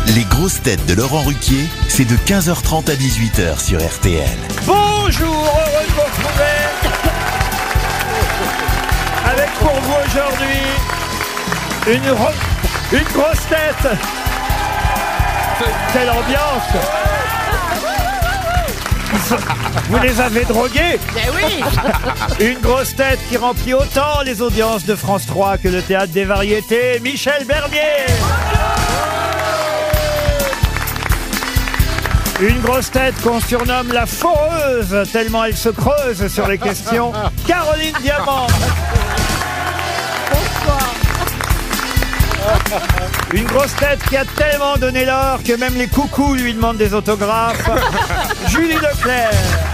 Les grosses têtes de Laurent Ruquier, c'est de 15h30 à 18h sur RTL. Bonjour, heureux de vous retrouver avec pour vous aujourd'hui une grosse tête. Quelle ambiance! Vous les avez drogués? Mais oui. Une grosse tête qui remplit autant les audiences de France 3 que le Théâtre des Variétés, Michel Bernier. Une grosse tête qu'on surnomme la foreuse, tellement elle se creuse sur les questions, Caroline Diamant. Une grosse tête qui a tellement donné l'or que même les coucous lui demandent des autographes, Julie Leclerc.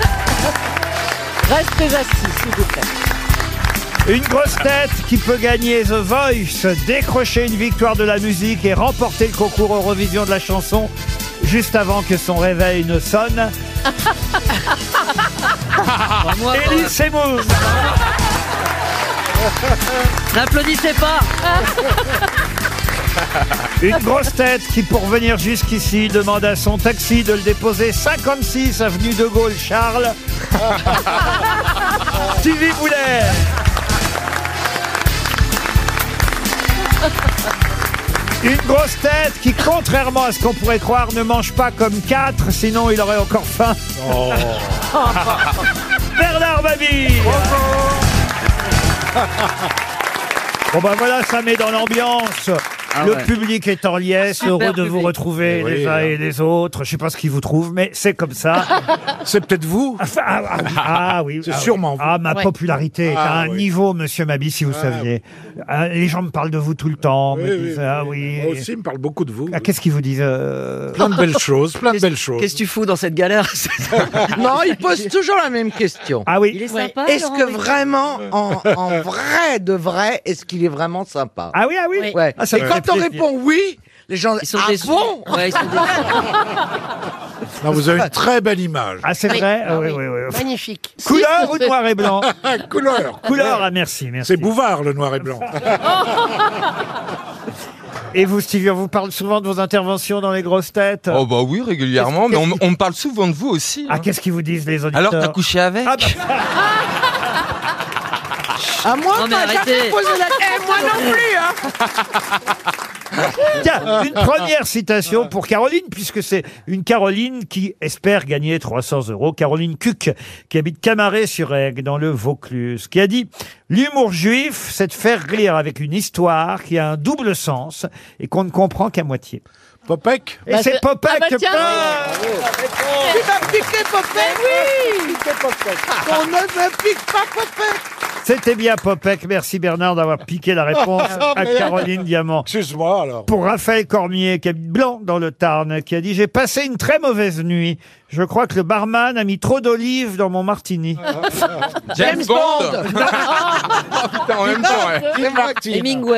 Restez assis, s'il vous plaît. Une grosse tête qui peut gagner The Voice, décrocher une victoire de la musique et remporter le concours Eurovision de la chanson juste avant que son réveil ne sonne. Elie Semoun. N'applaudissez pas. Une grosse tête qui, pour venir jusqu'ici, demande à son taxi de le déposer 56 avenue de Gaulle Charles. Stevie Boulet. Une grosse tête qui, contrairement à ce qu'on pourrait croire, ne mange pas comme 4, sinon il aurait encore faim. Oh. Bernard Mabille. Bon ben voilà, ça met dans l'ambiance. Le public est en liesse, heureux de vous retrouver les uns et les autres. Je sais pas ce qui vous trouve, mais c'est comme ça. C'est peut-être vous. Oui. C'est sûrement vous. Ma popularité est à un niveau, monsieur Mabille, si vous saviez. Les gens me parlent de vous tout le temps. Me disent, Moi aussi, ils me parlent beaucoup de vous. Qu'est-ce qu'ils vous disent Plein de belles choses, plein de belles choses. Qu'est-ce que tu fous dans cette galère? Non, il pose toujours la même question. Ah oui. Il est sympa. Est-ce que vraiment, en vrai de vrai, est-ce qu'il est vraiment sympa? Ah oui. Ouais. Ah, ça Et me quand fait on plaisir. répond oui, les gens Ils sont ah déçus. bon? Ouais, ils sont déçus. Non, vous avez une très belle image. Ah, c'est vrai? Oui. Magnifique. Couleur ou noir et blanc? Couleur. Couleur, merci. C'est Bouvard, le noir et blanc. Et vous, Stevie, on vous parle souvent de vos interventions dans les grosses têtes? Oh bah oui, régulièrement, mais on me parle souvent de vous aussi. Ah, qu'est-ce qu'ils vous disent, les auditeurs? Alors t'as couché avec? Ah, bah, À moi, Non, mais pas jamais arrêtez. posé la question. Moi non plus, hein. tiens, une première citation pour Caroline, puisque c'est une Caroline qui espère gagner 300 €. Caroline Cuc, qui habite Camaret-sur-Aigle, dans le Vaucluse, qui a dit « L'humour juif, c'est de faire rire avec une histoire qui a un double sens et qu'on ne comprend qu'à moitié. » Popek. Et c'est Popek. bah tiens, Tu m'as piqué, Popek. Oui. On ne me pique pas, Popek. C'était bien Popek. Merci Bernard d'avoir piqué la réponse à Caroline Diamant. Excuse-moi, alors. Pour Raphaël Cormier, qui habite Blanc dans le Tarn, qui a dit « J'ai passé une très mauvaise nuit. Je crois que le barman a mis trop d'olives dans mon martini. James Bond. Oh, putain, en même temps, ouais. Hemingway. »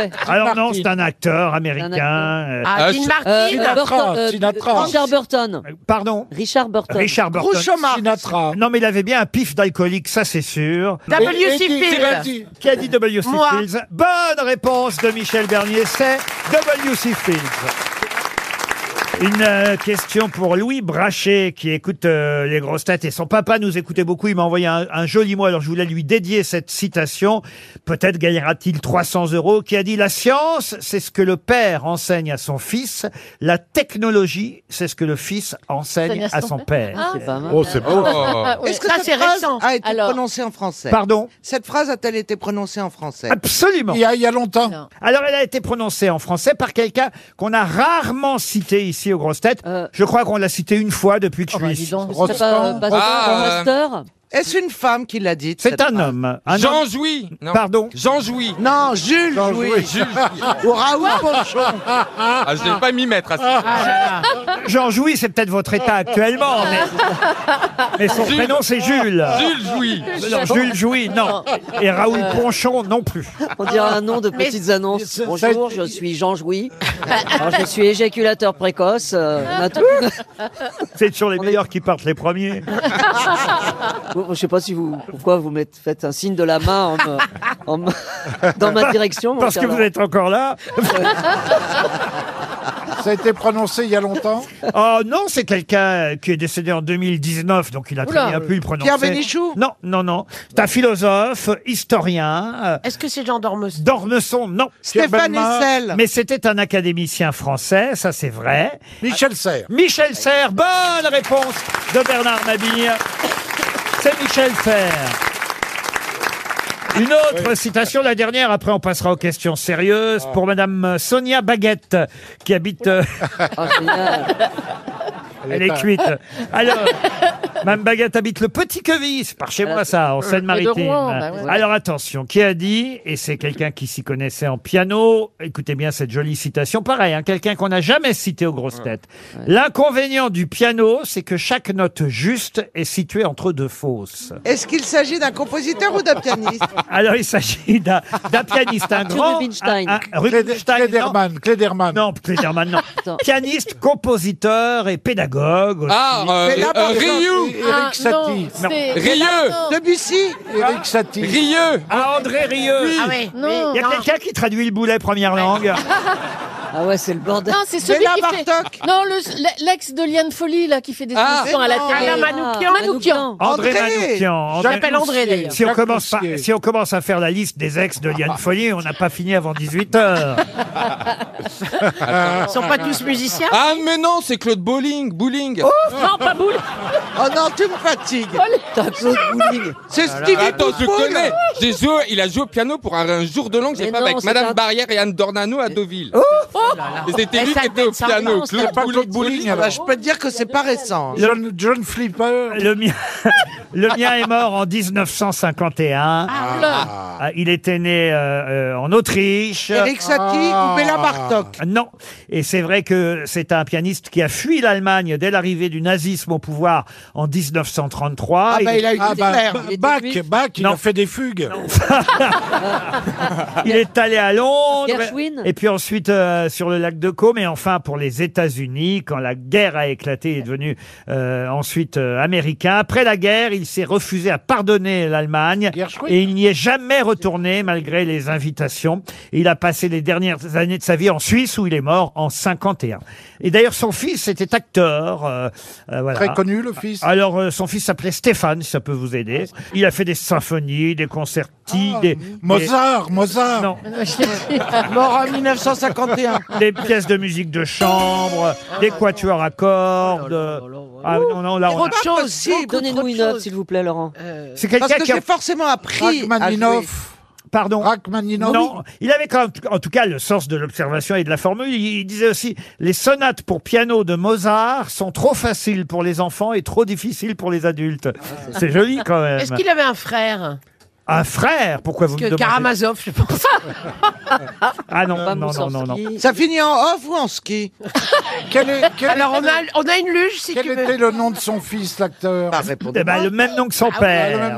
Alors non, c'est un acteur américain. Ah, Dean Sinatra. Richard Burton. Pardon, Richard Burton. Richard Burton. Groucho Marx. Sinatra. Non, mais il avait bien un pif d'alcoolique, ça c'est sûr. W.C. Fields. Qui a dit W.C. Moi. Fields? Bonne réponse de Michel Bernier, c'est W.C. Fields. Une question pour Louis Brachet qui écoute les grosses têtes et son papa nous écoutait beaucoup. Il m'a envoyé un joli mot, alors je voulais lui dédier cette citation. Peut-être gagnera-t-il 300 €. Qui a dit « La science, c'est ce que le père enseigne à son fils. La technologie, c'est ce que le fils enseigne à son père. C'est pas mal. Oh, c'est beau. Est-ce que cette phrase a été prononcée en français? Pardon? Cette phrase a-t-elle été prononcée en français? Absolument. Il y a longtemps. Non. Alors, elle a été prononcée en français par quelqu'un qu'on a rarement cité ici aux grosses têtes. Je crois qu'on l'a cité une fois depuis que je suis ici. C'est pas Pasteur. Est-ce une femme qui l'a dit? C'est un homme. Un Jean homme. Jouy. Non. Pardon? Jean Jouy. Non, Jules Jouy. Jules. Ou Raoul Ponchon. Ah, je vais pas m'y mettre à ça. Jean Jouy, c'est peut-être votre état actuellement, mais son Jules. prénom c'est Jules. Jules Jouy. Non, Jules Jouy, non. Et Raoul Ponchon, non plus. On dirait un nom de petites annonces. Bonjour, je suis Jean Jouy. Alors, je suis éjaculateur précoce. On a tout. C'est toujours les meilleurs qui partent les premiers. Je sais pas si pourquoi vous faites un signe de la main dans ma direction. mon Parce que cher vous êtes encore là. Ça a été prononcé il y a longtemps? Oh non, c'est quelqu'un qui est décédé en 2019, donc il a très bien pu le prononcer. Pierre Bénichou? Non, non, non. C'est un philosophe, historien. Est-ce que c'est Jean Dormesson? Dormesson, non. Stéphane Hessel. Mais c'était un académicien français, ça c'est vrai. Michel Serres. Michel Serres, bonne réponse de Bernard Mabille. C'est Michel Serres. Une autre citation, la dernière, après on passera aux questions sérieuses, pour Madame Sonia Baguette, qui habite... Ah, génial. Elle est cuite. Alors, Mme Baguette habite le Petit Queville, c'est par chez moi ça, en Seine-Maritime. Alors attention, qui a dit, et c'est quelqu'un qui s'y connaissait en piano, écoutez bien cette jolie citation, pareil, hein, quelqu'un qu'on n'a jamais cité aux grosses têtes. L'inconvénient du piano, c'est que chaque note juste est située entre deux fausses. Est-ce qu'il s'agit d'un compositeur ou d'un pianiste? Alors il s'agit d'un pianiste, un grand... Rubinstein. Rubinstein, non. Cléderman. Non, Cléderman, non. Attends. Pianiste, compositeur et pédagogue aussi. Rieu. Ah, Eric Satie. Non. Rieux. Debussy? Eric Satie. Rieux. Ah, André Rieu. Ah ouais. Il y a quelqu'un qui traduit le boulet première langue. Ah ouais, c'est le bordel. Non, c'est celui Béla qui fait... Bartok? Non, l'ex de Liane Folly, là, qui fait des émissions à la non. télé. Alain Manoukian. Manoukian. André André. Manoukian. Je l'appelle André, d'ailleurs. Si on, Jacques commence Moussier. si on commence à faire la liste des ex de Liane Folly, on n'a pas fini avant 18h. Ils sont pas tous musiciens? Ah, mais non, c'est Claude Bowling. Non, pas boule. Oh non, tu me fatigues. T'as Claude Bouling. C'est Stevie Attends, je Poupoule. connais. Il a joué au piano pour un jour de langue, j'ai Mais fait non, avec c'est Madame un- Barrière et Anne Dornano à Deauville. Et c'était Mais lui ça qui était au devait être piano. sympa, C'est pas Claude Bouling, Bah, alors. je peux te dire que c'est pas récent. John Flipper. Le mien, le mien est mort en 1951. Ah, il était né en Autriche. Eric Satie ou Béla Bartok? Non. Et c'est vrai que c'est un pianiste qui a fui l'Allemagne dès l'arrivée du nazisme au pouvoir en 1933. Ah bah il a eu Ah bah, Hitler. Il était Bach, juif. il Non. a fait des fugues. Il est allé à Londres. Gershwin. Et puis ensuite sur le lac de Caume. Et enfin pour les États-Unis, quand la guerre a éclaté, il est devenu ensuite américain. Après la guerre, il s'est refusé à pardonner l'Allemagne. Gershwin. Et il n'y est jamais retourné malgré les invitations. Et il a passé les dernières années de sa vie en Suisse où il est mort en 51. Et d'ailleurs son fils était acteur. Voilà. Très connu, le fils. Alors, son fils s'appelait Stéphane, si ça peut vous aider. Il a fait des symphonies, des concertis, Mozart. non, Mort en 1951. des pièces de musique de chambre, des quatuors à cordes. Ah non, non, là, on Trop a- de choses. possible. Donnez-nous une œuvre, s'il vous plaît, Laurent. c'est Parce quelqu'un que qui a... j'ai forcément appris à jouer. Rachmaninoff. Pardon. Rachmaninoff. Non, il avait quand même, en tout cas le sens de l'observation et de la formule. Il disait aussi, les sonates pour piano de Mozart sont trop faciles pour les enfants et trop difficiles pour les adultes. C'est joli quand même. Est-ce qu'il avait un frère? Un frère? Pourquoi vous me Que demandez? Karamazov, je pense. Ah non, Pas non, non, non, non. Moussorgsky. Ça finit en off ou en ski? Alors, on a une luge, si Quel tu veux. était le nom de son fils, l'acteur? Bah, Eh répondez-moi. ben, le même nom que son père.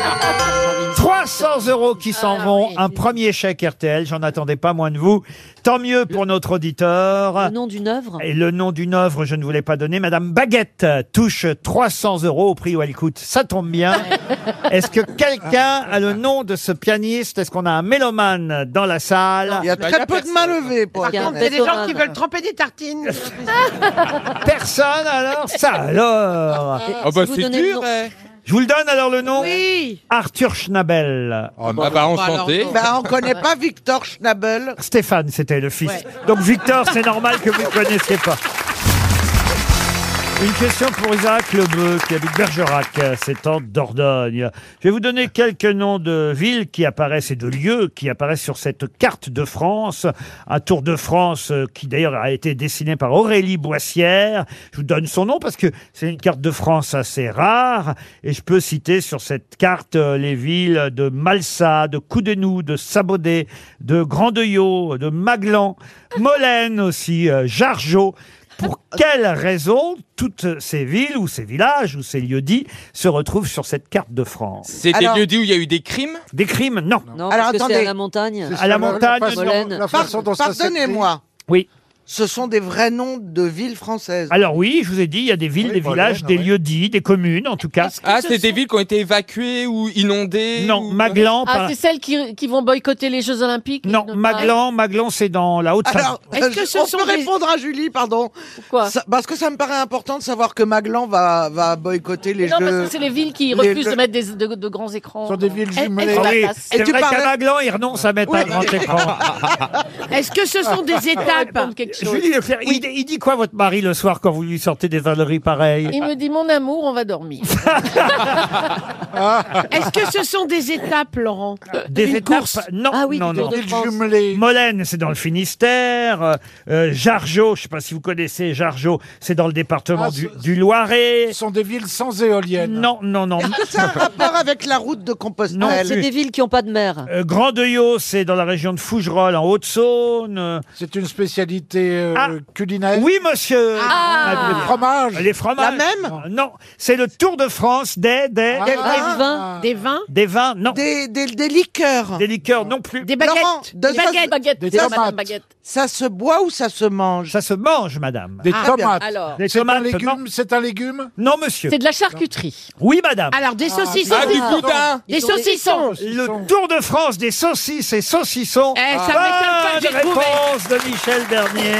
300 € qui s'en vont, un premier chèque RTL, j'en attendais pas moins de vous. Tant mieux pour notre auditeur. Le nom d'une œuvre. Et le nom d'une œuvre, je ne voulais pas donner. Madame Baguette touche 300 € au prix où elle coûte. Ça tombe bien. Est-ce que quelqu'un a le nom de ce pianiste? Est-ce qu'on a un mélomane dans la salle? Il y a très peu de mains levées pour Par être contre, Il y a honnête. des gens qui veulent tremper des tartines. Personne alors? Ça alors? Oh bah Si vous c'est donnez le dur, nom- eh. Je vous le donne alors le nom? Oui. Arthur Schnabel. Ah bah enchanté. Bah, on connaît pas Victor Schnabel. Stéphane, c'était le fils. Ouais. Donc Victor, c'est normal que vous ne connaissiez pas. Une question pour Isaac Lebeu, qui habite Bergerac, c'est en Dordogne. Je vais vous donner quelques noms de villes qui apparaissent et de lieux qui apparaissent sur cette carte de France. Un tour de France qui d'ailleurs a été dessiné par Aurélie Boissière. Je vous donne son nom parce que c'est une carte de France assez rare. Et je peux citer sur cette carte les villes de Malsa, de Coudenou, de Sabaudet, de Grandeuillot, de Maglan, Molène aussi, Jargeau. Pour quelle raison toutes ces villes ou ces villages ou ces lieux-dits se retrouvent sur cette carte de France? C'est des Alors- lieux dits où il y a eu des crimes? Des crimes? Non. Non, Alors, parce que c'est attendez. à la montagne. À la montagne, Molène. La façon dont ça s'écrit. Pardonnez-moi. Oui. ce sont des vrais noms de villes françaises. Alors oui, je vous ai dit, il y a des villes, des villages, des lieux-dits, des communes en tout cas. Ah, c'est des villes qui ont été évacuées ou inondées? Non, ou... Maglan. Ah, c'est celles qui vont boycotter les Jeux Olympiques? Non, Maglan, c'est dans la Haute-Savoie. Alors, on peut répondre à Julie, pardon. Pourquoi? Parce que ça me paraît important de savoir que Maglan va boycotter les Non, Jeux. parce que c'est les villes qui refusent de mettre de grands écrans. Ce sont des villes jumelées. Ah oui, Et c'est tu vrai parlais- qu'à Maglan, ils renoncent à mettre un grand écran. Est-ce que ce sont des étapes? Julie Leclerc, il dit quoi votre mari le soir quand vous lui sortez des âneries pareilles? Il me dit, mon amour, on va dormir. Est-ce que ce sont des étapes, Laurent? Des Une étapes? course? Non, Ah oui, non, du Tour non. de Villes France. jumelées. Molène, c'est dans le Finistère. Jargeau, je ne sais pas si vous connaissez Jargeau, c'est dans le département Ah, du Loiret. Ce sont des villes sans éoliennes. Non. Est-ce que ça a un rapport avec la route de Compostelle? Non, C'est des villes qui n'ont pas de mer. Grandeuillot, c'est dans la région de Fougerolles, en Haute-Saône. C'est une spécialité Ah. culinaire. Oui, monsieur. Les fromages. Les fromages. La même? Non, c'est le Tour de France des Des vins? Des vins? des vins. Non, Des liqueurs? des liqueurs non plus. Des baguettes? Laurent, de Des ça, baguettes? Baguette, Des c'est tomates. madame baguette. Ça se boit ou ça se mange? Ça se mange, madame. Des Ah, bien. tomates. Alors, Les C'est un tomates, non. légume. C'est un légume. Non, monsieur. c'est de la charcuterie. Oui, madame. Alors, des saucissons? Ah, du boudin! Des saucissons? Le Tour de France des saucisses et saucissons. Eh, ça m'étonne pas que j'ai Bonne trouvé. réponse de Michel Bernier.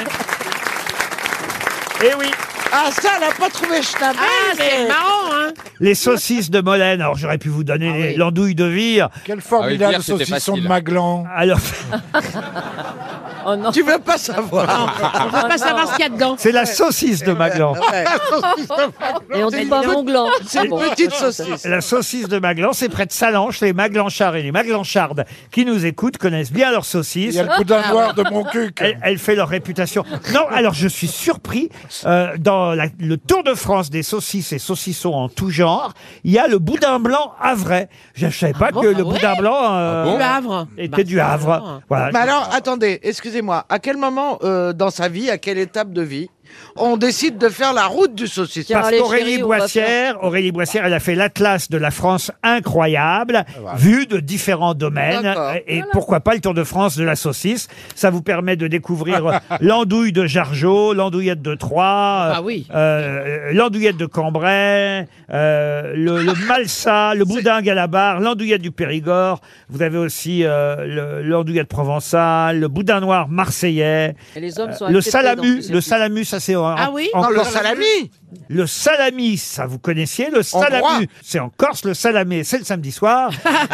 Eh oui, Ah, ça, elle a pas trouvé Schnabel. Ah, c'est marrant, hein? les saucisses de Molène. Alors, j'aurais pu vous donner l'andouille de Vire. Quel formidable Ah oui, dire, c'était saucisson facile. de Maglan. Alors, Oh non. Tu veux pas savoir? On va pas savoir ce qu'il y a dedans. c'est la saucisse de Maglan. Ouais. Et on dit pas Mont-Blanc. C'est une petite saucisse. La saucisse de Maglan, c'est près de Salanches. Les Maglanchards et les Maglanchardes qui nous écoutent connaissent bien leurs Il saucisses. y a le boudin noir de mon cuc. Elle fait leur réputation. Non, alors je suis surpris. Dans le Tour de France des saucisses et saucissons en tout genre, il y a le boudin blanc havrais. Je ne savais pas que le boudin blanc bon Du Havre. était du Havre. alors. Voilà. Mais alors, attendez, excusez-moi. À quel moment dans sa vie, à quelle étape de vie, on décide de faire la route du saucisson? Tiens, Parce allez, qu'Aurélie chérie, on va Aurélie Boissière, elle a fait l'Atlas de la France incroyable, vu de différents domaines. D'accord. Et pourquoi pas le Tour de France de la saucisse? Ça vous permet de découvrir l'andouille de Jargeau, l'andouillette de Troyes, Ah oui. l'andouillette de Cambrai, le Malsa, le boudingue à la barre, l'andouillette du Périgord. Vous avez aussi l'andouillette provençale, le boudin noir marseillais, Et les hommes sont le acceptés dans tous ces salamu, ça c'est Ah oui? Non, le salami. le salami, ça vous connaissiez. Le Hongrois. salamu, c'est en Corse. Le salamé, c'est le samedi soir.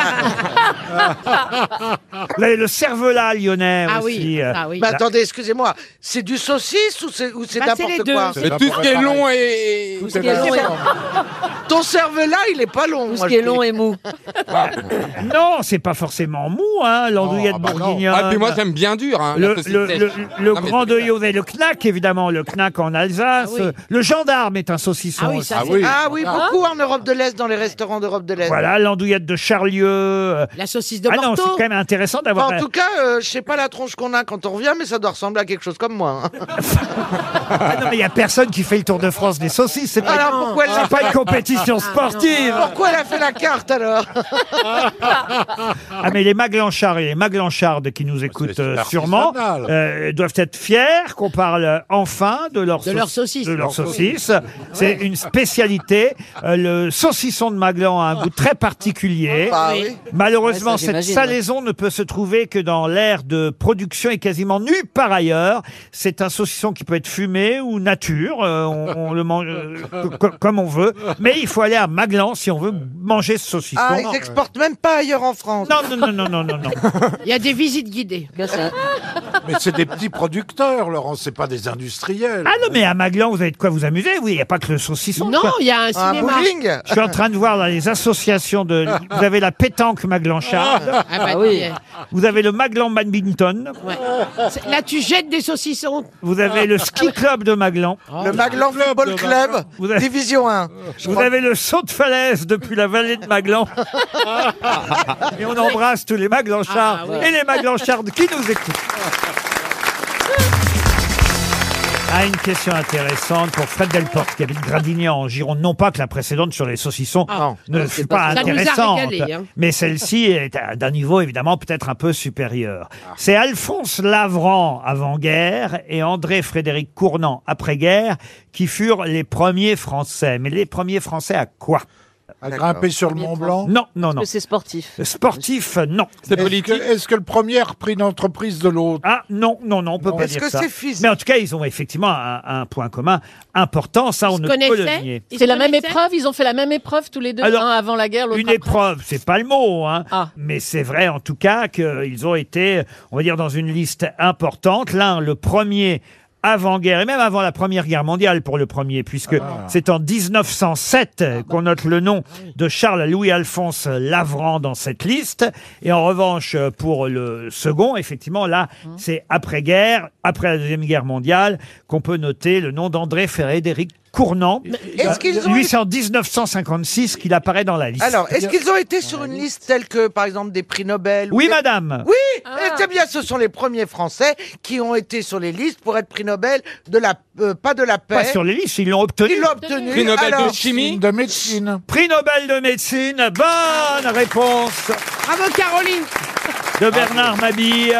Vous avez le cervelas lyonnais Ah aussi. oui. Ah oui. Mais attendez, excusez-moi. C'est du saucisse ou c'est Bah, c'est les n'importe deux. quoi? Mais tout ce qui est long et... Tout ce qui est long et, Ton cervelas, il est pas long. tout ce moi, qui est je long dis. et mou. Non, c'est pas forcément mou, hein, l'andouillette Oh, bah non. bourguignonne. Ah, puis moi, j'aime bien dur, hein, la saucisse sèche. Le Non, mais grand c'est- deuil, vous avez le knack, évidemment, le knack en Alsace. Ah oui. Le gendarme est un saucisson. Ah oui, aussi. ça, Ah c'est oui. Ah oui, beaucoup en Europe de l'Est, dans les restaurants d'Europe de l'Est. Voilà, l'andouillette de Charlieu. la saucisse de Ah non, c'est Bordeaux. quand même intéressant d'avoir... En tout cas, je sais pas la tronche qu'on a quand on revient, mais ça doit ressembler à quelque chose comme moi. hein. Ah non, mais il n'y a personne qui fait le Tour de France des saucisses. C'est pas, Alors pourquoi elle c'est pas une compétition sportive. Pourquoi elle a fait la carte alors? Ah, mais les Maglanchards et les Maglanchardes qui nous écoutent c'est sûrement artisanal. doivent être fiers qu'on parle enfin de leur saucisse. de leur saucisse. C'est une spécialité. Le saucisson de Maglan a un goût très particulier. Bah oui. Malheureusement, Ouais, ça, cette j'imagine, salaison ne peut se trouver que dans l'aire de production et quasiment nulle part ailleurs. C'est un saucisson qui peut être fumé ou nature. On le mange comme on veut. Mais il faut aller à Maglan si on veut manger ce saucisson. Ah, ils n'exportent même pas ailleurs en France. Non. Il y a des visites guidées. Mais c'est des petits producteurs, Laurent, c'est pas des industriels. Ah non, mais à Maglan, vous avez de quoi vous amuser. Oui, il n'y a pas que le saucisson. Non, quoi. il y a un Un cinéma. bowling. Je suis en train de voir dans les associations de... Vous avez la pétanque Maglancharde. Ah bah, Ah oui. Vous avez le Maglan Badminton. ouais. Là, tu jettes des saucissons. Vous avez le ski club de Maglan. Le Maglan Football Club, Vous avez- Division 1. Vous avez le saut de falaise depuis la vallée de Maglan. Et on embrasse tous les Maglanchards Ah, oui. et les Maglanchardes qui nous écoutent. Ah, une question intéressante pour Fred Delporte qui habite Gradignan en Gironde. Non pas que la précédente sur les saucissons ne fut pas Ça nous a intéressante, régalé, hein. mais celle-ci est d'un niveau évidemment peut-être un peu supérieur. C'est Alphonse Lavran avant-guerre et André-Frédéric Cournant après-guerre qui furent les premiers Français. Mais les premiers Français à quoi? À grimper sur le Mont Blanc. Non, non, non. Que c'est sportif. Sportif, non. C'est politique. Est-ce que le premier a repris l'entreprise de l'autre? Ah non, non, non, on peut pas Est-ce dire que ça. c'est physique? Mais en tout cas, ils ont effectivement un point commun important, ça on Ils ne se peut le connaissaient nier. Ils C'est se la même connaissaient épreuve, ils ont fait la même épreuve tous les deux, Alors, un avant la guerre, l'autre Une après. épreuve, c'est pas le mot, hein. Ah. Mais c'est vrai en tout cas qu'ils ont été, on va dire, dans une liste importante. L'un, le premier avant-guerre, et même avant la Première Guerre mondiale pour le premier, puisque c'est en 1907 qu'on note le nom de Charles-Louis-Alphonse Lavran dans cette liste. Et en revanche, pour le second, effectivement, là, c'est après-guerre, après la Deuxième Guerre mondiale, qu'on peut noter le nom d'André-Frédéric Cournant. Est-ce qu'ils ont Lui, été- c'est en 1956 qu'il apparaît dans la liste. Alors, est-ce qu'ils ont été sur une liste telle que, par exemple, des prix Nobel ou Oui, des- madame. Oui, c'est bien, ce sont les premiers Français qui ont été sur les listes pour être prix Nobel de la, pas de la paix. Pas sur les listes, ils l'ont obtenu. Ils l'ont obtenu. Prix Nobel Alors, de chimie. De médecine. Prix Nobel de médecine. Bonne réponse Bravo Caroline. de Bernard Mabille.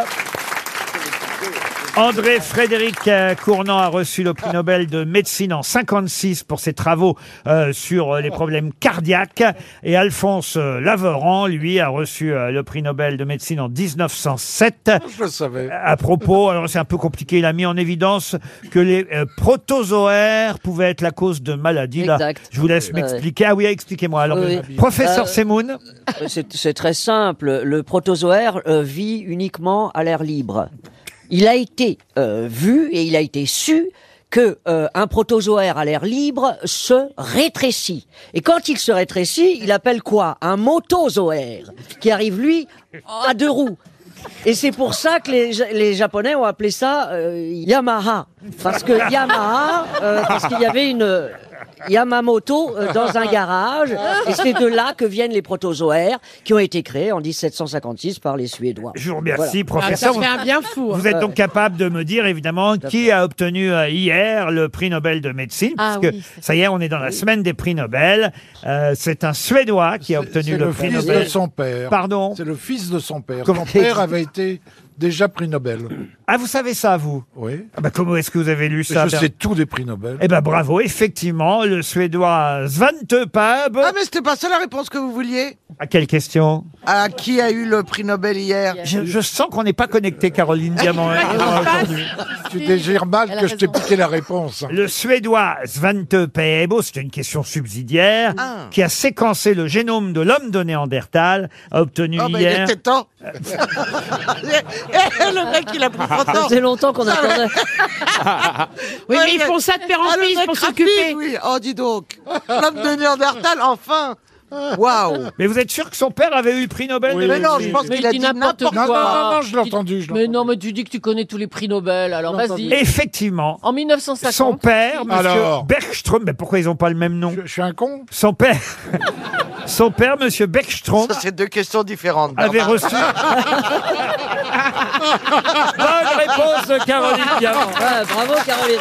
André-Frédéric Cournant a reçu le prix Nobel de médecine en 56 pour ses travaux sur les problèmes cardiaques. Et Alphonse Lavran, lui, a reçu le prix Nobel de médecine en 1907. Je le savais. À propos, alors c'est un peu compliqué, il a mis en évidence que les protozoaires pouvaient être la cause de maladies. Là, Exact. je vous laisse Ouais. m'expliquer. Ah oui, expliquez-moi. Alors, Oui. professeur Semoun. C'est très simple. Le protozoaire vit uniquement à l'air libre. Il a été vu et il a été su que un protozoaire à l'air libre se rétrécit. Et quand il se rétrécit, il appelle quoi? Un motozoaire, qui arrive, lui, à deux roues. Et c'est pour ça que les Japonais ont appelé ça Yamaha. Parce que Yamaha, parce qu'il y avait une Yamamoto dans un garage. Et c'est de là que viennent les protozoaires qui ont été créés en 1756 par les Suédois. Je vous remercie, Ah, ça professeur. fait un bien fou. hein. Vous êtes donc capable de me dire, évidemment, qui a obtenu hier le prix Nobel de médecine, Ah puisque oui, ça y est, on est dans la semaine des prix Nobel. C'est un Suédois qui a obtenu C'est le le prix fils Nobel. de son père. Pardon. C'est le fils de son père. Comment- Son père avait été déjà prix Nobel. Ah, vous savez ça, vous? Oui. Ah bah, comment est-ce que vous avez lu ça? Je sais tous des prix Nobel. Eh ben bravo, effectivement, le Suédois Svante Pääbo. Ah, mais c'était pas ça la réponse que vous vouliez. À quelle question? À qui a eu le prix Nobel hier? Je sens qu'on n'est pas connecté, Caroline Diamant. aujourd'hui. Tu désires mal Elle a que je t'ai raison. piqué la réponse. Le Suédois Svante Pääbo, c'est une question subsidiaire, Ah. qui a séquencé le génome de l'homme de Néandertal, a obtenu Oh, bah, il hier. était temps. Le mec, il a pris trop de Ça temps. faisait longtemps qu'on attendait. Oui, mais ils font ça de père en Ah, le fils mec pour rapide, s'occuper. oui. Oh, dis donc. L'homme de Néandertal, enfin. Waouh. Mais vous êtes sûr que son père avait eu le prix Nobel Oui, de Mais non, médecine je pense Mais qu'il a il dit dit n'importe n'importe Non, quoi. non, non, non, je l'ai entendu. Je l'ai Mais entendu. non, mais tu dis que tu connais tous les prix Nobel, alors vas-y. Effectivement. En 1950. Son père, monsieur Alors. Bergström, mais pourquoi ils n'ont pas le même nom? Je suis un con. Son père, son père, monsieur Bergström, Ça, c'est deux questions différentes. avait Bernard. reçu. Bonne réponse de Caroline Diamant. Ouais, bravo Caroline.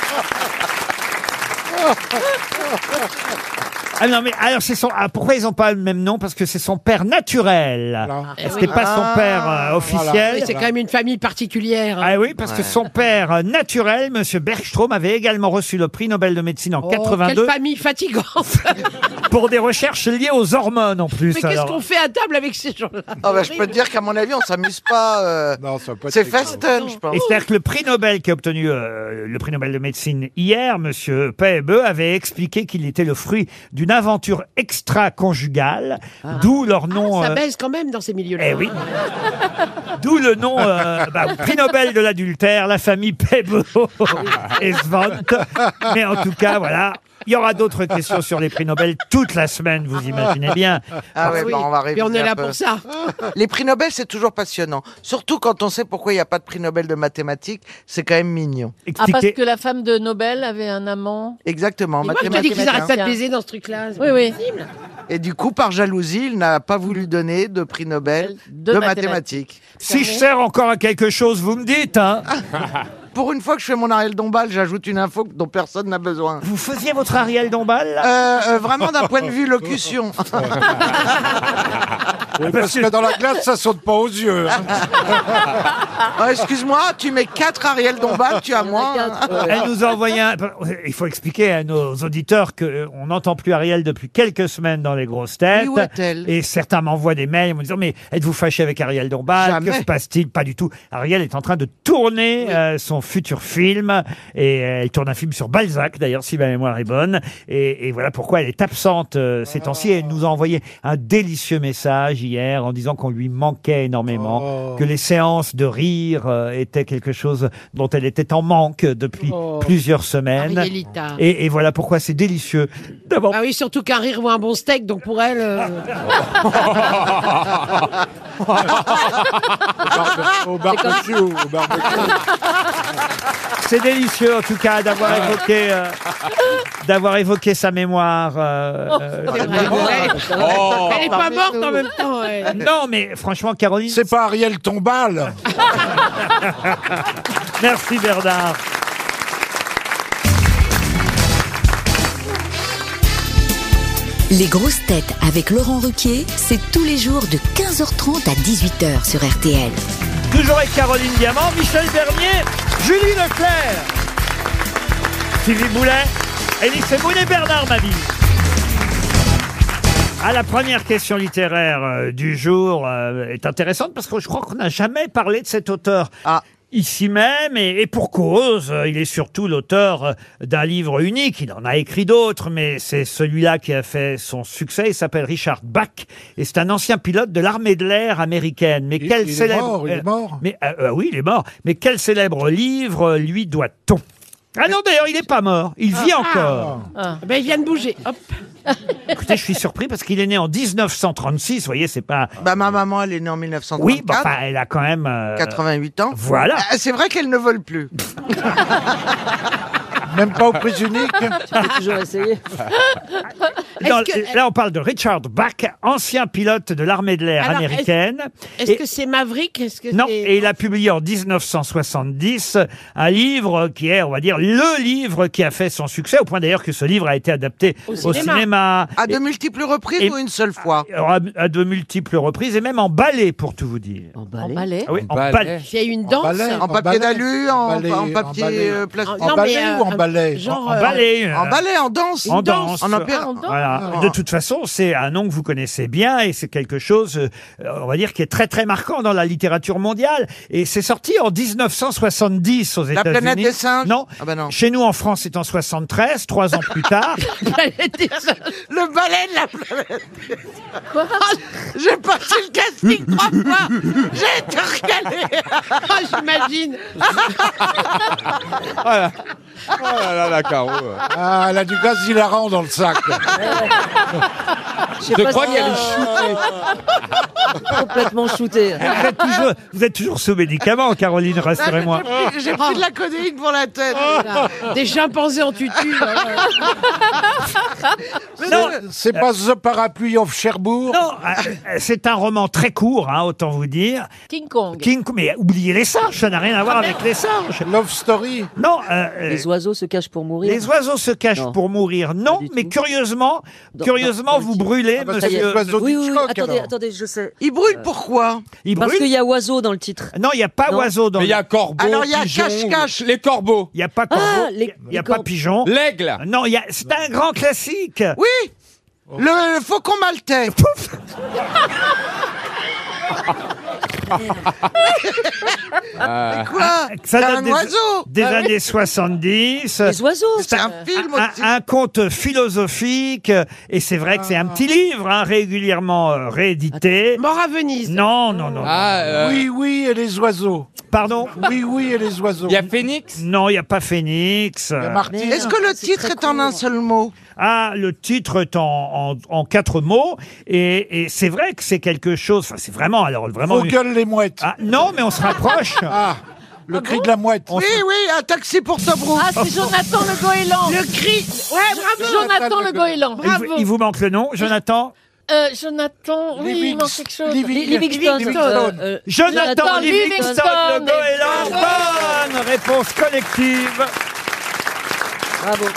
Ah non, mais alors c'est son. Ah, pourquoi ils n'ont pas le même nom? Parce que c'est son père naturel. Voilà. C'était pas son père officiel. Oui, c'est quand même une famille particulière. Ah oui, parce que son père naturel, monsieur Bergström, avait également reçu le prix Nobel de médecine en Oh, 82 quelle famille fatigante. pour des recherches liées aux hormones en plus. Mais qu'est-ce alors. qu'on fait à table avec ces gens-là? Ah, bah, je peux te dire qu'à mon avis, on s'amuse pas. Non, ça va pas être C'est rigolo. Festen, je pense. Et c'est-à-dire que le prix Nobel qui a obtenu le prix Nobel de médecine hier, monsieur Pääbo, avait expliqué qu'il était le fruit d'une aventure extra-conjugale, d'où leur nom. Ça baise quand même dans ces milieux-là. Eh oui. D'où le nom prix Nobel de l'adultère, la famille Pääbo et Svante. Mais en tout cas, voilà. Il y aura d'autres questions sur les prix Nobel toute la semaine, vous imaginez bien. Ah ouais, Oui, bah, on va puis réviser on est un là peu. pour ça. Les prix Nobel, c'est toujours passionnant. Surtout quand on sait pourquoi il n'y a pas de prix Nobel de mathématiques. C'est quand même mignon. Ah, parce Expliquez. que la femme de Nobel avait un amant. Exactement. Et moi, je te dis qu'ils mathématiques. arrêtent pas de baiser dans ce truc-là. C'est Oui, pas oui. possible. Et du coup, par jalousie, il n'a pas voulu donner de prix Nobel De de mathématiques. mathématiques. Si je sers encore à quelque chose, vous me dites, hein. pour une fois que je fais mon Ariel Dombal, j'ajoute une info dont personne n'a besoin. Vous faisiez votre Ariel Dombal là Vraiment d'un point de vue locution. Oui, parce que dans la glace, ça saute pas aux yeux. Hein. Excuse-moi, tu mets 4 Ariel Dombal, tu as moins. Elle nous a envoyé un... Il faut expliquer à nos auditeurs qu'on n'entend plus Ariel depuis quelques semaines dans les grosses têtes. Où est-elle ? Et certains m'envoient des mails en me disant « Mais êtes-vous fâché avec Ariel Dombal ? Jamais. Que se passe-t-il ?» Pas du tout. Ariel est en train de tourner son futur film. Et elle tourne un film sur Balzac, d'ailleurs, si ma mémoire est bonne. Et voilà pourquoi elle est absente ces temps-ci. Elle nous a envoyé un délicieux message hier en disant qu'on lui manquait énormément, que les séances de rire étaient quelque chose dont elle était en manque depuis plusieurs semaines. Arielita. Et voilà pourquoi c'est délicieux d'avoir... Ah oui, surtout qu'un rire ou un bon steak, donc pour elle... Au barbecue, au barbecue. C'est délicieux en tout cas d'avoir évoqué sa mémoire. C'est vrai. Elle est pas morte en même temps. elle. Non, mais franchement, Caroline. C'est pas Ariel Tombal. Merci Bernard. Les grosses têtes avec Laurent Ruquier, c'est tous les jours de 15h30 à 18h sur RTL. Toujours avec Caroline Diamant, Michel Bernier, Julie Leclerc, Sylvie Boulet, Elie Semoun et Bernard Mabille. Ah, la première question littéraire du jour est intéressante parce que je crois qu'on n'a jamais parlé de cet auteur. Ici même, et pour cause, il est surtout l'auteur d'un livre unique. Il en a écrit d'autres, mais c'est celui-là qui a fait son succès. Il s'appelle Richard Bach, et c'est un ancien pilote de l'armée de l'air américaine. Mais quel célèbre... Il est mort. Mais oui, il est mort. Mais quel célèbre livre lui doit-on ? Ah non, d'ailleurs, il n'est pas mort. Il vit encore. Ben, il vient de bouger. Hop. Écoutez, je suis surpris parce qu'il est né en 1936. Vous voyez, c'est pas... Bah, ma maman, elle est née en 1934. Oui, bah, enfin, elle a quand même... 88 ans. Voilà. C'est vrai qu'elle ne vole plus. Même pas aux prises uniques. Tu peux toujours essayer. Non, là, on parle de Richard Bach, ancien pilote de l'armée de l'air Alors, américaine. Est-ce que c'est Maverick? Non, et il a publié en 1970 un livre qui est, on va dire, le livre qui a fait son succès, au point d'ailleurs que ce livre a été adapté au cinéma. À de multiples reprises ou une seule fois? À de multiples reprises, et même en ballet, pour tout vous dire. En En ballet. Ah oui, en ballet. ballet. Il y a eu une danse. En papier d'alu, en papier En plastique. Non, ballet mais, ou en ballet? Genre, En ballet. En ballet, en danse. En danse. En opéra. Voilà. De toute façon, c'est un nom que vous connaissez bien et c'est quelque chose, on va dire, qui est très très marquant dans la littérature mondiale. Et c'est sorti en 1970 aux États-Unis. La planète des singes? Non. Ah ben non. Chez nous en France, c'est en 73, 3 ans plus tard. Le ballet de la planète. J'ai passé le casting 3 fois. J'ai été recalé. j'imagine. Voilà. Oh là là, la Caro. Ah, elle a du gaz hilarant dans le sac. Je crois qu'elle est shootée. Complètement shooté. Vous êtes toujours sous médicaments, Caroline, rassurez-moi. J'ai pris de la codéine pour la tête. Des chimpanzés en tutu. Non, C'est pas The Parapluie of Cherbourg. non, c'est un roman très court, hein, autant vous dire. King Kong. Mais oubliez les singes, ça n'a rien à voir avec les singes. Love Story. Non, Les oiseaux se cachent pour mourir. les oiseaux se cachent Non. pour mourir, non, Pas du mais tout. curieusement, Dans vous le titre. brûlez, Ah bah, c'est monsieur. les oiseaux Oui, oui, oui. d'Hitchcock, Attendez, alors. attendez, je sais. Il brûle pourquoi? Il Parce brûle. qu'il y a oiseau dans le titre. Non, il n'y a pas Non. oiseau dans Mais il y a corbeau, Alors, il y a pigeon, cache-cache. les corbeaux, Il n'y a pas corbeau. Ah, Il n'y a pas corbeaux. pigeon. l'aigle. Non, c'est un grand classique. Oui. Le faucon maltais. Quoi? Ça C'est date un oiseau. des années 70. Les oiseaux. C'est un film aussi. Un conte philosophique, et c'est vrai que c'est un petit livre, hein, régulièrement réédité. Mort à Venise. Non, non, non. Oui, oui, et les oiseaux. Pardon. Oui, oui, et les oiseaux. Il y a Phoenix. Non, il n'y a pas Phoenix. Il y a Martine. Est-ce que le titre est en un seul mot? Ah, le titre est en 4 mots, et c'est vrai que c'est quelque chose. Enfin, c'est vraiment, alors vraiment. Vogel les mouettes. Ah, non, mais on se rapproche. Ah, le cri de la mouette. Oui, oui, un taxi pour Tobruk. Ah, c'est Jonathan le goéland. Le cri. Ouais, bravo. Jonathan le goéland. Il il vous manque le nom, Jonathan. Jonathan, oui, il manque quelque chose. Jonathan Livingston, le goéland. Bonne réponse collective. Bravo.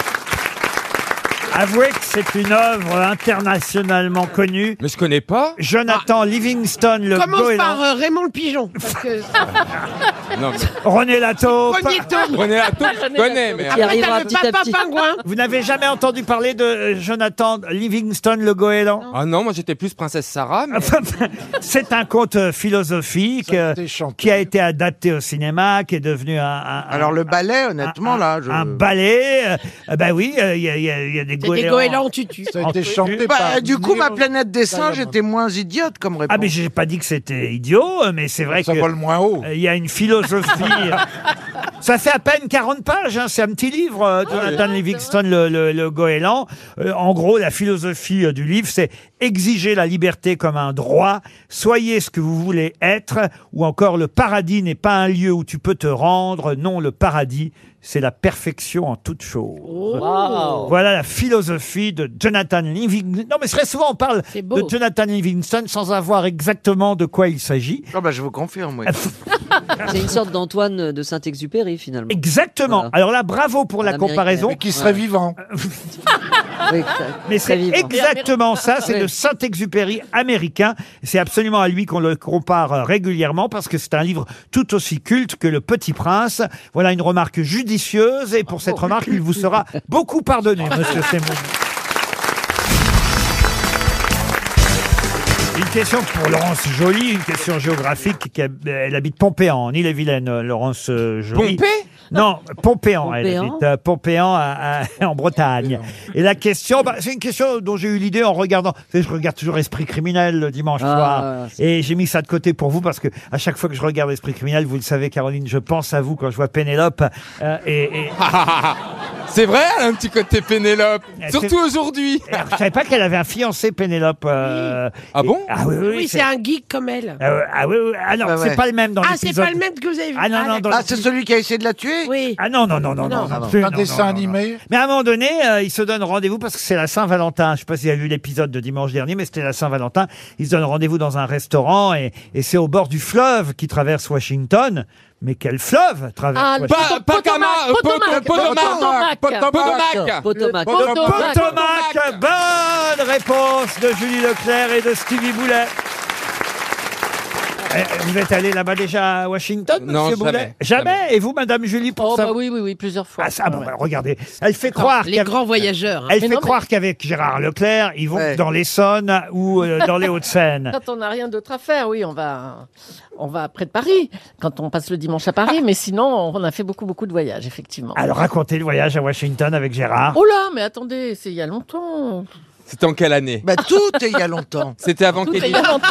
Avouez que c'est une œuvre internationalement connue. Mais je connais pas. Jonathan Livingstone, le Commence goéland. par Raymond le Pigeon. Parce que... Non, mais... René Lataupe. Premier tome. Prenez la taupe, je connais, mais... Qui arrivera T'as le petit à papa petit. pingouin. Vous n'avez jamais entendu parler de Jonathan Livingstone, le goéland? Ah non, moi j'étais plus Princesse Sarah, mais... C'est un conte philosophique Ça a été chanté. qui a été adapté au cinéma, qui est devenu Alors le ballet, honnêtement, là, je... un ballet. Ben oui, il y a des C'est des goélands. goélands en tutu. Ça a été chanté Bah, par... du coup, ma Neil planète des singes Diamond. était moins idiote comme réponse. Ah mais j'ai pas dit que c'était idiot, mais c'est vrai Ça que vole moins haut. il y a une philosophie. Ça fait à peine 40 pages, hein, c'est un petit livre, Jonathan Livingstone, le goéland. En gros, la philosophie du livre, c'est exiger la liberté comme un droit, soyez ce que vous voulez être, ou encore le paradis n'est pas un lieu où tu peux te rendre, non, le paradis, c'est la perfection en toute chose. Wow. Voilà la philosophie de Jonathan Livingstone. Non, mais très souvent on parle C'est beau. de Jonathan Livingstone sans avoir exactement de quoi il s'agit. Ah bah, je vous confirme, oui. C'est une sorte d'Antoine de Saint-Exupéry, finalement. Exactement. Voilà. Alors là, bravo pour la Américain. comparaison. Mais qui serait vivant. Oui, Mais très c'est vivant. exactement ça, c'est Oui. le Saint-Exupéry américain. C'est absolument à lui qu'on le compare régulièrement parce que c'est un livre tout aussi culte que Le Petit Prince. Voilà une remarque judicieuse et pour cette remarque, il vous sera beaucoup pardonné, monsieur Semoun. Une question pour Laurence Joly, une question géographique. Elle habite Pompéan, en Ille-et-Vilaine, Laurence Joly. Pompée? Non, Pompéan. Elle Pompéan. habite Pompéan en Bretagne. Et la question, c'est une question dont j'ai eu l'idée en regardant. Vous savez, je regarde toujours Esprit criminel le dimanche soir. Et j'ai mis ça de côté pour vous parce que à chaque fois que je regarde Esprit criminel, vous le savez, Caroline, je pense à vous quand je vois Pénélope. C'est vrai, elle a un petit côté Pénélope. C'est- Surtout aujourd'hui. Alors, je savais pas qu'elle avait un fiancé, Pénélope. Ah bon? Ah oui, oui, Oui, c'est un geek comme elle. Ah oui, oui. Ah non, Ouais, c'est ouais. pas le même dans Ah, c'est l'épisode. pas le même que vous avez vu. Ah non, non, d'accord. dans Ah, c'est celui qui a essayé de la tuer? Oui. Ah non, non, non, non, non. absolument, Un non, dessin non, non. animé. Mais à un moment donné, ils se donnent rendez-vous parce que c'est la Saint-Valentin. Je sais pas si vous avez vu l'épisode de dimanche dernier, mais c'était la Saint-Valentin. Ils se donnent rendez-vous dans un restaurant et c'est au bord du fleuve qui traverse Washington. Mais quel fleuve traverse Ah, Washington? Potomac. Potomac. Potomac. Potomac. Bonne réponse de Julie Leclerc et de Stevie Boulet. Vous êtes allé là-bas déjà à Washington, Non, monsieur Boulet? jamais. Jamais. Et vous, madame Julie, pour Oh, ça bah oui, oui, oui, plusieurs fois. Ah, ça, bon, bah, regardez. Elle fait croire Les grands voyageurs. hein. Elle Mais fait non, mais- croire qu'avec Gérard Leclerc, ils vont Ouais. dans l'Essonne ou dans les Hauts-de-Seine. Quand on n'a rien d'autre à faire, oui, on va près de Paris, quand on passe le dimanche à Paris, mais sinon, on a fait beaucoup, beaucoup de voyages, effectivement. Alors racontez le voyage à Washington avec Gérard. Oh là, mais attendez, c'est il y a longtemps. C'était en quelle année? Bah, tout est il y a longtemps. C'était avant Tout est il Kelly. y a longtemps.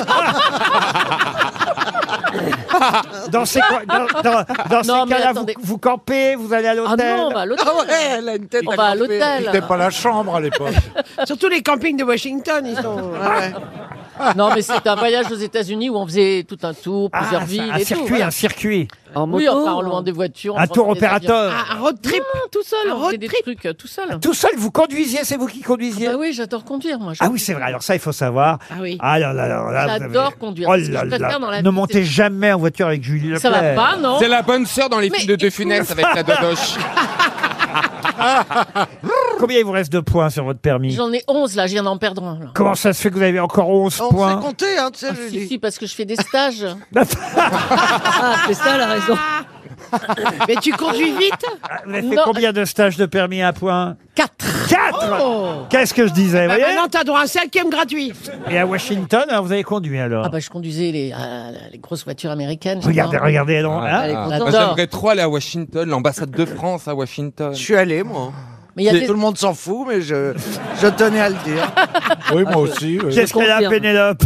Dans ces, dans ces Non, mais cas-là, attendez. vous campez, vous allez à Ah l'hôtel. non, on va à l'hôtel. Ah ouais, elle a une tête On va à camper. l'hôtel. C'était pas la chambre à l'époque. Surtout les campings de Washington, ils sont. Ouais. Non, mais c'est un voyage aux États-Unis où on faisait tout un tour, Ah, plusieurs ça, villes un et circuit, tout. voilà. un circuit. En Oui, moto. enfin, en louant des voitures. on Un tour prenait des avions. opérateur. Ah, un road trip. Non, tout seul, Un on road faisait des trip. trucs tout seul. Tout seul, vous conduisiez, c'est vous qui conduisiez? Bah oui, j'adore conduire, moi. Ah oui, c'est vrai. Alors ça, il faut savoir. Ah oui. Ah là là là là, vous J'adore avez- conduire. Oh C'est ce que là je préfère là. dans la Ne vie, montez c'est- jamais en voiture avec Julie Leclerc. Ça va pas, non? C'est la bonne sœur dans les Mais films de De Funès avec la dodoche. Combien il vous reste de points sur votre permis? J'en ai 11 là, je viens d'en perdre un. Là. Comment ça se fait que vous avez encore 11 On points? sait compter, hein, tu sais, Ah, Julie. si, parce que je fais des stages. Ah, c'est ça la raison. Mais tu conduis vite. Vous avez fait Non. combien de stages de permis à points? 4. 4. Oh. Qu'est-ce que je disais, vous Bah, voyez? maintenant, t'as droit à un 5e gratuit. Et à Washington, alors, vous avez conduit alors? Ah bah je conduisais les grosses voitures américaines. Regardez, j'adore. regardez, non, hein? Elle est Ah, contente. moi, j'aimerais trop aller à Washington, l'ambassade de France à Washington. Je suis allé, moi. Mais il y a des... Tout le monde s'en fout, mais je tenais à le dire. Oui, moi aussi. oui. Qu'est-ce qu'elle a, confirme. Pénélope?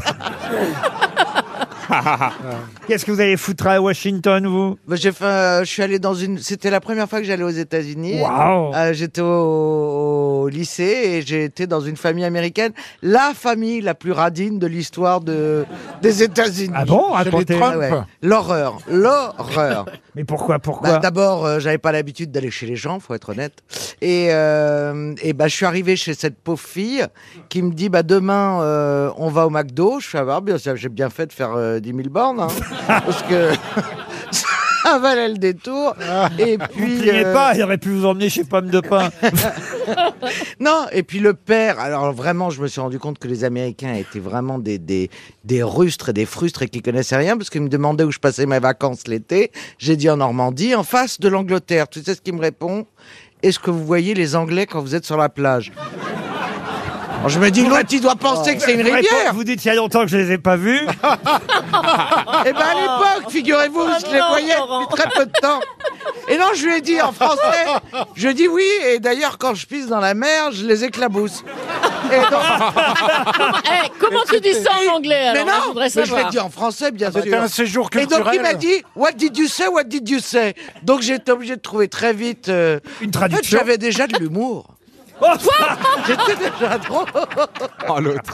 Qu'est-ce que vous allez foutre à Washington, vous? Bah, je suis allé dans une. C'était la première fois que j'allais aux États-Unis. Waouh! J'étais au lycée et j'ai été dans une famille américaine, la famille la plus radine de l'histoire des États-Unis. Ah bon? Chez les Racontez. Trump. Ah ouais. L'horreur. Mais pourquoi? Pourquoi? D'abord, j'avais pas l'habitude d'aller chez les gens, faut être honnête. Et bah, je suis arrivé chez cette pauvre fille qui me dit, bah, demain, on va au McDo. Je fais, ah, bien, j'ai bien fait de faire 10 000 bornes, hein, parce que Ça valait le détour. Et Vous puis, pliez pas, il aurait pu vous emmener chez Pomme de Pin. non, et puis le père, alors vraiment, je me suis rendu compte que les Américains étaient vraiment des rustres et des frustres et qui connaissaient rien, parce qu'ils me demandaient où je passais mes vacances l'été. J'ai dit en Normandie, en face de l'Angleterre. Tu sais ce qu'il me répond? Est-ce que vous voyez les Anglais quand vous êtes sur la plage? Alors, je me dis, l'autre, il doit penser que c'est une rivière. Vous dites il y a longtemps que je les ai pas vus. Eh ben, à l'époque, figurez-vous, je les voyais depuis très peu de temps. Et non, je lui ai dit en français, je lui ai dit oui, et d'ailleurs, quand je pisse dans la mer, je les éclabousse. Et donc... Comment tu dis ça en anglais alors? Mais non, je voudrais mais je savoir. l'ai dit en français, bien C'était sûr. un séjour Et culturel. donc, il m'a dit, what did you say, what did you say? Donc, j'ai été obligé de trouver très vite... Une En traduction. fait, j'avais déjà de l'humour. J'étais déjà drôle. Oh, l'autre.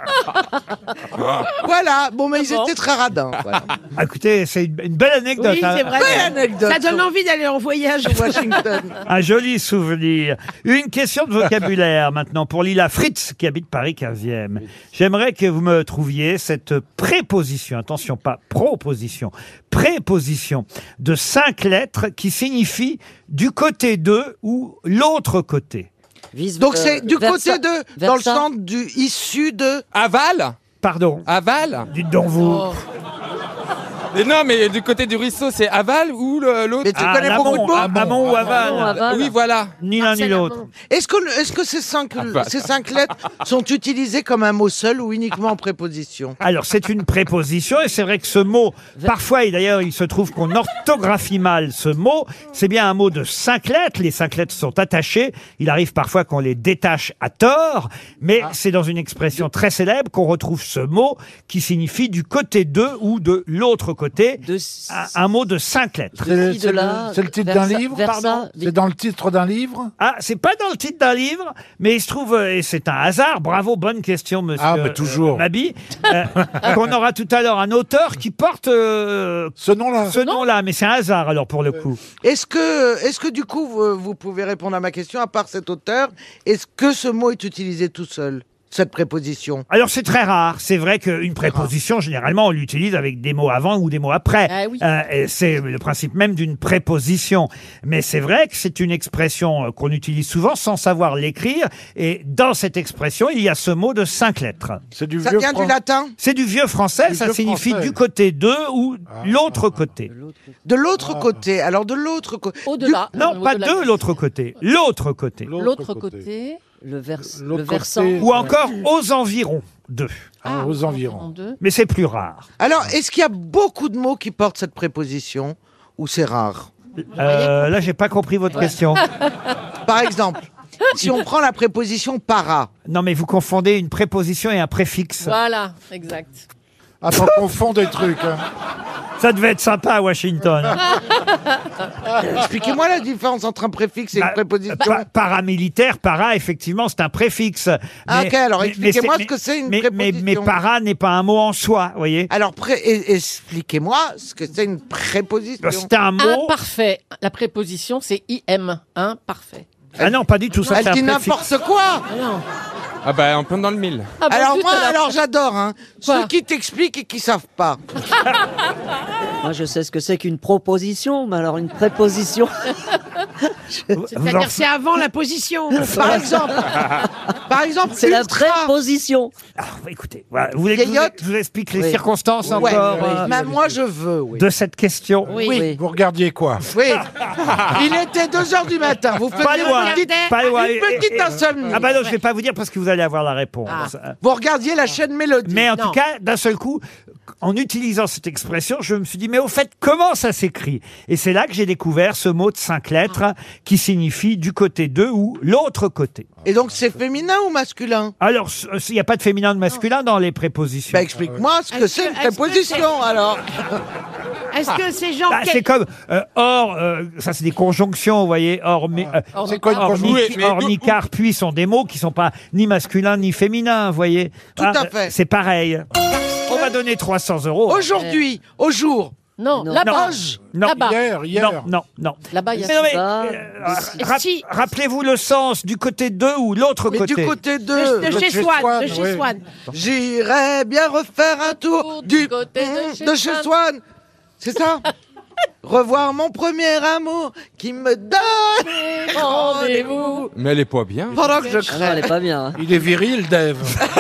Voilà, bon, mais ils étaient très radins. Voilà. Ah, écoutez, c'est une belle anecdote. Oui, hein. c'est vrai. Belle anecdote. Ça donne envie d'aller en voyage. Washington. Un joli souvenir. Une question de vocabulaire maintenant pour Lila Fritz qui habite Paris 15e. J'aimerais que vous me trouviez cette préposition, attention pas proposition, préposition de 5 lettres qui signifie du côté de ou l'autre côté. Donc c'est du côté de, dans le sens du issu de... Aval. Pardon, Aval. dites donc vous. Mais non, mais du côté du ruisseau, c'est aval ou l'autre? Mais tu connais beaucoup de mots. Amont ou aval. Aval. Oui, voilà. Ni l'un ni l'autre. Est-ce que ces 5 lettres sont utilisées comme un mot seul ou uniquement en préposition? Alors, c'est une préposition, et c'est vrai que ce mot, parfois, et d'ailleurs, il se trouve qu'on orthographie mal ce mot, c'est bien un mot de 5 lettres, les 5 lettres sont attachées, il arrive parfois qu'on les détache à tort, mais c'est dans une expression très célèbre qu'on retrouve ce mot qui signifie du côté de ou de l'autre côté, un mot de 5 lettres. C'est le titre d'un livre, pardon? C'est dans le titre d'un livre? Ah, c'est pas dans le titre d'un livre, mais il se trouve, et c'est un hasard, bravo, bonne question, monsieur Ah, mais toujours. Mabi, qu'on aura tout à l'heure un auteur qui porte Ce nom-là? ce nom-là, mais c'est un hasard alors pour le coup. Est-ce que du coup, vous pouvez répondre à ma question, à part cet auteur, est-ce que ce mot est utilisé tout seul, cette préposition? Alors c'est très rare, c'est vrai qu'une préposition, généralement, on l'utilise avec des mots avant ou des mots après. Ah oui. Et c'est le principe même d'une préposition. Mais c'est vrai que c'est une expression qu'on utilise souvent sans savoir l'écrire. Et dans cette expression, il y a ce mot de 5 lettres. C'est du Ça vieux vient du latin? C'est du vieux français, Du ça vieux signifie français. du côté de ou l'autre côté. De l'autre côté. Alors de l'autre côté. Au-delà. Non, pas de l'autre côté, l'autre côté. L'autre côté. Le L'autre versant. côté. Ou encore aux environs de. Aux environs. Mais c'est plus rare. Alors, est-ce qu'il y a beaucoup de mots qui portent cette préposition ou c'est rare? Là, j'ai pas compris votre question. Par exemple, si on prend la préposition para. Non, mais vous confondez une préposition et un préfixe. Voilà, exact. Ah, on confond des trucs. Hein. Ça devait être sympa à Washington. Expliquez-moi la différence entre un préfixe et une préposition. Paramilitaire, para, effectivement, c'est un préfixe. Ah, ok, alors expliquez-moi c'est- ce que c'est une mais préposition. para n'est pas un mot en soi, vous voyez. Alors, expliquez-moi ce que c'est une préposition. C'est un mot. Imparfait. La préposition, c'est IM. Imparfait. Ah non, pas du tout. Ça, Elle c'est un dit préfixe. n'importe quoi. Ah bah, on plante dans le mille. Ah bon, Alors zut, moi, alors. alors j'adore, hein. Quoi Ceux qui t'expliquent et qui savent pas. Moi, je sais ce que c'est qu'une proposition, mais alors une préposition. C'est-à-dire c'est avant la position. Par exemple, C'est la ultra. préposition. Ah, écoutez, voilà, vous voulez que Vieillotte. je vous explique les Oui. circonstances Ouais, encore Même moi, je veux, oui. de cette question. Oui. Vous regardiez quoi? Oui. Il était 2h du matin. Vous Pas faisiez loin, une petite, pas loin. une petite insomnie. Ah bah non, je vais pas vous dire parce que vous allez avoir la réponse. Vous regardiez la chaîne Mélodie. Mais en Non. tout cas, d'un seul coup, en utilisant cette expression, je me suis dit, mais au fait, comment ça s'écrit? Et c'est là que j'ai découvert ce mot de 5 lettres qui signifie du côté de ou l'autre côté. Et donc, c'est féminin ou masculin? Alors, il n'y a pas de féminin, de masculin dans les prépositions. Bah, explique-moi ce que c'est une préposition, alors. Est-ce que c'est genre Bah, c'est comme or, ça c'est des conjonctions, vous voyez. Or, C'est quoi une or, conjonction? or, ni, car, puis sont des mots qui sont pas ni masculins ni féminins, vous voyez. Tout à fait. C'est pareil. On va donner 300 €. Aujourd'hui, au jour. Non, Non. là-bas. Non. Là-bas. Hier. Non. Là-bas, il y a Mais non, mais, Ça, si- rappelez-vous le sens du côté de ou l'autre Mais côté. du côté de de... chez Swann, de chez oui. Swann. J'irais bien refaire un tour du côté de chez Swann. C'est ça? revoir mon premier amour qui me donne rendez-vous. Mais elle est pas bien. Pendant que je Ah non, crève. elle est pas bien. hein. Il est viril, Dave.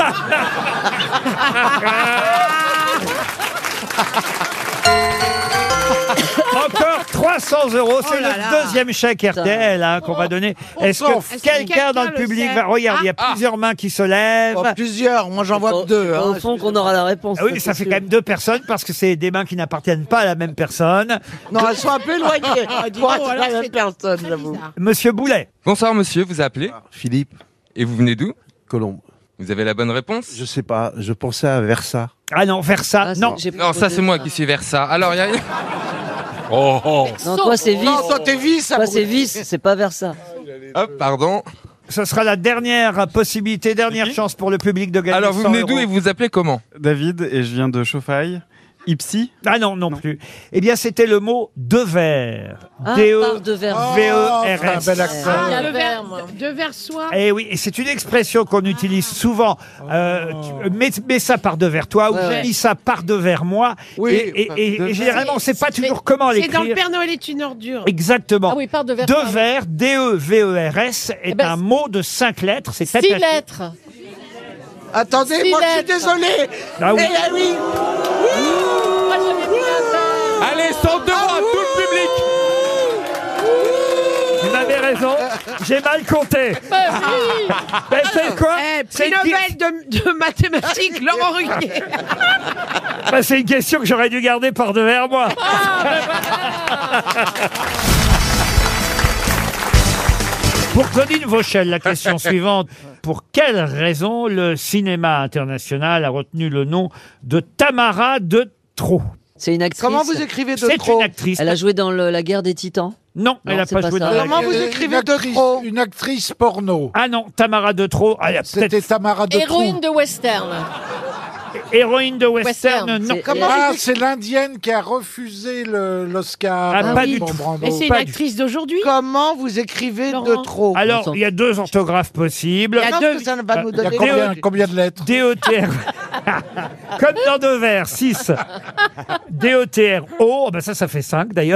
Encore 300 €, c'est là le là. deuxième chèque RTL qu'on va donner. Est-ce s'en que fout. quelqu'un dans le quelqu'un le public sait va... Regarde, il y a plusieurs mains qui se lèvent. Oh, plusieurs, moi j'en vois que deux. Au Hein. fond, qu'on aura la réponse. Ah oui, mais ça fait quand même 2 personnes parce que c'est des mains qui n'appartiennent pas à la même personne. Non, elles sont un peu éloignées. dis Pour donc, être alors la même c'est personne, très j'avoue. bizarre. Monsieur Boulet. Bonsoir monsieur, vous appelez Philippe et vous venez d'où? Colombe. Vous avez la bonne réponse? Je sais pas, je pensais à Versa. Ah non, Versa, Ah, non. j'ai Non, ça proposé c'est moi qui suis vers ça. Alors, il y a... Non, toi c'est Vice. Non, toi t'es vice. Toi c'est Vice, c'est pas vers ça. Hop, pardon. Ce sera la dernière possibilité, dernière chance pour le public de gagner Alors, vous 100 venez d'où €. et vous vous appelez comment? David et je viens de Chauffaille. Ipsy. Ah non, non plus. Eh bien, c'était le mot devers. Ah, par devers. D-E-V-E-R-S. un bel accent. Il y a Deux le vers, verbe. deux vers soi. Eh oui, et c'est une expression qu'on utilise souvent. Mets ça par devers toi ou Ouais, j'ai ouais. mis ça par devers moi. Oui, Et généralement, on ne sait pas toujours comment C'est dans le l'écrire. Père Noël est une ordure. Exactement. Ah oui, par devers. Devers, D-E-V-E-R-S, est Eh ben, un mot de 5 lettres. C'est 6 attaché. lettres. Attendez, Six moi je suis lettres. désolé. Ah oui. Eh oui. Moi j'avais mis un verbe. Allez, sans devant à tout le public. Vous avez raison. J'ai mal compté. Ben oui. Ben, c'est quoi Eh, C'est prix une, Nobel de mathématiques, Laurent Ruquier. ben, c'est une question que j'aurais dû garder par devers moi. Pour Claudine Vauchel, la question suivante. Pour quelle raison le cinéma international a retenu le nom de Tamara de Trot? C'est une actrice. Comment vous écrivez de C'est trop une actrice. Elle a joué dans la guerre des Titans. Non, elle Non, n'a c'est pas pas joué ça. dans la Comment guerre. vous Une écrivez de actrice- trop Une actrice porno. Ah non, Tamara de Trot. Ah, il y a peut-être C'était Tamara de Héroïne Trou. de western. héroïne de western. Western, Non. c'est- Comment Ah, vous c'est l'indienne qui a refusé l'Oscar. Ah, pas oui. du pour tout. Brando. Mais c'est une Pas du actrice d'aujourd'hui. Comment vous écrivez de Laurent. trop Alors, il y a 2 orthographes possibles. Il y a Non, deux- parce que ça va nous Il y a donner... combien de lettres? D-E-T-R. Comme dans Devers, 6. D-E-T-R-O. Ben ça fait 5 d'ailleurs.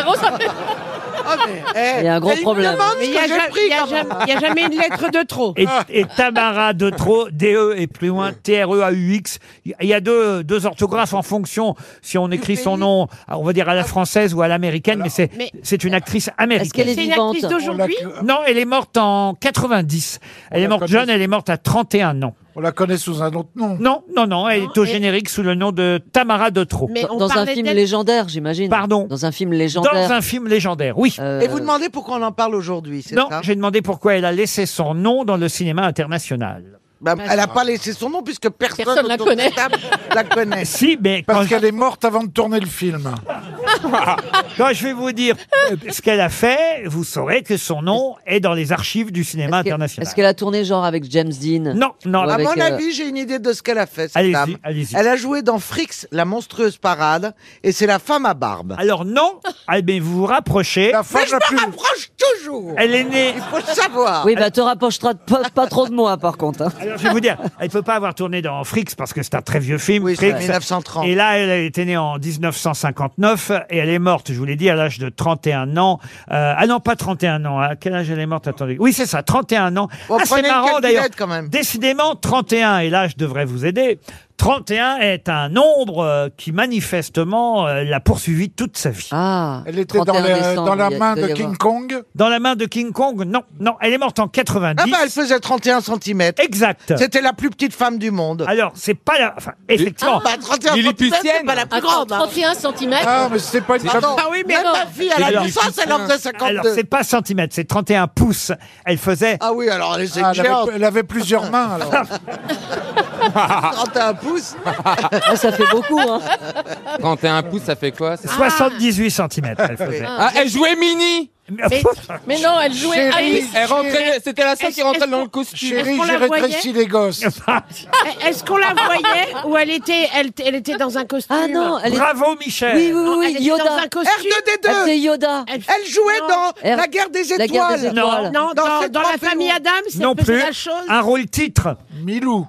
Ah, mais, eh, Il y a un gros il me problème. demande Mais ce il n'y a, que j'ai ja- pris il y a quand même. jamais- il y a jamais une lettre de trop. Et Tamara de Trot, D-E et plus loin, T-R-E-A-U-X. Il y a deux orthographes en fonction si on écrit son nom, on va dire à la française ou à l'américaine, mais Mais- c'est une actrice Est-ce qu'elle américaine. est C'est une vivante? actrice d'aujourd'hui. Non, elle est morte en 90. Elle est la morte connaît. jeune, elle est morte à 31 ans. On la connaît sous un autre nom. Non, elle est au et- générique sous le nom de Tamara de Trot. Mais on Dans un parlait film d'elle- légendaire, j'imagine. Pardon. Dans un film légendaire. Dans un film légendaire, oui. Euh, Et vous demandez pourquoi on en parle aujourd'hui, c'est Non, ça j'ai demandé pourquoi elle a laissé son nom dans le cinéma international. Bah, elle n'a pas laissé son nom puisque personne Personne la autour de connaît. cette table la connaît. Si, mais quand Parce qu'elle est morte avant de tourner le film. Quand je vais vous dire ce qu'elle a fait, vous saurez que son nom est dans les archives du cinéma international. Est-ce qu'elle a tourné genre avec James Dean? Non, non. Ouais, À avec, mon avis, j'ai une idée de ce qu'elle a fait, cette Allez-y, dame. allez-y. Elle a joué dans Fricks, la monstrueuse parade, et c'est la femme à barbe. Alors non, mais vous vous rapprochez. La femme Mais je la me plus. rapproche toujours. Elle est née. Il faut savoir. Oui, bah te rapprocheras pas trop de moi par contre. hein. Alors je vais vous dire, elle peut pas avoir tourné dans Fricks parce que c'est un très vieux film. Oui, c'est Fricks. 1930. Et là, elle a été née en 1959 et elle est morte, je vous l'ai dit, à l'âge de 31 ans. Ah non, pas 31 ans. À quel âge elle est morte? Attendez. Oui, c'est ça, 31 ans. Bon, Ah, c'est prenez une marrant d'ailleurs. calculette, quand même. Décidément, 31, et l'âge devrait vous aider. 31 est un nombre qui manifestement l'a poursuivi toute sa vie. Ah. Elle était dans, 31 décembre, dans la il main doit de y King avoir. Kong. Dans la main de King Kong? Non, non, elle est morte en 90. Ah bah, elle faisait 31 cm. Exact. C'était la plus petite femme du monde. Alors, c'est pas la... Enfin, effectivement... Bah, 31 Lilliputienne. cm, c'est pas la plus Attends, grande. hein. 31 cm. Ah, mais c'était pas une femme. Pardon. Ah oui, mais Même non. ma fille, elle a Alors, du sens, elle en faisait Alors, 52. c'est pas centimètres, c'est 31 pouces. Elle faisait... Ah oui, alors elle est Ah, géante. elle avait plusieurs mains, alors. 31 pouces. Ah, ça fait beaucoup, hein. 31 pouces, ça fait quoi? 78 cm, elle faisait. Ah, elle jouait mini. Mais non, elle jouait Chérie. Alice. Elle rentrait, c'était la seule qui rentrait est-ce dans le qu'on- costume. Chérie, qu'on j'ai la voyait rétréci les gosses. Est-ce qu'on la voyait ou elle était dans un costume? Ah non, elle est... Bravo, Michel. Oui, oui, Non, oui, elle était Yoda. dans un costume. Elle R2D2. c'est Yoda. Elle, Elle jouait non. dans R- La guerre des La guerre des étoiles. étoiles. Non, Dans dans cette la trente et famille un. Adams, Non elle faisait plus. la chose. Un rôle titre Milou.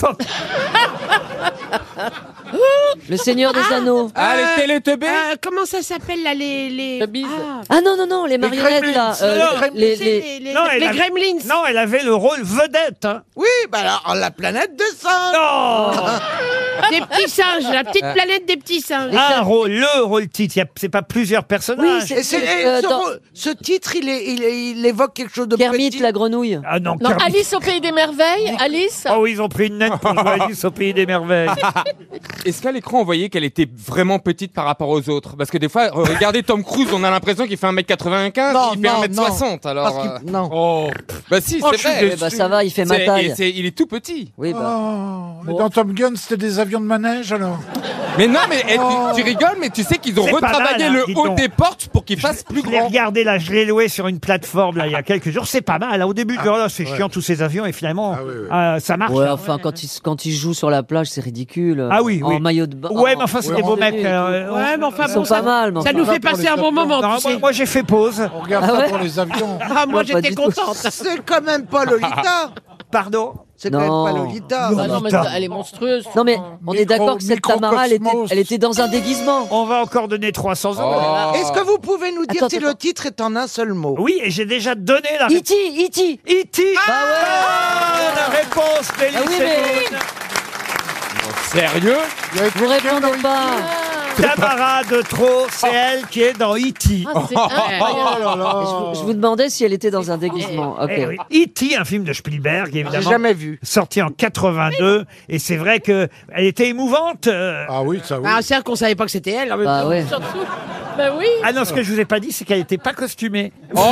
Le Seigneur des Anneaux. Ah, les Télétobies. Comment ça s'appelle là les Ah non, les marionnettes là. les Gremlins. Non, elle avait le rôle vedette. Hein. Oui, bah alors, la planète des singes. Non. Des petits singes, la petite planète des petits singes. Un rôle, le rôle titre. C'est pas plusieurs personnages. Et ce titre, il évoque quelque chose de Kermit petit. la grenouille. Ah non, Non, Kermit. Alice au pays des merveilles. Alice. Oh oui, ils ont pris une nette pour jouer Alice au pays des merveilles. Est-ce qu'à l'écran, on voyait qu'elle était vraiment petite par rapport aux autres? Parce que des fois, regardez Tom Cruise, on a l'impression qu'il fait 1m95, Non, il fait non, 1m60. Alors, Parce qu'il- non. Oh, bah si, Oh, c'est je suis vrai. déçu. Bah ça va, il fait ma C'est- taille. il est tout petit. Oui, bah. Mais dans Top Gun, c'était des avions de manège alors. Mais non, mais tu rigoles, mais tu sais qu'ils ont C'est pas retravaillé mal, hein, le dis haut donc. des portes pour qu'il fasse plus Je l'ai grand. regardé là, je l'ai loué sur une plateforme là il y a quelques jours. C'est pas mal. Là, au début, oh là, c'est chiant tous ces avions et finalement, ça marche. Ouais, enfin, quand ils jouent sur la plage, c'est ridicule. Ah oui, oui. En maillot de bain. Ouais, mais enfin, c'est des beaux mecs. Ouais, mais enfin Ils sont bon, pas mal. mais ça enfin. nous fait passer un bon moment. Non, tu sais. moi, j'ai fait pause. On regarde Ah ça ouais pour les avions. Ah, moi Ouais, pas j'étais du tout. contente. C'est quand même pas Lolita. Pardon. C'est quand Non. même pas Lolita. Ah non, mais Lolita. elle est monstrueuse. Non mais on est d'accord que cette Tamara, Microcosmos. elle était dans un déguisement. On va encore donner 300 €. Oh. Est-ce que vous pouvez nous dire Attends, si attends. le titre est en un seul mot? Oui, et j'ai déjà donné la réponse. E.T. E.T. Bah ouais. La réponse d'Elie Ah oui, mais- Semoun. Sérieux? Vous répondez pas. Tamara de trop, c'est elle qui est dans E.T. Ah, c'est incroyable. Je vous demandais si elle était dans un déguisement. Ok. Eh oui. E.T., un film de Spielberg, J'ai évidemment. jamais vu. Sorti en 82, et c'est vrai que elle était émouvante. Ah oui, ça oui. Ah, c'est vrai qu'on savait pas que c'était elle. En même Bah temps. ouais. Surtout. Bah oui. Ah non, ce que je vous ai pas dit, c'est qu'elle n'était pas costumée.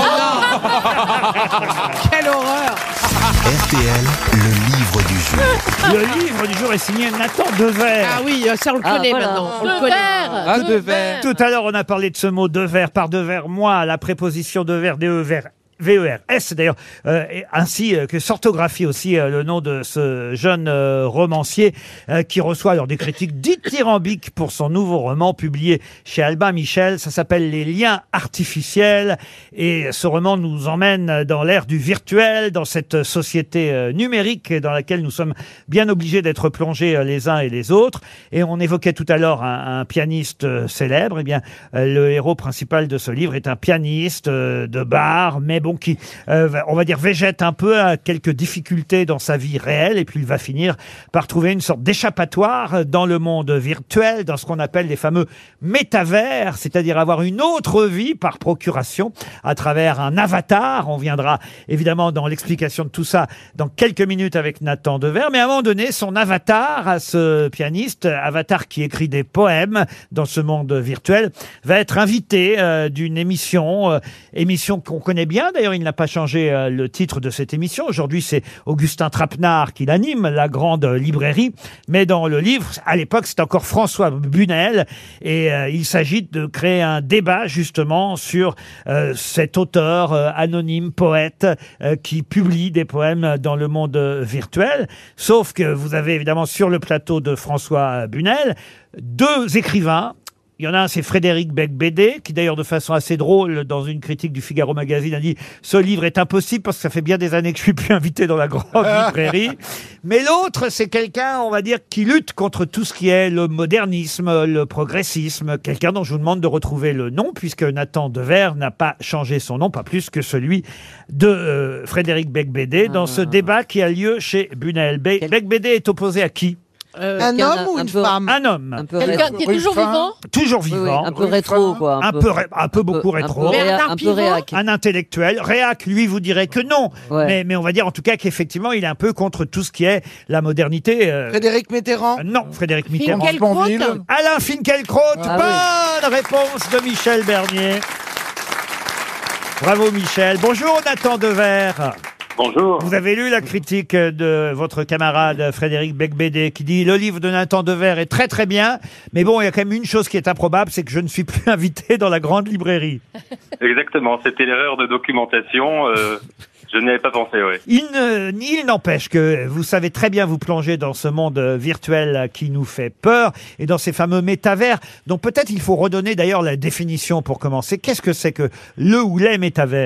Quelle horreur. RTL, le livre du jour. Le livre du jour est signé Nathan Dever. Ah oui, ça on le Ah, connaît voilà. maintenant. On le De connaît. verre. Ah, de verre. Tout à l'heure, on a parlé de ce mot Dever, par Dever, moi, la préposition Dever, D-E-V-R. V-E-R-S d'ailleurs, ainsi que s'orthographie aussi le nom de ce jeune romancier qui reçoit alors des critiques dithyrambiques pour son nouveau roman publié chez Albin Michel. Ça s'appelle Les liens artificiels et ce roman nous emmène dans l'ère du virtuel, dans cette société numérique dans laquelle nous sommes bien obligés d'être plongés les uns et les autres. Et on évoquait tout à l'heure un pianiste célèbre. Eh bien, le héros principal de ce livre est un pianiste de bar, mais bon, qui, on va dire, végète un peu à quelques difficultés dans sa vie réelle, et puis il va finir par trouver une sorte d'échappatoire dans le monde virtuel, dans ce qu'on appelle les fameux métavers, c'est-à-dire avoir une autre vie par procuration à travers un avatar. On viendra évidemment dans l'explication de tout ça dans quelques minutes avec Nathan Dever, mais à un moment donné, son avatar à ce pianiste, avatar qui écrit des poèmes dans ce monde virtuel, va être invité d'une émission qu'on connaît bien. D'ailleurs, il n'a pas changé le titre de cette émission. Aujourd'hui, c'est Augustin Trapenard qui l'anime, la grande librairie. Mais dans le livre, à l'époque, c'est encore François Bunel. Et il s'agit de créer un débat, justement, sur cet auteur anonyme, poète, qui publie des poèmes dans le monde virtuel. Sauf que vous avez évidemment sur le plateau de François Bunel deux écrivains. Il y en a un, c'est Frédéric Becbédé, qui d'ailleurs de façon assez drôle, dans une critique du Figaro Magazine, a dit « Ce livre est impossible parce que ça fait bien des années que je suis plus invité dans la grande librairie. » Mais l'autre, c'est quelqu'un, on va dire, qui lutte contre tout ce qui est le modernisme, le progressisme. Quelqu'un dont je vous demande de retrouver le nom, puisque Nathan Dever n'a pas changé son nom, pas plus que celui de Frédéric Becbédé, dans ce débat qui a lieu chez Bunel. Becbédé est opposé à qui ? Un homme ou une femme? Un homme. Un peu Quelqu'un qui est toujours vivant. Toujours Oui, oui, vivant. un peu rétro, quoi. Un peu beaucoup rétro. Un peu réac. Un intellectuel. Réac, lui, vous dirait que non. Ouais. Mais on va dire en tout cas qu'effectivement, il est un peu contre tout ce qui est la modernité. Frédéric Mitterrand? Non, Frédéric Mitterrand. Finkielkraut. Alain Finkielkraut. Ah Bonne réponse de Michel Bernier. Bravo, Michel. Bonjour, Nathan Dever. Bonjour. Vous avez lu la critique de votre camarade Frédéric Becbédé qui dit « Le livre de Nathan Dever est très très bien, mais bon, il y a quand même une chose qui est improbable, c'est que je ne suis plus invité dans la grande librairie. » Exactement, c'était l'erreur de documentation. Je n'y avais pas pensé, oui. Il n'empêche que vous savez très bien vous plonger dans ce monde virtuel qui nous fait peur et dans ces fameux métavers dont peut-être il faut redonner d'ailleurs la définition pour commencer. Qu'est-ce que c'est que le ou les métavers ?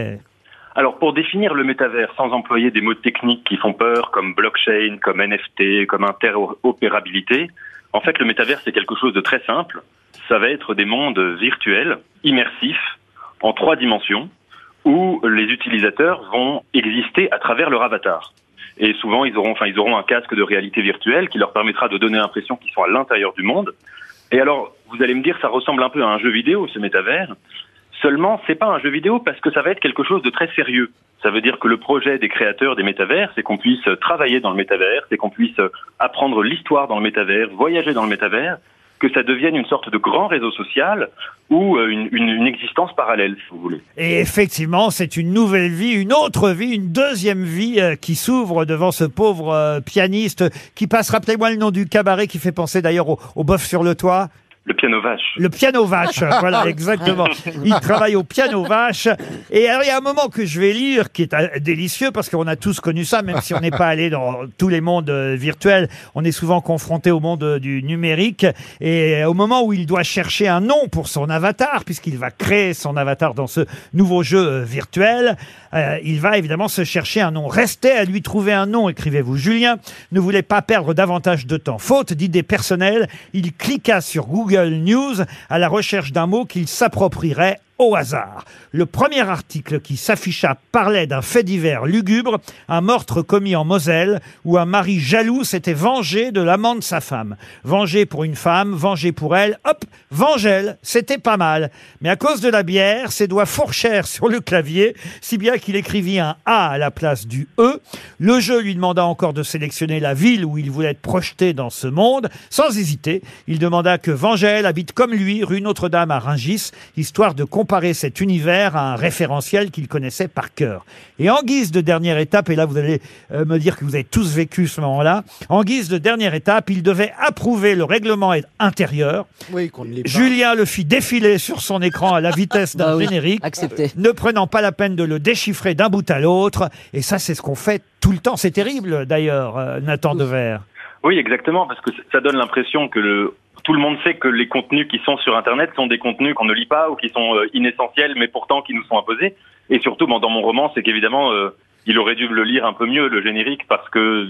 Alors, pour définir le métavers sans employer des mots techniques qui font peur, comme blockchain, comme NFT, comme interopérabilité, en fait, le métavers, c'est quelque chose de très simple. Ça va être des mondes virtuels, immersifs, en 3 dimensions, où les utilisateurs vont exister à travers leur avatar. Et souvent, ils auront un casque de réalité virtuelle qui leur permettra de donner l'impression qu'ils sont à l'intérieur du monde. Et alors, vous allez me dire, ça ressemble un peu à un jeu vidéo, ce métavers. Seulement, c'est pas un jeu vidéo parce que ça va être quelque chose de très sérieux. Ça veut dire que le projet des créateurs des métavers, c'est qu'on puisse travailler dans le métavers, c'est qu'on puisse apprendre l'histoire dans le métavers, voyager dans le métavers, que ça devienne une sorte de grand réseau social ou une existence parallèle, si vous voulez. Et effectivement, c'est une nouvelle vie, une autre vie, une deuxième vie qui s'ouvre devant ce pauvre pianiste qui passe, rappelez-moi le nom du cabaret qui fait penser d'ailleurs au bœuf sur le toit. Le piano vache. Le piano vache, voilà, exactement. Il travaille au piano vache. Et alors, il y a un moment que je vais lire qui est délicieux parce qu'on a tous connu ça, même si on n'est pas allé dans tous les mondes virtuels. On est souvent confronté au monde du numérique. Et au moment où il doit chercher un nom pour son avatar, puisqu'il va créer son avatar dans ce nouveau jeu virtuel, il va évidemment se chercher un nom. Restez à lui trouver un nom, écrivez-vous. Julien ne voulait pas perdre davantage de temps. Faute d'idées personnelles, il cliqua sur Google News à la recherche d'un mot qu'il s'approprierait au hasard. Le premier article qui s'afficha parlait d'un fait divers lugubre, un meurtre commis en Moselle où un mari jaloux s'était vengé de l'amant de sa femme. Vengé pour une femme, vengé pour elle, hop, vengelle, c'était pas mal. Mais à cause de la bière, ses doigts fourchèrent sur le clavier, si bien qu'il écrivit un A à la place du E. Le jeu lui demanda encore de sélectionner la ville où il voulait être projeté dans ce monde. Sans hésiter, il demanda que Vengelle habite comme lui, rue Notre-Dame à Rungis, histoire de comparer cet univers à un référentiel qu'il connaissait par cœur. Et en guise de dernière étape, et là vous allez me dire que vous avez tous vécu ce moment-là, en guise de dernière étape, il devait approuver le règlement intérieur. Oui, qu'on ne l'ait pas. Julien le fit défiler sur son écran à la vitesse d'un générique, ne prenant pas la peine de le déchiffrer d'un bout à l'autre. Et ça, c'est ce qu'on fait tout le temps. C'est terrible d'ailleurs, Nathan Dever. Oui, exactement, parce que ça donne l'impression que tout le monde sait que les contenus qui sont sur Internet sont des contenus qu'on ne lit pas ou qui sont inessentiels, mais pourtant qui nous sont imposés. Et surtout, dans mon roman, c'est qu'évidemment, il aurait dû le lire un peu mieux, le générique, parce que,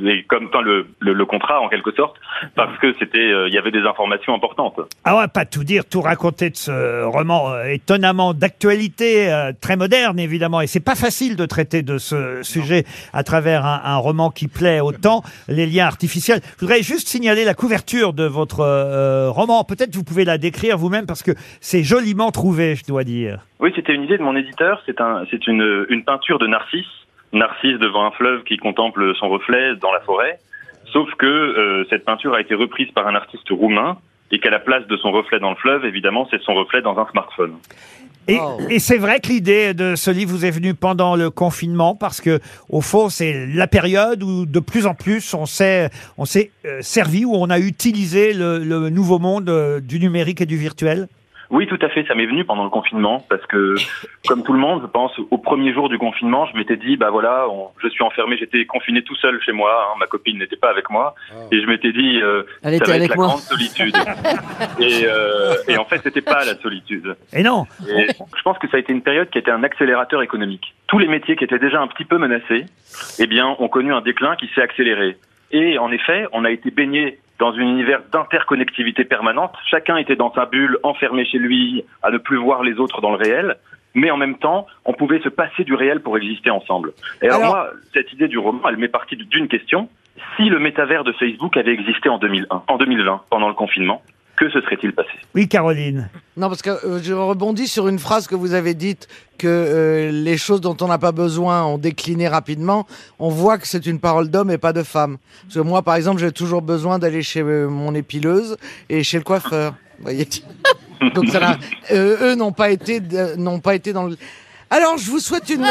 le contrat, en quelque sorte, parce que il y avait des informations importantes. Ah ouais, pas tout dire, tout raconter de ce roman étonnamment d'actualité, très moderne, évidemment. Et c'est pas facile de traiter de ce sujet à travers un roman qui plaît autant, les liens artificiels. Je voudrais juste signaler la couverture de votre roman. Peut-être vous pouvez la décrire vous-même, parce que c'est joliment trouvé, je dois dire. Oui, c'était une idée de mon éditeur. C'est une peinture de Narcisse devant un fleuve qui contemple son reflet dans la forêt, sauf que cette peinture a été reprise par un artiste roumain et qu'à la place de son reflet dans le fleuve, évidemment, c'est son reflet dans un smartphone. Et c'est vrai que l'idée de ce livre vous est venue pendant le confinement, parce que au fond, c'est la période où de plus en plus on s'est servi, où on a utilisé le nouveau monde du numérique et du virtuel. Oui, tout à fait. Ça m'est venu pendant le confinement parce que, comme tout le monde, je pense, au premier jour du confinement, je m'étais dit, je suis enfermé, j'étais confiné tout seul chez moi, ma copine n'était pas avec moi, et je m'étais dit, ça va être la grande solitude. Et en fait, c'était pas la solitude. Et non. Et je pense que ça a été une période qui a été un accélérateur économique. Tous les métiers qui étaient déjà un petit peu menacés, ont connu un déclin qui s'est accéléré. Et en effet, on a été baigné dans un univers d'interconnectivité permanente. Chacun était dans sa bulle, enfermé chez lui, à ne plus voir les autres dans le réel. Mais en même temps, on pouvait se passer du réel pour exister ensemble. Et alors moi, cette idée du roman, elle m'est partie d'une question. Si le métavers de Facebook avait existé en 2020, pendant le confinement, que se serait-il passé? Oui, Caroline. Non, parce que je rebondis sur une phrase que vous avez dite, que les choses dont on n'a pas besoin ont décliné rapidement. On voit que c'est une parole d'homme et pas de femme. Parce que moi, par exemple, j'ai toujours besoin d'aller chez mon épileuse et chez le coiffeur. Vous voyez. Donc eux n'ont pas été dans le... Alors, je vous souhaite une...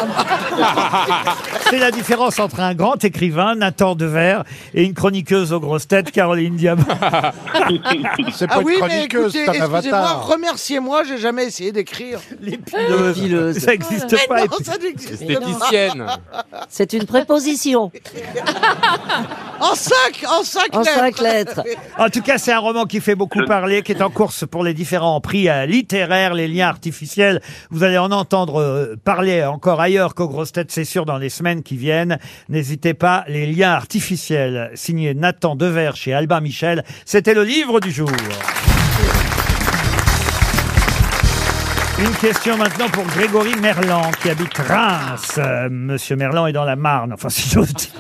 C'est la différence entre un grand écrivain, Nathan Dever, et une chroniqueuse aux grosses têtes, Caroline Diamant. C'est pas une chroniqueuse, c'est un avatar. Excusez-moi, remerciez-moi, j'ai jamais essayé d'écrire. L'épileuse. Ça n'existe pas. Non, ça n'existe pas. Esthéticienne. C'est une préposition. En cinq lettres. En tout cas, c'est un roman qui fait beaucoup parler, qui est en course pour les différents prix littéraires, les liens artificiels. Vous allez en entendre entendre parler encore ailleurs qu'aux grosses têtes, c'est sûr, dans les semaines qui viennent. N'hésitez pas, les liens artificiels, signé Nathan Dever chez Albin Michel. C'était le livre du jour. Une question maintenant pour Grégory Merlan, qui habite Reims. Monsieur Merlan est dans la Marne, enfin si j'ose dire.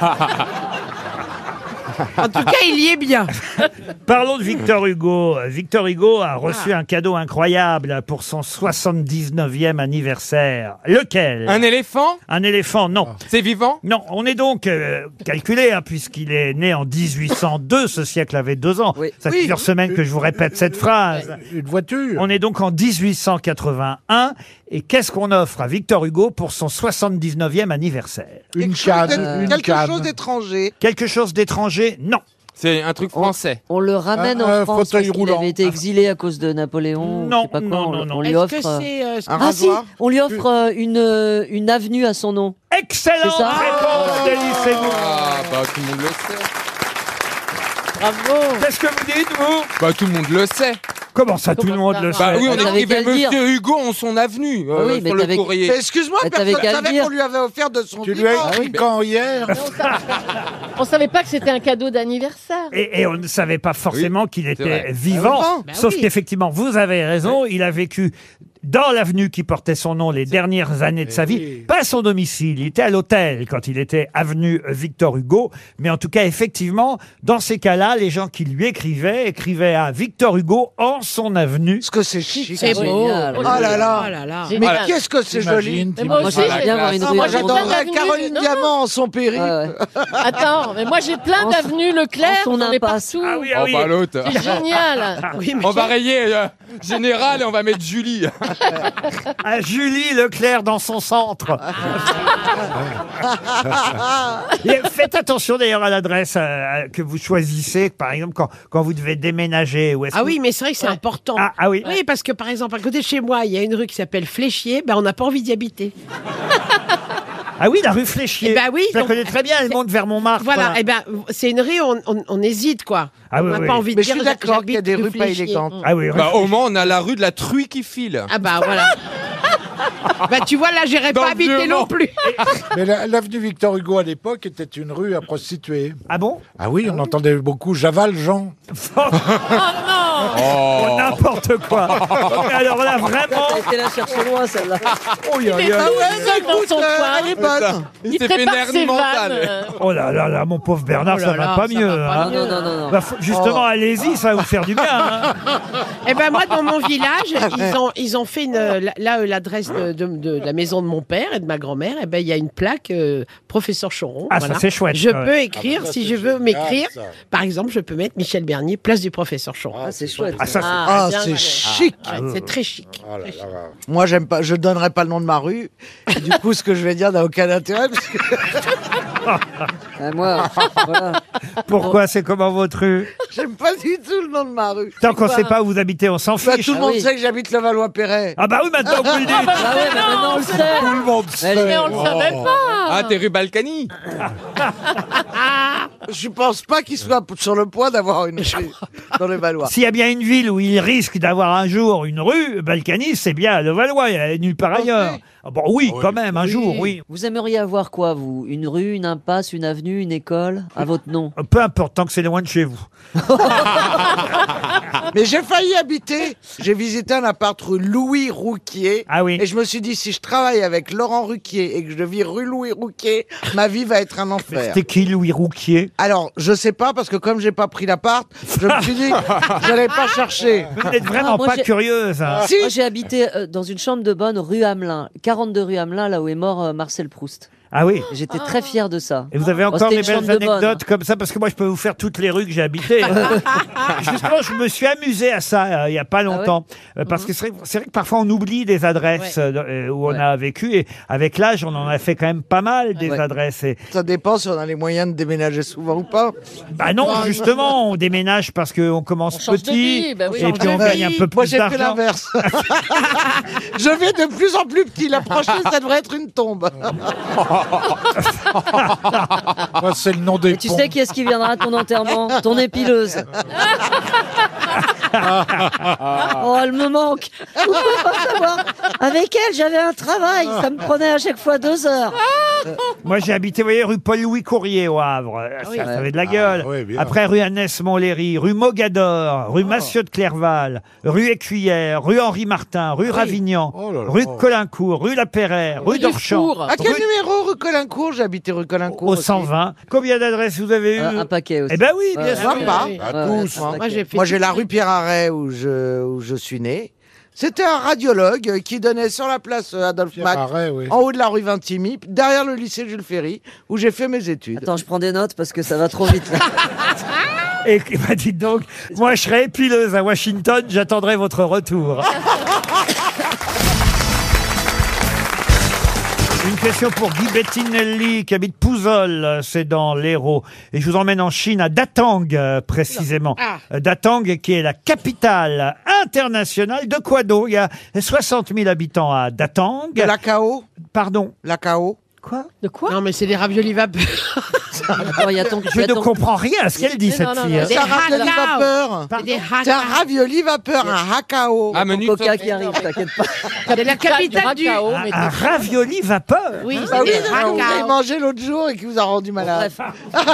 En tout cas, il y est bien. Parlons de Victor Hugo. Victor Hugo a reçu un cadeau incroyable pour son 79e anniversaire. Lequel? Un éléphant? Un éléphant, non. C'est vivant? Non, on est donc calculé, puisqu'il est né en 1802, ce siècle avait 2 ans. Oui. Ça fait plusieurs semaines que je vous répète cette phrase. Une voiture. On est donc en 1881. Et qu'est-ce qu'on offre à Victor Hugo pour son 79e anniversaire? Une canne. Quelque chose d'étranger. Quelque chose d'étranger? Non. C'est un truc français. On le ramène Un en France fauteuil parce qu'il roulant. avait été exilé à cause de Napoléon. Non, je sais pas quoi, non, on, non, non. on lui Est-ce offre. que c'est... Un Ah si, rasoir. on lui offre une avenue à son nom. Excellente C'est ça réponse d'Elie Semoun. Ah, bah tout le monde le sait. Bravo. Qu'est-ce que vous dites, vous? Bah tout le monde le sait. Comment ça, tout le monde le Bah sait? oui, on T'avais écrivait qu'à le dire. Monsieur Hugo en son avenue Ah oui, mais sur le t'avais- courrier. Mais excuse-moi, Mais t'avais personne qu'à ne le savait dire. qu'on lui avait offert de son Tu lui as vivant. écrit quand hier? On savait pas que c'était un cadeau d'anniversaire. Et on ne savait pas forcément qu'il était vrai. vivant. Bah Sauf oui. qu'effectivement, vous avez raison, il a vécu dans l'avenue qui portait son nom les dernières années de sa vie. oui. Pas à son domicile, il était à l'hôtel quand il était avenue Victor Hugo. Mais en tout cas, effectivement, dans ces cas-là, les gens qui lui écrivaient à Victor Hugo en son avenue. Parce que c'est chic. C'est beau. Génial. Oh là là. Oh là là. Mais Génial. qu'est-ce que c'est joli. Mais moi Moi, aussi, j'aimerais bien avoir une Ah, rue moi, à j'ai mon plein nom. d'avenues. Caroline Non, Diamant en son périple. Ouais, ouais. Attends, mais moi j'ai plein En- d'avenues Leclerc, en son j'en ai impasse. partout. Ah oui, Oh bah l'autre. C'est génial. Oui, mais On va rayer général et on va mettre Julie. À Julie Leclerc dans son centre. Et faites attention d'ailleurs à l'adresse que vous choisissez, par exemple quand vous devez déménager. Ou est-ce Ah que oui, mais c'est vrai que c'est important. Ah oui. Oui, parce que par exemple, à côté de chez moi, il y a une rue qui s'appelle Fléchier, ben on n'a pas envie d'y habiter. Ah oui, la rue Fléchier. Eh ben oui, je la donc- connais très bien, elle monte vers Montmartre. Voilà, et ben c'est une rue où on hésite, quoi. Ah oui, on n'a oui. pas envie de Mais je dire suis d'accord qu'il y a j'habite des rue rues pas Fléchier. élégantes. Ah oui, rue Bah au moins on a la rue de la truie qui file. Ah bah voilà. Bah tu vois, là, j'irais Dans pas le habiter vieux non Mans. plus. Mais l'avenue Victor Hugo à l'époque était une rue à prostituées. Ah bon? Ah oui, on entendait beaucoup Javal Jean. Oh, n'importe quoi. Alors là, vraiment. T'as été la chercher loin, celle-là. Oh, il y a- Il il y est a- pas seul dans son coin. Elle est bonne. Il Il s'est fait une prépare hernie ses mentale. vannes. Oh là là là, mon pauvre Bernard, Oh là ça va là, pas ça mieux. va pas hein. Non, non, non, non. Bah, justement, allez-y, ça va vous faire du bien. hein. Eh ben moi, dans mon village, ils ont fait l'adresse de la maison de mon père et de ma grand-mère. Eh ben il y a une plaque professeur Choron. Ah, ça, c'est chouette, Je quand même. peux écrire Ah bah ça, si c'est je veux m'écrire. génial, ça. Par exemple, je peux mettre Michel Bernier, place du professeur Choron. Ah, c'est chouette. Ah, ça, c'est- Ah, bien, c'est bien. chic. Ouais, c'est très chic. Oh là Très chic. là. Moi, j'aime pas. Je donnerai pas le nom de ma rue. Du coup, ce que je vais dire n'a aucun intérêt. Parce que Ah, moi, voilà. Pourquoi c'est comment votre rue? j'aime pas du tout le nom de ma rue. Tant qu'on sait pas où vous habitez, on s'en Bah, fiche. tout le monde oui. sait que j'habite le Valois-Perret. Ah bah oui, maintenant que vous le dites. Ah ouais, mais maintenant on le sait. Tout le monde Elle est- Mais on le savait pas. Ah t'es rue Balkany. Je pense pas qu'il soit sur le point d'avoir une rue dans le Valois. S'il y a bien une ville où il risque d'avoir un jour une rue, Balkany, c'est bien le Valois, il y a nulle part ailleurs. Ah bon, oui, quand même, un jour, oui. Vous aimeriez avoir quoi, vous? Une rue, une impasse, une avenue, une école à votre nom? Peu importe, tant que c'est loin de chez vous. Mais j'ai failli habiter. J'ai visité un appart rue Louis Rouquier. Ah oui. Et je me suis dit, si je travaille avec Laurent Ruquier et que je vis rue Louis Rouquier, ma vie va être un enfer. C'était qui, Louis Rouquier? Alors, je sais pas, parce que comme j'ai pas pris l'appart, je me suis dit, j'allais pas chercher. Vous n'êtes vraiment Ah, moi, pas j'ai- curieuse. hein. Si. Moi, j'ai habité dans une chambre de bonne rue Hamelin, 42 rue Hamelin, là où est mort Marcel Proust. Ah oui. J'étais très fière de ça. Et vous avez Oh, encore c'était des une belles chambre de bonne. anecdotes comme ça, parce que moi je peux vous faire toutes les rues que j'ai habitées. Justement, je me suis amusé à ça il y a pas longtemps, parce que c'est vrai que parfois on oublie des adresses où on a vécu, et avec l'âge on en a fait quand même pas mal des adresses. Et, Ça dépend si on a les moyens de déménager souvent ou pas. bah non, justement, on déménage parce qu'on commence On change de petit, vie, bah oui, et on puis on change de gagne un vie. peu Moi, plus j'ai fait d'argent. l'inverse. Je vais de plus en plus petit. La prochaine, ça devrait être une tombe. Moi, c'est le nom des Et tu ponts. sais qui est-ce qui viendra à ton enterrement? Ton épileuse. Oh, elle me manque. Vous pouvez pas savoir Avec elle, j'avais un travail. Ça me prenait à chaque fois 2 heures. Moi, j'ai habité, vous voyez, rue Paul-Louis Courrier au Havre. Ça avait de la gueule. oui, bien. Après, rue Annès-Montlhéry, rue Mogador, rue Massieu de Clerval, rue Écuyère, rue Henri Martin, rue Ravignan, Oh là là. rue de Colincourt, rue La Perrère, rue d'Orchamps, À quel rue numéro rue Colincourt? J'ai habité rue Colincourt. au aussi. 120. Combien d'adresses vous avez eu Un paquet aussi. Eh ben oui, bien Ouais. sûr. Sympa. À tous. Moi, j'ai la rue Pierre-Arrêt où je suis né. C'était un radiologue qui donnait sur la place Adolphe Max, Arrêt, oui. en haut de la rue Vintimille, derrière le lycée Jules Ferry, où j'ai fait mes études. Attends, je prends des notes parce que ça va trop vite. Là. Et bah, dites donc, moi je serai épileuse à Washington, j'attendrai votre retour. Une question pour Guy Bettinelli qui habite Pouzol, c'est dans l'Hérault. Et je vous emmène en Chine, à Datang précisément. Datang qui est la capitale internationale de quoi donc? Il y a 60 000 habitants à Datang. De la KO. Pardon. La KO. Quoi? De quoi? Non, mais c'est des raviolis vapeur. Attends, il y a ton- Je ne comprends rien à ce qu'elle dit, Non, cette non, fille. non, Des C'est un ravioli hakao. vapeur. C'est des C'est un hakao. ravioli vapeur, un hakao. Ah, menu de Coca qui arrive, t'inquiète pas. C'est la capitale du... Cacao, mais Un ravioli vapeur. Oui, Ah c'est oui, des c'est ce que vous avez hakao. mangé l'autre jour et qui vous a rendu malade. Bref.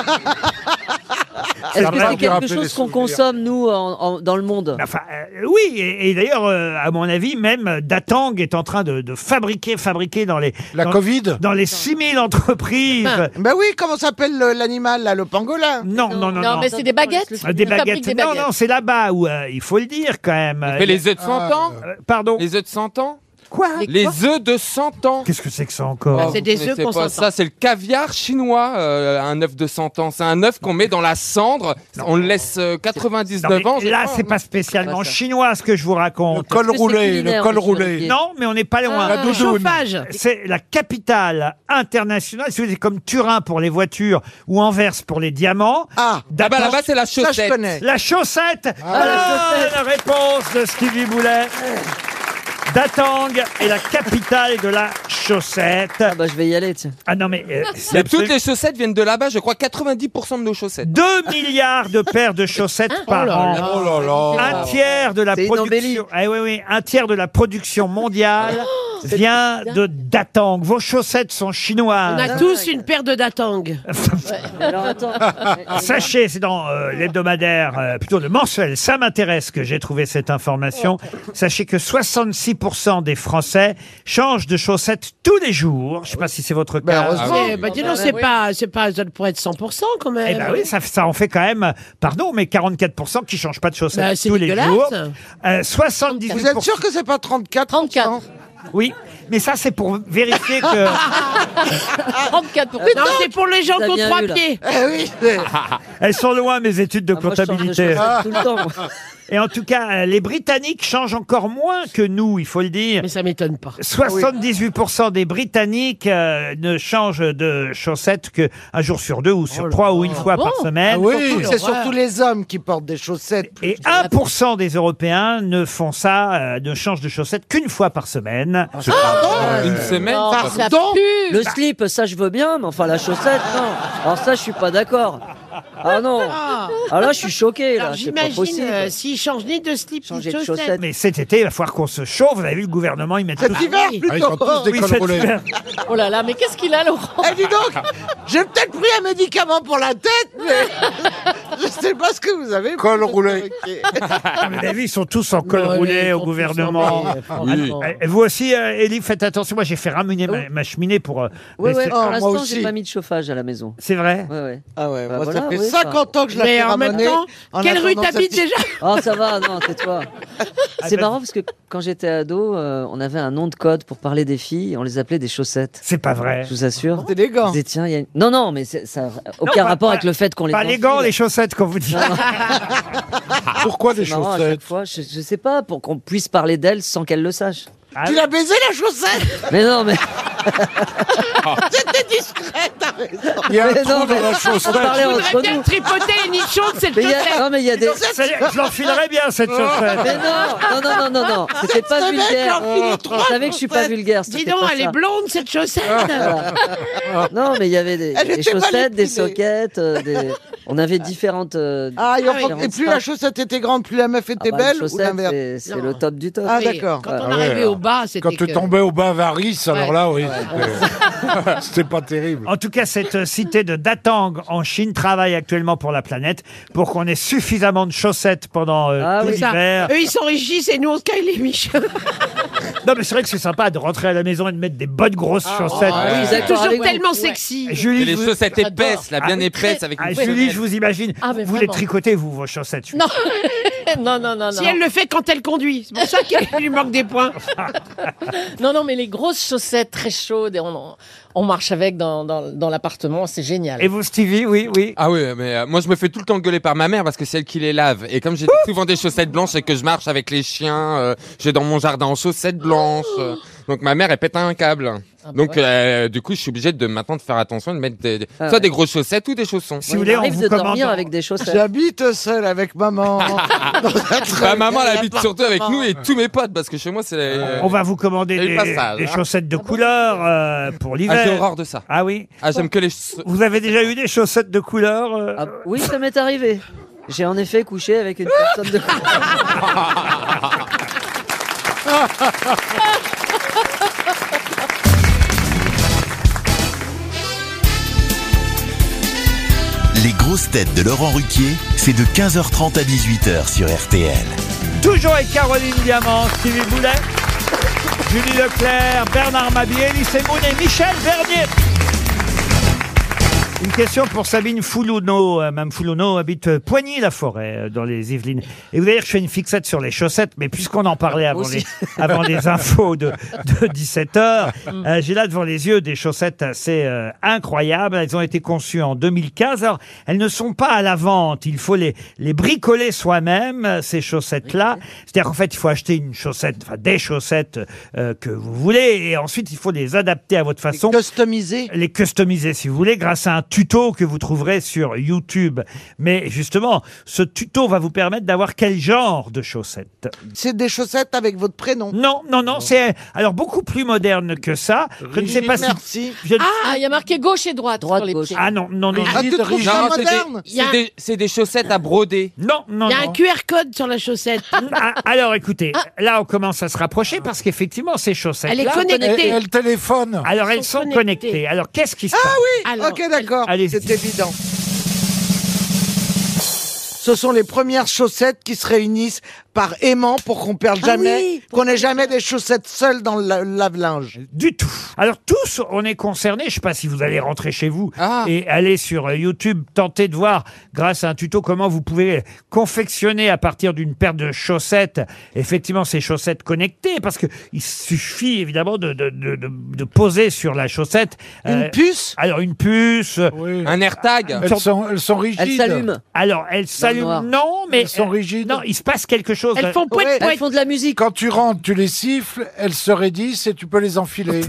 Ça Est-ce va que me c'est rappeler quelque des chose qu'on souvenirs. consomme, nous, dans le monde? Enfin, oui, et d'ailleurs, à mon avis, même Datang est en train de fabriquer dans les... La dans- Covid. Dans les 6000 entreprises. Ben oui, comment s'appelle l'animal là, le pangolin? Non, non, non, Non, non. mais c'est des baguettes. Des Ils fabriquent baguettes. des Non, baguettes. non, c'est là-bas où, il faut le dire quand même. Mais les œufs de 100 ans Pardon. Les œufs de 100 ans Quoi? Les œufs de 100 ans. Qu'est-ce que c'est que ça encore? Oh, c'est vous des œufs connaissez qu'on pas s'entend. ça, c'est le caviar chinois, un œuf de 100 ans. C'est un œuf qu'on met dans la cendre. On le laisse 99 Non, mais ans. je là, crois. c'est pas spécialement Ouais, ça. chinois ce que je vous Le raconte. col Est-ce que c'est roulé, le culinaire, col monsieur roulé. Ruquier? Non, mais on n'est pas loin. La Le doudoune. chauffage. C'est la capitale internationale. Si vous êtes comme Turin pour les voitures ou Anvers pour les diamants. Ah, Ah bah là-bas, c'est la ça je chaussette. connais. La chaussette. la Bonne réponse de Stevie Boulet. Datang est la capitale de la chaussette. Ah bah je vais y aller, tiens. Ah non mais Mais c'est toutes les chaussettes viennent de là-bas, je crois 90% de nos chaussettes. 2 milliards de paires de chaussettes par an. Oh là là. Un tiers de la C'est une production. Ah oui, oui, un tiers de la production mondiale vient de Datang. Vos chaussettes sont On chinoises. a tous une paire de datang. Alors attends. Sachez, c'est dans l'hebdomadaire, plutôt le mensuel, ça m'intéresse que j'ai trouvé cette information. Sachez que 66% des Français changent de chaussettes tous les jours. Je sais pas si c'est votre Ben, cas. heureusement. Bah, dis donc, c'est pas, ça pourrait être 100% quand même. Eh ben oui, ça en fait quand même, pardon, mais 44% qui changent pas de chaussettes Bah, c'est tous les dégueulasse. jours. 78%. Vous êtes sûr que c'est pas 34? 34. Oui, mais ça c'est pour vérifier que 34 pour Non, c'est pour les gens qui ont T'as bien 3 eu, là. pieds. Eh oui, c'est- elles sont loin mes études de Ah, moi, je change de comptabilité. chaussettes tout le temps. moi. Et en tout cas, les Britanniques changent encore moins que nous, il faut le dire. Mais ça m'étonne pas. 78% des Britanniques ne changent de chaussettes qu'un jour sur deux ou sur trois ou une fois par semaine. Ah oui, c'est surtout les hommes qui portent des chaussettes. Et 1% des Européens ne font ça, ne changent de chaussettes qu'une fois par semaine. Une semaine. Non, ça- ça Pardon pue. Le slip, ça je veux bien, mais enfin la chaussette, non. Alors ça, je suis pas d'accord. Ah non. Ah là, je suis choqué là. Alors C'est pas j'imagine possible. s'ils changent ni de slip ni Changer de de chaussettes. chaussettes. Mais cet été, il va falloir qu'on se chauffe. Vous avez vu, le gouvernement, il met tout... Cet hiver oui. Ah, ils sont plutôt. tous des Oui, cols cet roulés. hiver. Oh là là, mais qu'est-ce qu'il a, Laurent? Eh dis donc, j'ai peut-être pris un médicament pour la tête, mais je sais pas ce que vous avez. Col roulé. À mon avis, ils sont tous en col Ouais, roulé ils au sont gouvernement. tous en- franchement. Et vous aussi, Élie, faites attention. Moi, j'ai fait ramener ma cheminée pour... Ouais, mais ouais, c'est- pour moi l'instant, aussi. j'ai pas mis de chauffage à la maison. C'est vrai. Ouais, ouais. Ah ouais, Bah moi voilà, ça fait oui, 50 ans que je la Mais fais en même ramener. temps, En quelle rue attendant que ça t'habites se- déjà? Oh, ça va, non, tais-toi. C'est ben- marrant parce que quand j'étais ado, on avait un nom de code pour parler des filles, on les appelait des chaussettes. C'est pas vrai. Je vous assure. C'est élégant. Je disais, tiens, il y a une- Non, non, mais ça n'a aucun pas- rapport pas- avec le fait qu'on les Pas les enfile. gants, les chaussettes, quand vous dites. Non, non, Pourquoi des c'est marrant, à chaque chaussettes fois, je sais pas, pour qu'on puisse parler d'elles sans qu'elles le sachent. Ah Tu oui. l'as baisé la chaussette? Mais non, mais, C'était discret, t'as raison. Il y a un mais trou non, dans mais la on chaussette. parlait On entre aurait bien nous. tripoté les nichons de cette Mais il y a- chaussette. non, mais il y a des. Je l'enfilerais bien, cette chaussette. Mais non, c'était pas Ce mec vulgaire. enfile trois Vous savez que je suis pas chaussettes. vulgaire. Dis c'était donc, pas elle est ça. blonde cette chaussette. Non, mais il y avait des Elle était mal chaussettes, des épilée. soquettes, On avait différentes. Et plus la chaussette était grande, plus la meuf était belle une ou chaussette, l'inverse? c'est le top du top. Ah, Oui, d'accord. Quand on arrivait au bas, c'était Quand tu que- tombais au bas varice, alors là, oui, c'était pas terrible. En tout cas, cette cité de Datang en Chine travaille actuellement pour la planète pour qu'on ait suffisamment de chaussettes pendant tout C'est ça. l'hiver. Eux, ils s'enrichissent et nous, on se caille les miches. Non, mais c'est vrai que c'est sympa de rentrer à la maison et de mettre des bonnes grosses chaussettes. oui, C'est d'accord toujours avec vous. tellement sexy. Et Julie, les vous- chaussettes épaisses, là, bien épaisses, avec une Julie, je vous imagine, Ah, mais vous les vraiment. tricotez, vous, vos chaussettes. Non. non. Si elle le fait quand elle conduit. C'est pour ça qu'il lui manque des points. Non, mais les grosses chaussettes très chaudes, et on marche avec dans l'appartement, c'est génial. Et vous, Stevie, oui. Ah oui, mais moi je me fais tout le temps gueuler par ma mère parce que c'est elle qui les lave. Et comme j'ai souvent des chaussettes blanches et que je marche avec les chiens, j'ai dans mon jardin en chaussettes blanches. Donc ma mère elle pète un câble. Donc du coup je suis obligé de maintenant de faire attention et de mettre soit des grosses chaussettes ou des chaussons. Si vous voulez, on arrive vous de commande. dormir avec des chaussettes. J'habite seul avec maman. Ma maman elle habite surtout avec nous et tous mes potes parce que chez moi c'est On va vous commander il y a eu des, le passage, des hein. chaussettes de couleur pour l'hiver. Ah, j'ai horreur de ça. Ah oui. Ah j'aime que les Vous avez déjà eu des chaussettes de couleur Ah, oui, ça m'est arrivé. J'ai en effet couché avec une personne de Les grosses têtes de Laurent Ruquier, c'est de 15h30 à 18h sur RTL. Toujours avec Caroline Diamant, Stevie Boulet, Julie Leclerc, Bernard Mabie, Elie Semoun et Michel Bernier. Une question pour Sabine Foulouneau. Mme Foulouneau habite Poigny-la-Forêt, dans les Yvelines. Et vous allez dire que je fais une fixette sur les chaussettes, mais puisqu'on en parlait avant les infos de 17h, j'ai là devant les yeux des chaussettes assez incroyables. Elles ont été conçues en 2015. Alors, elles ne sont pas à la vente. Il faut les bricoler soi-même, ces chaussettes-là. C'est-à-dire qu'en fait, il faut acheter une chaussette, enfin des chaussettes que vous voulez, et ensuite, il faut les adapter à votre façon. Les customiser, si vous voulez, grâce à un tuto que vous trouverez sur YouTube. Mais justement, ce tuto va vous permettre d'avoir quel genre de chaussettes? C'est des chaussettes avec votre prénom? Non, c'est alors beaucoup plus moderne que ça. Je ne sais pas Merci. si... Ah, il y a marqué gauche et droite sur les pieds. Ah non. Ah, tu trouves ça Non, moderne? c'est des chaussettes à broder. Non. Il y a un QR code sur la chaussette. Ah, alors écoutez, là on commence à se rapprocher parce qu'effectivement ces chaussettes-là... Elle est connectée. Elle téléphone. Alors elles sont connectées. Alors qu'est-ce qui se passe? Ah oui, Alors, ok, d'accord. Allez-y. C'est évident. Ce sont les premières chaussettes qui se réunissent par aimant pour qu'on perde jamais, qu'on ait jamais des chaussettes seules dans le lave-linge. Du tout. Alors tous, on est concernés. Je ne sais pas si vous allez rentrer chez vous et aller sur YouTube, tenter de voir, grâce à un tuto, comment vous pouvez confectionner à partir d'une paire de chaussettes, effectivement, ces chaussettes connectées, parce que il suffit évidemment de poser sur la chaussette Une puce. Alors une puce, Oui. Un AirTag. Elles sont rigides. Elle s'allume. alors elles s'allument, noir. non, mais Elles sont rigides. non, il se passe quelque chose. Elles font Ouais. Elles font de la musique. Quand tu rentres, tu les siffles, elles se raidissent et tu peux les enfiler.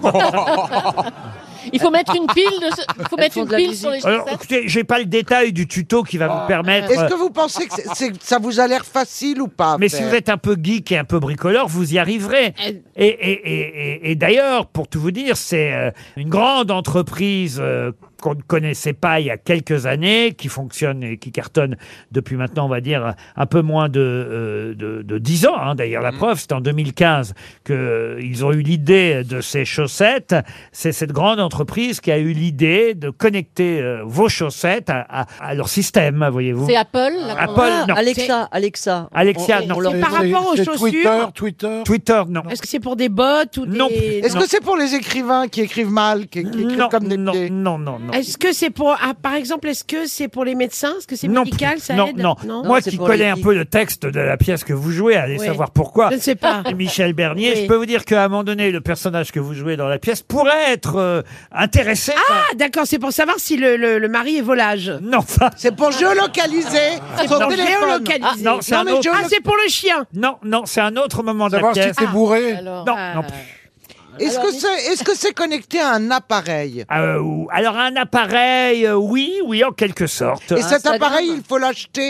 Il faut mettre une pile, il faut mettre font une de la pile sur les musique. Alors, chaussettes. écoutez, j'ai pas le détail du tuto qui va vous permettre. Est-ce que vous pensez que ça vous a l'air facile ou pas à Mais faire? si vous êtes un peu geek et un peu bricoleur, vous y arriverez. Et d'ailleurs, pour tout vous dire, c'est une grande entreprise qu'on ne connaissait pas il y a quelques années, qui fonctionne et qui cartonne depuis maintenant, on va dire, un peu moins de 10 ans. Hein. D'ailleurs, la preuve, c'est en 2015 qu'ils ont eu l'idée de ces chaussettes. C'est cette grande entreprise qui a eu l'idée de connecter vos chaussettes à leur système, voyez-vous. C'est Apple. la Apple, compagnie. non. Alexa. Alexia, non. C'est par rapport aux C'est chaussures. Twitter, non. Est-ce que c'est pour des bottes ou Non. des... Est-ce que c'est pour les écrivains qui écrivent mal, qui écrivent Non, comme des non, pieds? non. Est-ce que c'est pour... Ah, par exemple, est-ce que c'est pour les médecins? Est-ce que c'est Non, médical? Ça non, aide? non. Moi c'est qui pour connais les un filles. peu le texte de la pièce que vous jouez, allez Oui. savoir pourquoi. Je ne sais pas. Michel Bernier, Oui. je peux vous dire qu'à un moment donné, le personnage que vous jouez dans la pièce pourrait être intéressé. Ah, d'accord, c'est pour savoir si le mari est volage. Non, enfin, C'est pour géolocaliser son Pour téléphone. géolocaliser. non, c'est un mais autre. géolo- Ah, c'est pour le chien. Non, c'est un autre moment de la Savoir si pièce. t'es bourré. Alors, Non. Est-ce que c'est connecté à un appareil? Alors un appareil, oui, en quelque sorte. Et cet Instagram. appareil, il faut l'acheter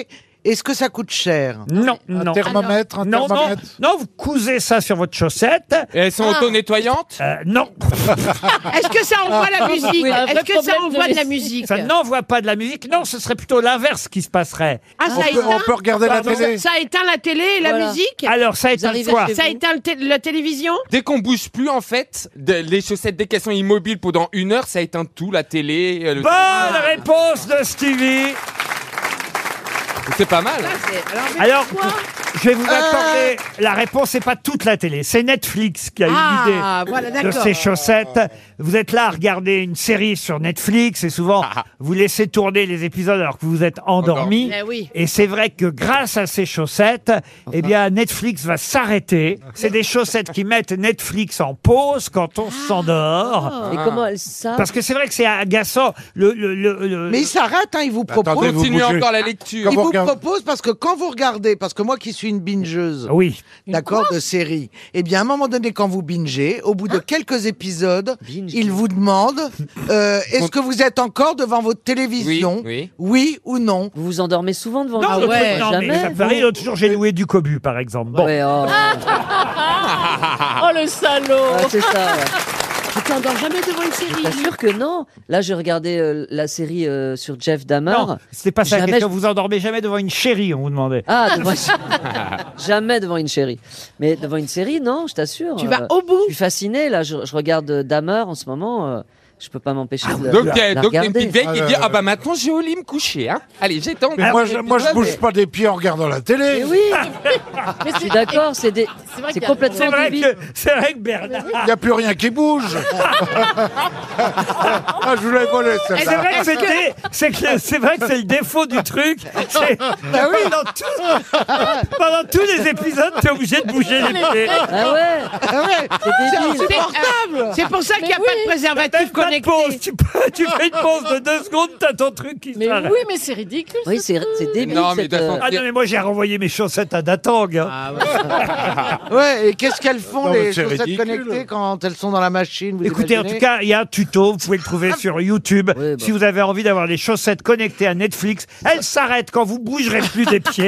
Est-ce que ça coûte cher? Non, Un non. thermomètre, un Non, non, thermomètre. non, vous cousez ça sur votre chaussette. Et elles sont auto-nettoyantes? Non. Est-ce que ça envoie la musique? Oui, un vrai Est-ce que ça problème envoie de la de- musique? Ça n'envoie pas de la musique. Non, ce serait plutôt l'inverse qui se passerait. Ah, ça On peut regarder la télé. Ça éteint la télé et la Voilà. musique? Alors, ça éteint arrivez quoi? chez Ça éteint la télévision? Dès qu'on bouge plus, en fait, les chaussettes, dès qu'elles sont immobiles pendant 1 heure, ça éteint tout, la télé. Bonne réponse de Stevie. C'est pas mal. Alors, je vais vous accorder, la réponse, c'est pas toute la télé, c'est Netflix qui a eu l'idée Voilà, de d'accord. ces chaussettes. Vous êtes là à regarder une série sur Netflix et souvent vous laissez tourner les épisodes alors que vous êtes endormi. Eh oui. Et c'est vrai que grâce à ces chaussettes, eh bien Netflix va s'arrêter. C'est des chaussettes qui mettent Netflix en pause quand on s'endort. Et comment elles savent? Parce que c'est vrai que c'est agaçant. Mais il s'arrête, hein, il vous propose. Attendez, vous Continue bougez. encore la lecture. Il vous regarde- propose parce que quand vous regardez, parce que moi qui suis une bingeuse, Oui. d'accord, de série, eh bien à un moment donné quand vous bingez, au bout de quelques épisodes, il vous demande est-ce que vous êtes encore devant votre télévision, Oui, oui ou non? Vous vous endormez souvent devant Non, le l'autre- téléphone? non, mais Jamais. ça varie. L'autre jour, j'ai loué du cobu, par exemple. Bon. Ouais, oh, Oh le salaud. ah, c'est ça. Ouais. Tu t'endors jamais devant une série? T'assures que non. Là, j'ai regardé la série sur Jeff Dahmer. Non, c'était pas ça la Jamais question. Vous endormez jamais devant une chérie, on vous demandait. Ah, jamais devant une chérie. Mais devant une série, non, je t'assure. Tu vas au bout? Je suis fasciné, là. Je regarde Dahmer en ce moment. Je peux pas m'empêcher de Donc, la il y a une regarder. petite vieille qui dit ah bah maintenant j'ai au lit me coucher. Hein. Allez, j'étends. Mais moi, je bouge pas des pieds en regardant la télé. Mais oui, je suis d'accord, c'est vrai c'est qu'il y a- complètement C'est vrai débile. que Bernard. Il n'y a plus rien qui bouge. Ah, je voulais voler C'est celle-là. vrai que c'est vrai que c'est le défaut du truc. C'est- pendant tous les épisodes, t'es obligé de bouger les pieds. Ah ouais, c'est débile. C'est pour ça qu'il n'y a Mais pas de oui. préservatif Pas de connecté. pause. Tu fais une pause de 2 secondes, t'as ton truc qui Mais s'arrête. oui, mais c'est ridicule. Oui, c'est débile. Non, mais cette, d'accord. Ah non, mais moi j'ai renvoyé mes chaussettes à Datang. Hein. Ouais, et qu'est-ce qu'elles font Non, mais les c'est chaussettes ridicule. connectées quand elles sont dans la machine, vous Écoutez, en imaginez tout cas, il y a un tuto, vous pouvez le trouver sur YouTube. Oui, bah. Si vous avez envie d'avoir les chaussettes connectées à Netflix, elles s'arrêtent quand vous bougerez plus des pieds.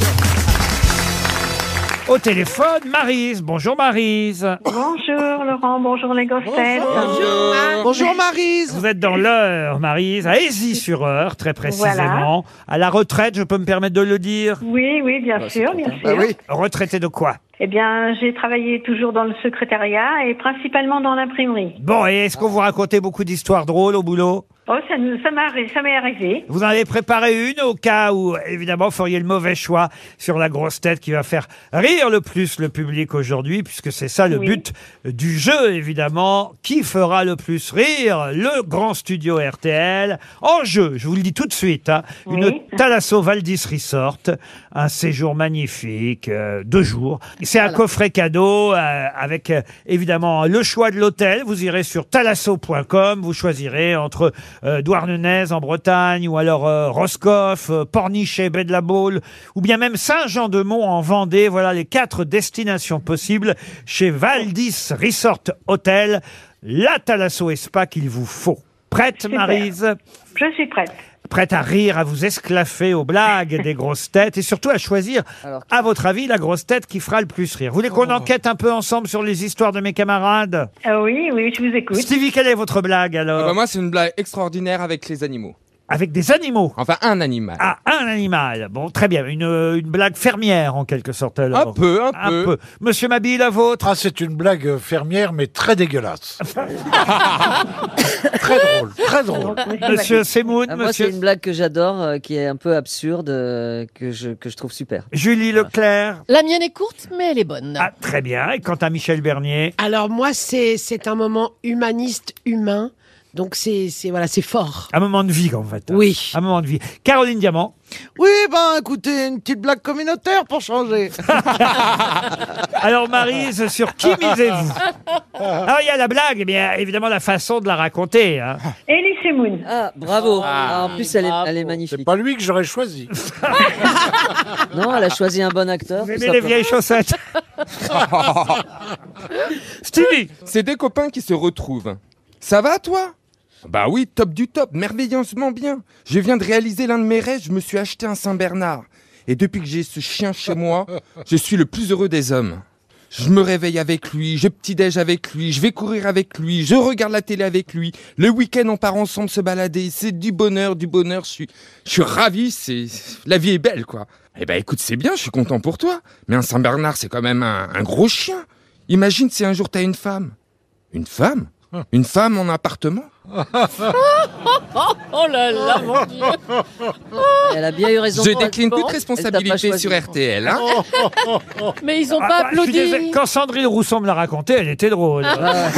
Au téléphone, Maryse. Bonjour Maryse. Bonjour Laurent, bonjour les grosses têtes. Bonjour Maryse. Vous êtes dans l'Eure, Maryse, à Aisy-sur-Eure, très précisément. À la retraite, je peux me permettre de le dire. Oui, oui, bien sûr, bien sûr. Bah oui. Retraité de quoi? Eh bien, j'ai travaillé toujours dans le secrétariat et principalement dans l'imprimerie. Bon, et est-ce qu'on vous racontait beaucoup d'histoires drôles au boulot? Oh, ça m'est arrivé. Vous en avez préparé une au cas où, évidemment, vous feriez le mauvais choix sur la grosse tête qui va faire rire le plus le public aujourd'hui, puisque c'est ça le Oui. but du jeu, évidemment. Qui fera le plus rire? Le grand studio RTL. En jeu, je vous le dis tout de suite, hein, Oui. une Thalasso Valdis Resort, un séjour magnifique, 2 jours. C'est un coffret cadeau avec, évidemment, le choix de l'hôtel. Vous irez sur thalasso.com, vous choisirez entre Douarnenez en Bretagne, ou alors Roscoff, Pornichet, Baie de la Baule, ou bien même Saint-Jean-de-Mont en Vendée. Voilà les 4 destinations possibles chez Valdis Resort Hotel, la Thalasso et Spa qu'il vous faut. Prête, Super. Maryse? Je suis prête. Prête à rire, à vous esclaffer aux blagues des grosses têtes et surtout à choisir, à votre avis, la grosse tête qui fera le plus rire. Vous voulez qu'on enquête un peu ensemble sur les histoires de mes camarades? Oui, oui, je vous écoute. Stevie, quelle est votre blague alors? Bah, moi, c'est une blague extraordinaire avec les animaux. Avec des animaux? Enfin, un animal. Ah, un animal. Bon, très bien. Une blague fermière en quelque sorte alors. Un peu. Monsieur Mabille, la vôtre? Ah, c'est une blague fermière, mais très dégueulasse. Très drôle, très drôle. Monsieur Semoun, Moi, c'est une blague que j'adore, qui est un peu absurde, que je trouve super. Julie Leclerc. La mienne est courte, mais elle est bonne. Ah, très bien. Et quant à Michel Bernier? Alors moi, c'est un moment humaniste, humain. Donc c'est fort. Un moment de vie, en fait. Oui. Un moment de vie. Caroline Diamant. Oui, ben écoutez, une petite blague communautaire pour changer. Alors Maryse, sur qui misez-vous? Alors il y a la blague, mais il y a évidemment la façon de la raconter. Hein. Elie Semoun. Ah, bravo. En plus, elle est magnifique. C'est pas lui que j'aurais choisi. Non, elle a choisi un bon acteur. Vous tout aimez les simplement. vieilles chaussettes? Stevie. C'est des copains qui se retrouvent. Ça va, toi? Bah oui, top du top, merveilleusement bien. Je viens de réaliser l'un de mes rêves, je me suis acheté un Saint-Bernard. Et depuis que j'ai ce chien chez moi, je suis le plus heureux des hommes. Je me réveille avec lui, je petit-déj avec lui, je vais courir avec lui, je regarde la télé avec lui. Le week-end, on part ensemble se balader. C'est du bonheur. Je suis ravi. La vie est belle, quoi. Eh ben, écoute, c'est bien, je suis content pour toi. Mais un Saint-Bernard, c'est quand même un gros chien. Imagine si un jour t'as une femme. Une femme ? Une femme en appartement ? Oh là là, mon Dieu. Elle a bien eu raison. Je décline toute responsabilité sur RTL. Hein. Mais ils ont Ah, pas bah, je suis applaudi. désolé, quand Sandrine Rousseau me l'a raconté, elle était drôle.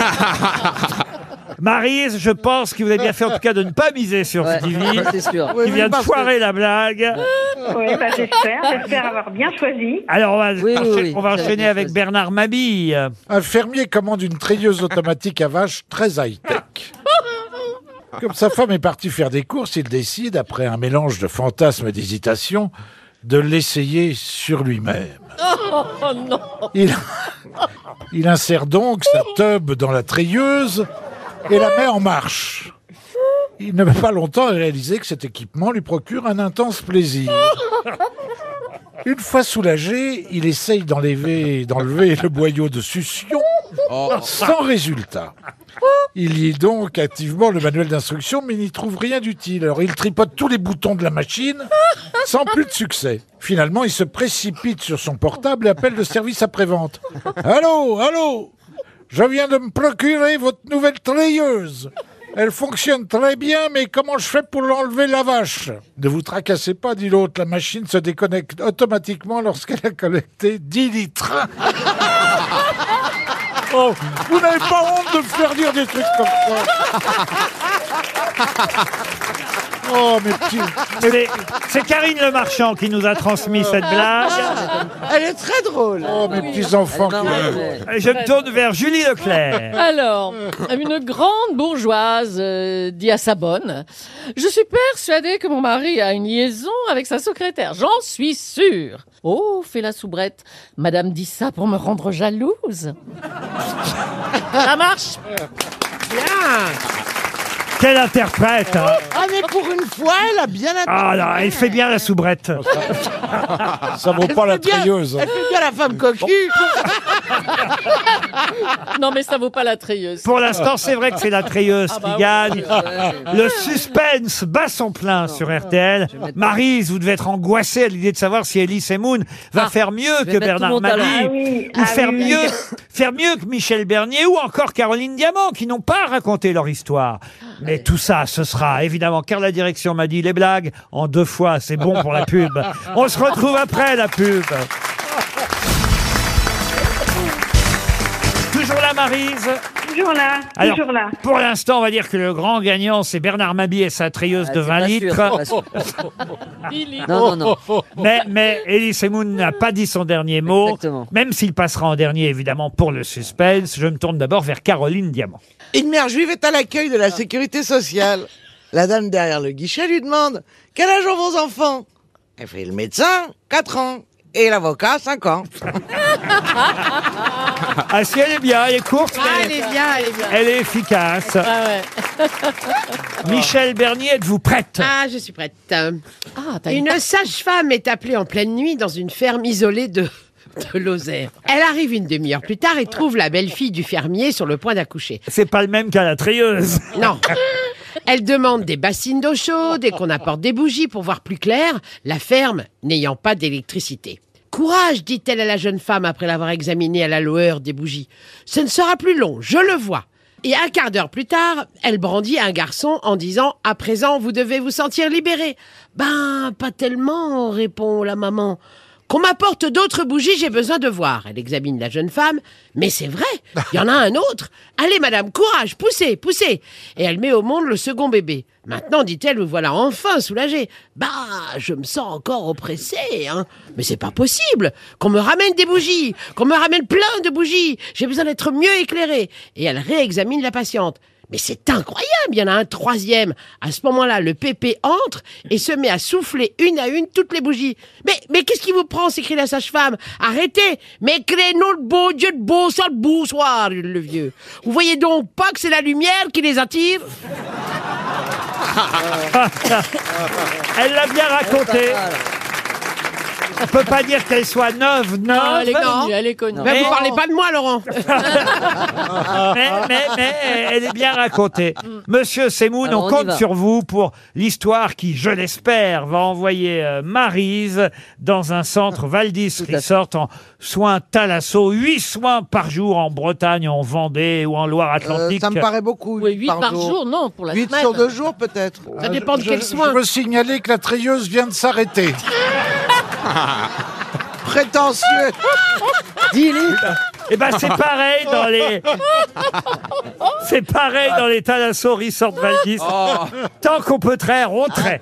Maryse, je pense que vous avez bien fait en tout cas de ne pas miser sur Stevie, c'est sûr. qui vient de foirer la blague. Oui, bah, j'espère avoir bien choisi. Alors on va, Oui, on va vous avez enchaîner bien avec choisi. Bernard Mabille. Un fermier commande une treilleuse automatique à vache très high-tech. Comme sa femme est partie faire des courses, il décide, après un mélange de fantasmes et d'hésitation, de l'essayer sur lui-même. Oh non. Il insère donc sa tube dans la treilleuse et la met en marche. Il ne met pas longtemps à réaliser que cet équipement lui procure un intense plaisir. Une fois soulagé, il essaye d'enlever le boyau de succion sans résultat. Il lit donc activement le manuel d'instruction, mais n'y trouve rien d'utile. Alors il tripote tous les boutons de la machine, sans plus de succès. Finalement, il se précipite sur son portable et appelle le service après-vente. « Allô, je viens de me procurer votre nouvelle treilleuse. Elle fonctionne très bien, mais comment je fais pour l'enlever la vache ?» « Ne vous tracassez pas, dit l'autre, la machine se déconnecte automatiquement lorsqu'elle a collecté 10 litres. » Oh, vous n'avez pas honte de me faire dire des trucs comme ça. Oh, mes petits... C'est Karine Le Marchand qui nous a transmis cette blague. Elle est très drôle. Oh, mes petits-enfants. Je me tourne vers Julie Leclerc. Alors, une grande bourgeoise dit à sa bonne: je suis persuadée que mon mari a une liaison avec sa secrétaire. J'en suis sûre. Oh, fait la soubrette. Madame dit ça pour me rendre jalouse. Ça marche. Bien. Quelle interprète, hein. Ah, mais pour une fois, elle a bien Ah là, elle fait bien la soubrette. Ça vaut pas la treilleuse. Elle fait bien la femme cocu. Non, mais ça vaut pas la treilleuse. Pour l'instant, c'est vrai que c'est la treilleuse qui gagne. Le suspense bat son plein sur RTL. Maryse, vous devez être angoissée à l'idée de savoir si Elise Moon va faire mieux que Bernard Mabille, ou faire mieux que Michel Bernier, ou encore Caroline Diamant, qui n'ont pas raconté leur histoire. Mais tout ça, ce sera évidemment, car la direction m'a dit les blagues en 2 fois, c'est bon pour la pub. On se retrouve après la pub. Toujours là, Maryse? Toujours là, Alors, toujours là. pour l'instant, on va dire que le grand gagnant, c'est Bernard Mabille et sa treilleuse de 20 litres. Non. Mais Elise Moon n'a pas dit son dernier mot. Exactement. Même s'il passera en dernier, évidemment, pour le suspense. Je me tourne d'abord vers Caroline Diamant. Une mère juive est à l'accueil de la sécurité sociale. La dame derrière le guichet lui demande: quel âge ont vos enfants? Elle fait: le médecin, 4 ans. Et l'avocat, 5 ans. Ah si, elle est bien, elle est courte, mais Elle est bien. elle est efficace. Ah ouais. Michel Bernier, êtes-vous prête? Ah, je suis prête. t'as Une sage-femme est appelée en pleine nuit dans une ferme isolée de Lozère. Elle arrive une demi-heure plus tard et trouve la belle-fille du fermier sur le point d'accoucher. C'est pas le même qu'à la treilleuse. Non. Elle demande des bassines d'eau chaude et qu'on apporte des bougies pour voir plus clair, la ferme n'ayant pas d'électricité. « Courage, dit-elle à la jeune femme après l'avoir examinée à la lueur des bougies. Ce ne sera plus long, je le vois. » Et un quart d'heure plus tard, elle brandit un garçon en disant « À présent, vous devez vous sentir libéré. »« Ben, pas tellement, répond la maman. Qu'on m'apporte d'autres bougies, j'ai besoin de voir. » Elle examine la jeune femme. « Mais c'est vrai, il y en a un autre. Allez, madame, courage, poussez, poussez. » Et elle met au monde le second bébé. « Maintenant, dit-elle, vous voilà enfin soulagée. Bah, je me sens encore oppressée, hein. Mais c'est pas possible. Qu'on me ramène des bougies, qu'on me ramène plein de bougies. J'ai besoin d'être mieux éclairée. » Et elle réexamine la patiente. Mais c'est incroyable, il y en a un troisième. À ce moment-là, le pépé entre et se met à souffler une à une toutes les bougies. Mais qu'est-ce qui vous prend, s'écrie la sage-femme. Arrêtez, mais créez-nous le beau Dieu de beau, ça le bonsoir, le vieux. Vous voyez donc pas que c'est la lumière qui les attire? Elle l'a bien raconté. On peut pas dire qu'elle soit neuve. Non, elle est Non. connue, elle est connue. Mais vous parlez pas de moi, Laurent. mais elle est bien racontée. Monsieur Semoun, Alors, on on y compte va. sur vous pour l'histoire qui, je l'espère, va envoyer Maryse dans un centre Valdis Resort en soins thalasso. 8 soins par jour en Bretagne, en Vendée ou en Loire-Atlantique. Ça me paraît beaucoup. Oui, 8 par jour, non, pour la 8 semaine. sur 2 jours, peut-être. Ça dépend de quel Je soin. veux signaler que la treilleuse vient de s'arrêter. Prétentieux. 10 litres. Eh ben, c'est pareil dans les... C'est pareil dans les Thalasso Resort Valdis. Tant qu'on peut traire, on traite.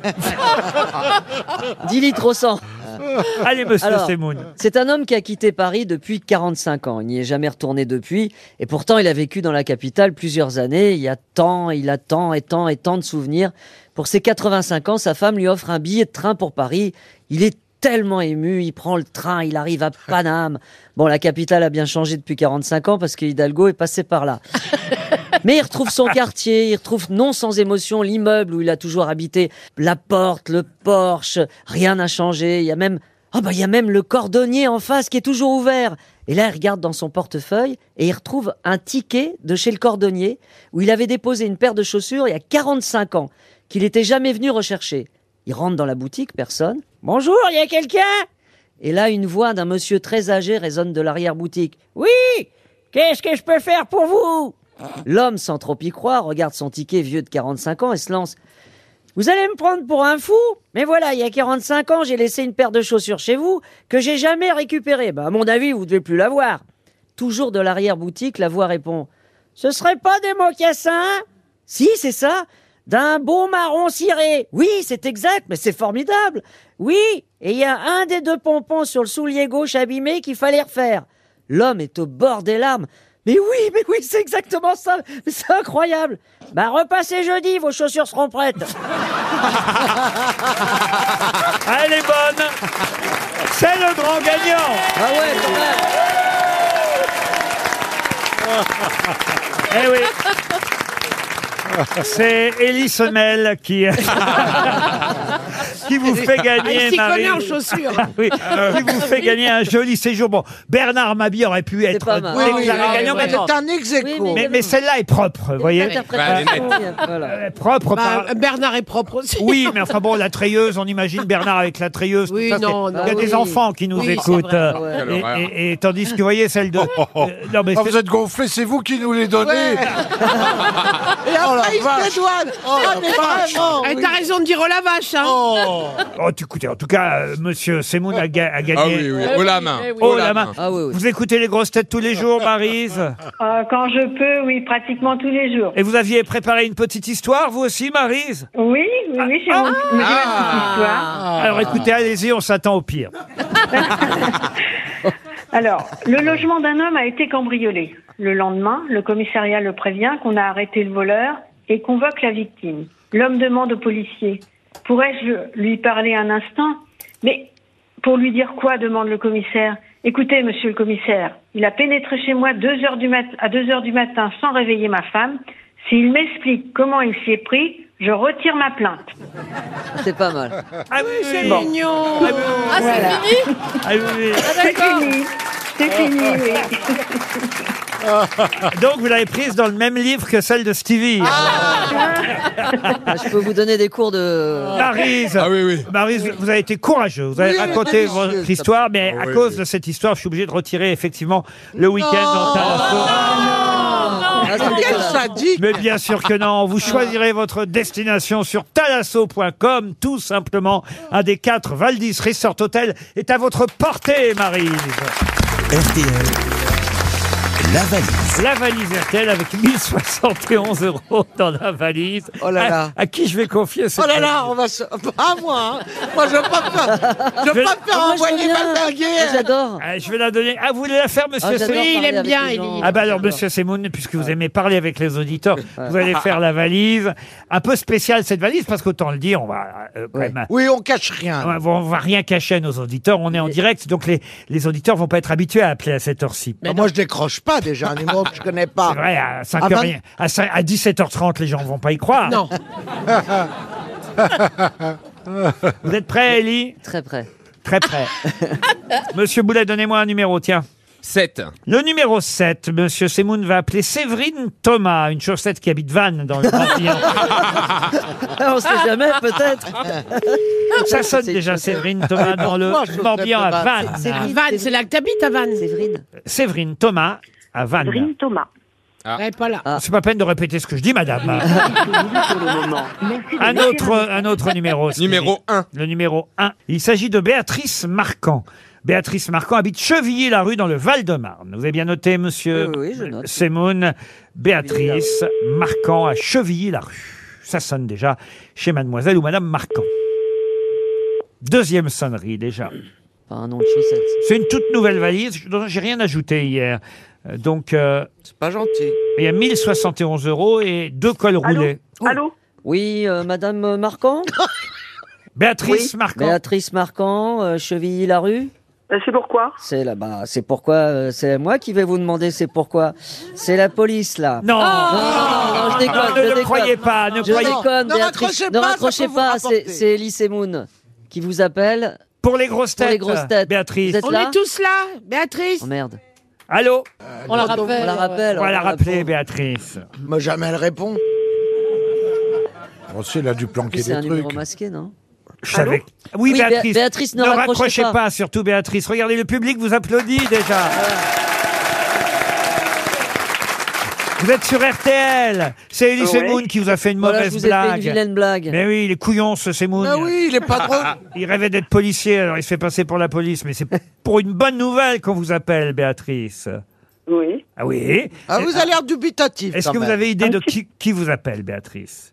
10 litres au 100. Allez, monsieur Alors, Semoun. c'est un homme qui a quitté Paris depuis 45 ans. Il n'y est jamais retourné depuis. Et pourtant, il a vécu dans la capitale plusieurs années. Il a tant de souvenirs. Pour ses 85 ans, sa femme lui offre un billet de train pour Paris. Il est tellement ému, il prend le train, il arrive à Paname. Bon, la capitale a bien changé depuis 45 ans parce que Hidalgo est passé par là. Mais il retrouve son quartier, il retrouve non sans émotion l'immeuble où il a toujours habité, la porte, le porche, rien n'a changé. Il y a même le cordonnier en face qui est toujours ouvert. Et là, il regarde dans son portefeuille et il retrouve un ticket de chez le cordonnier où il avait déposé une paire de chaussures il y a 45 ans, qu'il n'était jamais venu rechercher. Il rentre dans la boutique, personne. « Bonjour, il y a quelqu'un ?» Et là, une voix d'un monsieur très âgé résonne de l'arrière-boutique. « Oui, qu'est-ce que je peux faire pour vous ?» L'homme, sans trop y croire, regarde son ticket vieux de 45 ans et se lance. « Vous allez me prendre pour un fou? Mais voilà, il y a 45 ans, j'ai laissé une paire de chaussures chez vous que j'ai jamais récupérée. À mon avis, vous devez plus l'avoir. » Toujours de l'arrière-boutique, la voix répond. « Ce serait pas des mocassins? » « Si, c'est ça. D'un beau marron ciré. Oui, c'est exact, mais c'est formidable. Oui, et il y a un des 2 pompons sur le soulier gauche abîmé qu'il fallait refaire. » L'homme est au bord des larmes. « Mais oui, c'est exactement ça. Mais c'est incroyable. Repassez jeudi, vos chaussures seront prêtes. » Elle est bonne. C'est le grand gagnant. Ah ouais, quand même. Eh oui. C'est Élie Semel qui vous fait gagner, Il s'y Marie. connaît en chaussures. Oui, qui vous fait gagner un joli séjour. Bon, Bernard Mabie aurait pu être pas mal. déclaré gagnant, mais C'est un ex-aequo. mais celle-là est propre, vous voyez. Voilà. Propre par... Bernard est propre aussi. Oui, mais enfin bon, la treilleuse, on imagine Bernard avec la treilleuse. Oui, tout ça, non, il y a non, des oui. enfants qui nous Oui, c'est écoutent. vrai, Quelle horreur. Et tandis que, vous voyez, celle de... non, mais Vous êtes gonflés, c'est vous qui nous les donnez. Et après, il se dédouane. Mais vraiment. Eh, t'as raison de dire oh la vache, hein. Oh, écoutez, en tout cas, monsieur Semoun a gagné. Ah oui, oui, haut la main. Oh la main. Ah oui, oui. Vous écoutez les grosses têtes tous les jours, Maryse? Quand je peux, oui, pratiquement tous les jours. Et vous aviez préparé une petite histoire, vous aussi, Maryse? Oui, j'ai ma petite histoire. Alors écoutez, allez-y, on s'attend au pire. Alors, le logement d'un homme a été cambriolé. Le lendemain, le commissariat le prévient qu'on a arrêté le voleur et convoque la victime. L'homme demande au policier « Pourrais-je lui parler un instant ?» Mais pour lui dire quoi, demande le commissaire. « Écoutez, monsieur le commissaire, il a pénétré chez moi à 2 heures du matin sans réveiller ma femme. S'il m'explique comment il s'y est pris, je retire ma plainte. » C'est pas mal. Ah oui, C'est bon. mignon. Ah, c'est fini? Ah oui. C'est fini. C'est fini, oui. Donc vous l'avez prise dans le même livre que celle de Stevie. Je peux vous donner des cours de... Maryse, Ah oui, oui. Maryse, vous avez été courageux. Vous avez raconté votre histoire, mais à cause de cette histoire, je suis obligé de retirer effectivement le week-end dans Thalasso. Ah, c'est Quel dégueulasse. sadique. Mais bien sûr que non, vous choisirez votre destination sur thalasso.com, tout simplement. Un des 4 Valdis Resort Hotel est à votre portée, Maryse. RTL, la valise. La valise RTL avec 1071 € dans la valise. Oh là là. À qui je vais confier cette Oh là là, valise on va se... Pas moi, hein. Moi, je veux pas me faire, je veux pas me faire Moi, je envoyer veux bien. maltinguer. J'adore. Je vais la donner. Ah, vous voulez la faire, monsieur Ah, j'adore Semoun? Oui, il parler aime avec bien, les il gens. est- Ah bah alors, monsieur Semoun, puisque vous aimez parler avec les auditeurs, vous allez faire la valise. Un peu spéciale cette valise, parce qu'autant le dire, on va quand Ouais. même... Oui, on cache rien. On va rien cacher à nos auditeurs. On est en direct, donc les auditeurs vont pas être habitués à appeler à cette heure-ci. Bah, moi, je décroche pas déjà un numéro que je connais pas. C'est vrai, à 5 Ah, heures, vingt- à 17h30, les gens vont pas y croire. Non. Vous êtes prêts, Ellie? Très près. Très près. Monsieur Boulet, donnez-moi un numéro, tiens. 7. Le numéro 7, Monsieur Semoun va appeler Séverine Thomas, une chaussette qui habite Vannes dans le Morbihan. On sait jamais, peut-être. Ça sonne déjà Séverine Thomas dans le Morbihan à Vannes. À Vannes, c'est là que t'habites, à Vannes. Séverine Thomas à Vannes. Séverine Thomas. Elle est pas là. C'est pas peine de répéter ce que je dis, madame. Un autre numéro. Numéro 1. Le numéro 1. Il s'agit de Béatrice Marquand. Béatrice Marquand habite Chevilly-la-Rue dans le Val-de-Marne. Vous avez bien noté, monsieur Oui, je note. Semoun. Béatrice Marquand à Chevilly-la-Rue. Ça sonne déjà chez mademoiselle ou madame Marquand. Deuxième sonnerie déjà. Pas un nom de chaussette. C'est une toute nouvelle valise. J'ai rien ajouté hier. Donc, C'est pas gentil. il y a 1071 € et 2 cols roulés. Allô? Oui, madame Marquand. Béatrice Marquand. Béatrice Marquand, Chevilly-la-Rue. C'est pourquoi? C'est là-bas. C'est pourquoi. C'est moi qui vais vous demander. C'est pourquoi. C'est la police là. Non, non, je déconne. ne je le déconne. croyez pas. Je déconne, Ne Béatrice. raccrochez Ne pas, raccrochez ça peut vous pas. rapporter. C'est Elise Moon qui vous appelle. Pour les grosses têtes, Pour les grosses têtes. Béatrice. Vous êtes On là est tous là, Béatrice. Oh merde. Allô? On la rappelle. On la rappelle. On va la rappeler, pauvre. Béatrice. Moi, jamais elle répond. Aussi, il a dû planquer C'est des un trucs. numéro masqué, non? Je savais. Oui, Oui, Béatrice. Béatrice, ne ne raccrochez raccrochez pas. pas, surtout Béatrice. Regardez, le public vous applaudit déjà. Vous êtes sur RTL. C'est Elie Semoun qui vous a fait une Voilà, je mauvaise vous ai fait une blague. vilaine blague. Mais oui, il est couillon ce Semoun. Mais oui, il est pas drôle. Il rêvait d'être policier, alors il se fait passer pour la police. Mais c'est pour une bonne nouvelle qu'on vous appelle, Béatrice. Oui. Ah oui? Ah, vous avez l'air dubitatif. Est-ce quand que vous même. avez idée de qui vous appelle, Béatrice?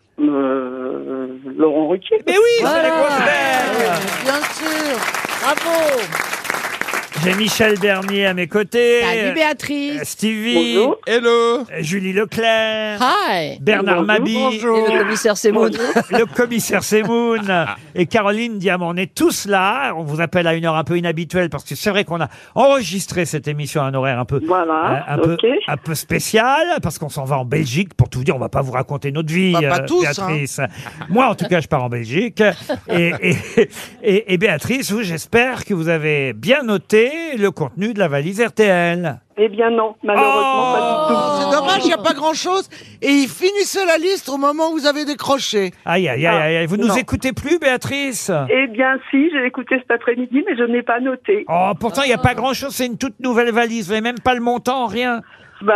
Laurent Ruquier. Mais oui, Voilà. c'est les grosses têtes. Bien sûr. Bravo. J'ai Michel Bernier à mes côtés. Salut Béatrice. Stevie. Bonjour. Hello. Julie Leclerc. Hi. Bernard Mabie. Et le commissaire Semoun. Le commissaire Semoun et Caroline Diamant. On est tous là. On vous appelle à une heure un peu inhabituelle parce que c'est vrai qu'on a enregistré cette émission à un horaire un peu, Voilà, ok. un peu spécial parce qu'on s'en va en Belgique. Pour tout vous dire, on va pas vous raconter notre vie, Bah, pas tous, Béatrice. Moi, en tout cas, je pars en Belgique. Et Béatrice, vous, j'espère que vous avez bien noté le contenu de la valise RTL. Eh bien non, malheureusement, pas du tout. C'est dommage, il n'y a pas grand-chose. Et il finissait la liste au moment où vous avez décroché. Aïe, aïe, aïe, aïe. Vous nous non. écoutez plus, Béatrice? Eh bien si, j'ai écouté cet après-midi, mais je n'ai pas noté. Oh, pourtant, il n'y a pas grand-chose. C'est une toute nouvelle valise. Vous n'avez même pas le montant, rien. Bah,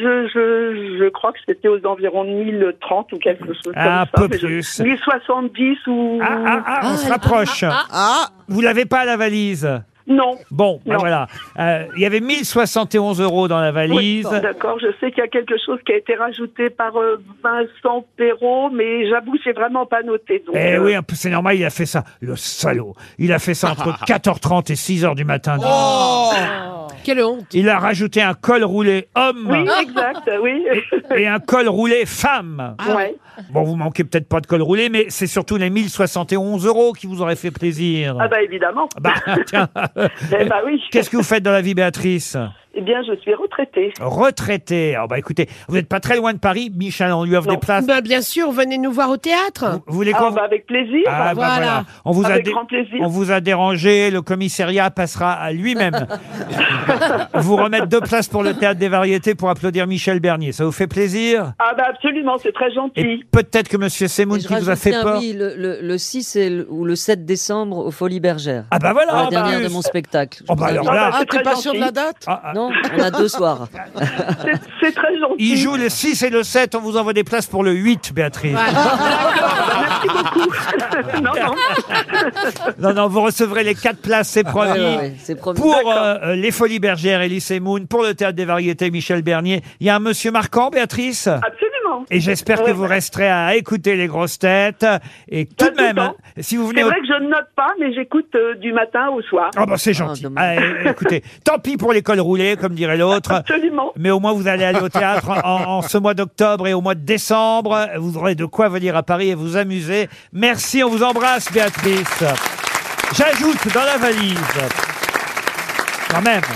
je crois que c'était aux environs de 1030 ou quelque chose Un comme ça. peu mais plus. 1070 ou... On se rapproche. Vous l'avez pas, la valise? Non. Bon, ben Non. voilà. Il y avait 1071 € dans la valise. Oui, d'accord, je sais qu'il y a quelque chose qui a été rajouté par Vincent Perrault, mais j'avoue que j'ai vraiment pas noté. Donc, Eh oui, un peu, c'est normal, il a fait ça. Le salaud. Il a fait ça entre 4h30 et 6h du matin. Quelle honte. Il a rajouté un col roulé homme Oui, exact, oui. et un col roulé femme. Ouais. Bon, vous manquez peut-être pas de col roulé, mais c'est surtout les 1071 € qui vous auraient fait plaisir. Ah bah évidemment. Bah, tiens. Eh bah oui. Qu'est-ce que vous faites dans la vie, Béatrice? Eh bien, je suis retraitée. Retraité. Alors, bah, écoutez, vous n'êtes pas très loin de Paris. Michel, on lui offre des places. Bah, bien sûr, venez nous voir au théâtre. Vous voulez Ah qu'on... bah avec plaisir. Ah, bah, voilà. On vous Avec a grand plaisir. on vous a dérangé. Le commissariat passera à lui-même vous remettre 2 places pour le Théâtre des Variétés pour applaudir Michel Bernier. Ça vous fait plaisir? Ah bah absolument, c'est très gentil. Et peut-être que Monsieur Semoun Et je qui vous a rajoute fait bien, peur. oui, le 6 ou le 7 décembre au Folies Bergères. Ah bah voilà. La en dernière plus. de mon spectacle. Je Oh vous bah alors invite. là. Ah, c'est T'es très pas sûr de la gentil. date? Non, on a 2 soirs. C'est très gentil. Il joue le 6 et le 7. On vous envoie des places pour le 8, Béatrice. Merci beaucoup. non, non. Non, vous recevrez les 4 places, c'est promis. Ouais, c'est promis. Pour D'accord. les Folies Bergères, Elie Semoun, pour le Théâtre des Variétés, Michel Bernier. Il y a un monsieur marquant, Béatrice? Absolument. Et j'espère que vous resterez à écouter les grosses têtes. Et tout Pas de tout le même, temps. si vous C'est venez... vrai que je ne note pas, mais j'écoute du matin au soir. Ah bah c'est gentil. dommage. Écoutez, tant pis pour l'école roulée, comme dirait l'autre. Absolument. Mais au moins, vous allez aller au théâtre en ce mois d'octobre et au mois de décembre. Vous aurez de quoi venir à Paris et vous amuser. Merci, on vous embrasse, Béatrice. J'ajoute dans la valise, quand même,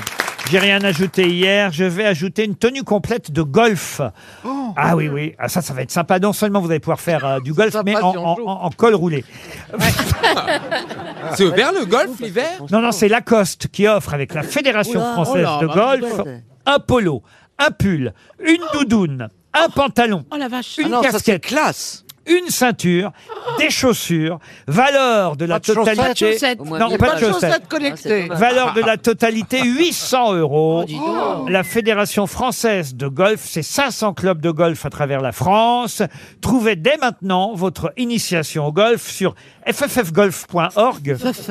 J'ai rien ajouté hier. Je vais ajouter une tenue complète de golf. Ah oui, oui. Ah, ça va être sympa. Non seulement vous allez pouvoir faire du golf, mais en col roulé. C'est ouvert le golf l'hiver? Non, c'est Lacoste qui offre avec la Fédération française de golf un polo, un pull, une doudoune, un pantalon, Oh la vache. une ça c'est casquette, classe. une ceinture, des chaussures, valeur de la Pas de chaussettes. totalité. Pas de chaussettes. Non, pas de chaussettes. connectées. Valeur de la totalité 800 €. La Fédération française de golf, c'est 500 clubs de golf à travers la France. Trouvez dès maintenant votre initiation au golf sur fffgolf.org.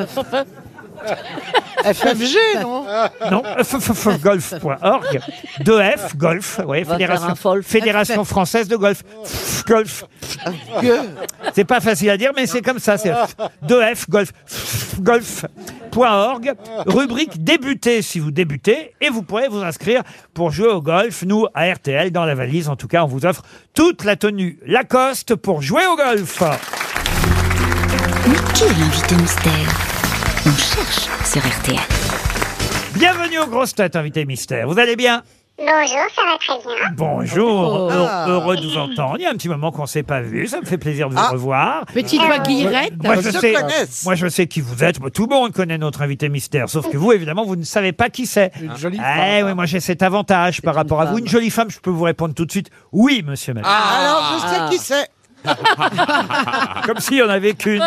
FFG, non? Non, fffgolf.org. 2F, golf, oui, va faire un folf. Fédération française de golf. Golf. C'est pas facile à dire, mais c'est comme ça. C'est 2F, golf. Golf.org. Rubrique débuter si vous débutez. Et vous pourrez vous inscrire pour jouer au golf. Nous, à RTL, dans la valise, en tout cas, on vous offre toute la tenue Lacoste pour jouer au golf. Mais qui est l'invité mystère? On cherche sur RTL. Bienvenue aux grosses têtes, invité mystère. Vous allez bien? Bonjour, ça va très bien. Bonjour, heureux de vous entendre. Il y a un petit moment qu'on ne s'est pas vu, ça me fait plaisir de vous revoir. Petite voix guillerette. Moi, je sais qui vous êtes. Tout le monde connaît notre invité mystère, sauf que vous, évidemment, vous ne savez pas qui c'est. Une jolie femme. Oui, moi j'ai cet avantage par rapport à vous. Une jolie femme, je peux vous répondre tout de suite. Oui, monsieur Mabille. Alors, je sais qui c'est. Comme s'il n'y en avait qu'une.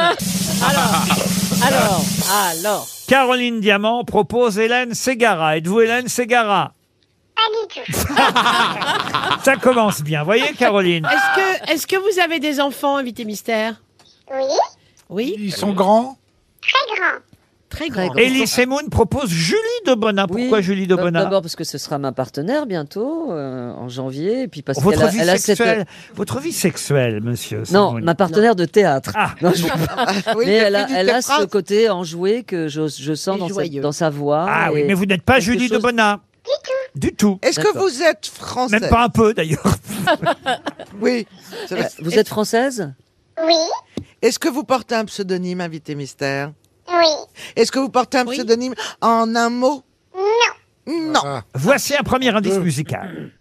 Alors. Caroline Diamant propose Hélène Ségara. Êtes-vous Hélène Ségara? Pas du tout. Ça commence bien. Voyez, Caroline? Est-ce que vous avez des enfants, invité mystère? Oui, Oui. Ils sont grands. très grand. Très grand. Elie Semoun propose Julie de Bonin. Pourquoi Julie de Bonin? D'abord parce que ce sera ma partenaire bientôt, en janvier, et puis parce Votre qu'elle vie elle a sexuelle, votre vie sexuelle, monsieur. Non, Semoun. ma partenaire de théâtre. Ah. Non, Oui, mais elle fait a du ce côté enjoué que je sens joyeux. dans sa voix. Ah oui, et mais vous n'êtes pas quelque Julie de chose- Bonin. Du tout. Est-ce que D'accord. vous êtes français? Même pas un peu, d'ailleurs. Oui. c'est vrai. Vous êtes française? Oui, Est-ce que vous portez un pseudonyme, invité mystère? oui, Est-ce que vous portez un pseudonyme en un mot? non. Non. Voici un premier indice musical.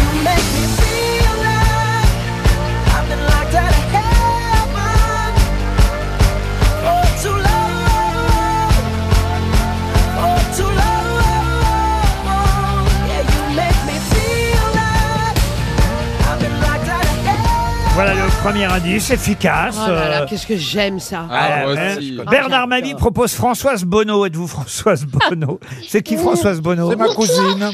Voilà le premier indice, efficace. Oh là là, qu'est-ce que j'aime ça. Ah, moi aussi. Bernard Mabie propose Françoise Bonneau. Êtes-vous Françoise Bonneau? C'est qui Françoise Bonneau? C'est ma cousine.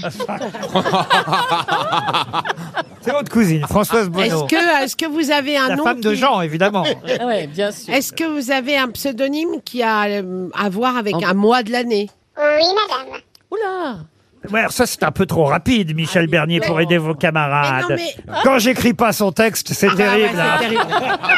C'est votre cousine, Françoise Bonneau. Est-ce que vous avez un La nom femme de Jean, évidemment. Oui, bien sûr. Est-ce que vous avez un pseudonyme qui a à voir avec un mois de l'année? Oui, madame. Oula. Ouais, alors ça, c'est un peu trop rapide, Michel Bernier, pour aider vos camarades. Mais non, Quand j'écris pas son texte, c'est terrible. Ah, ouais, c'est terrible.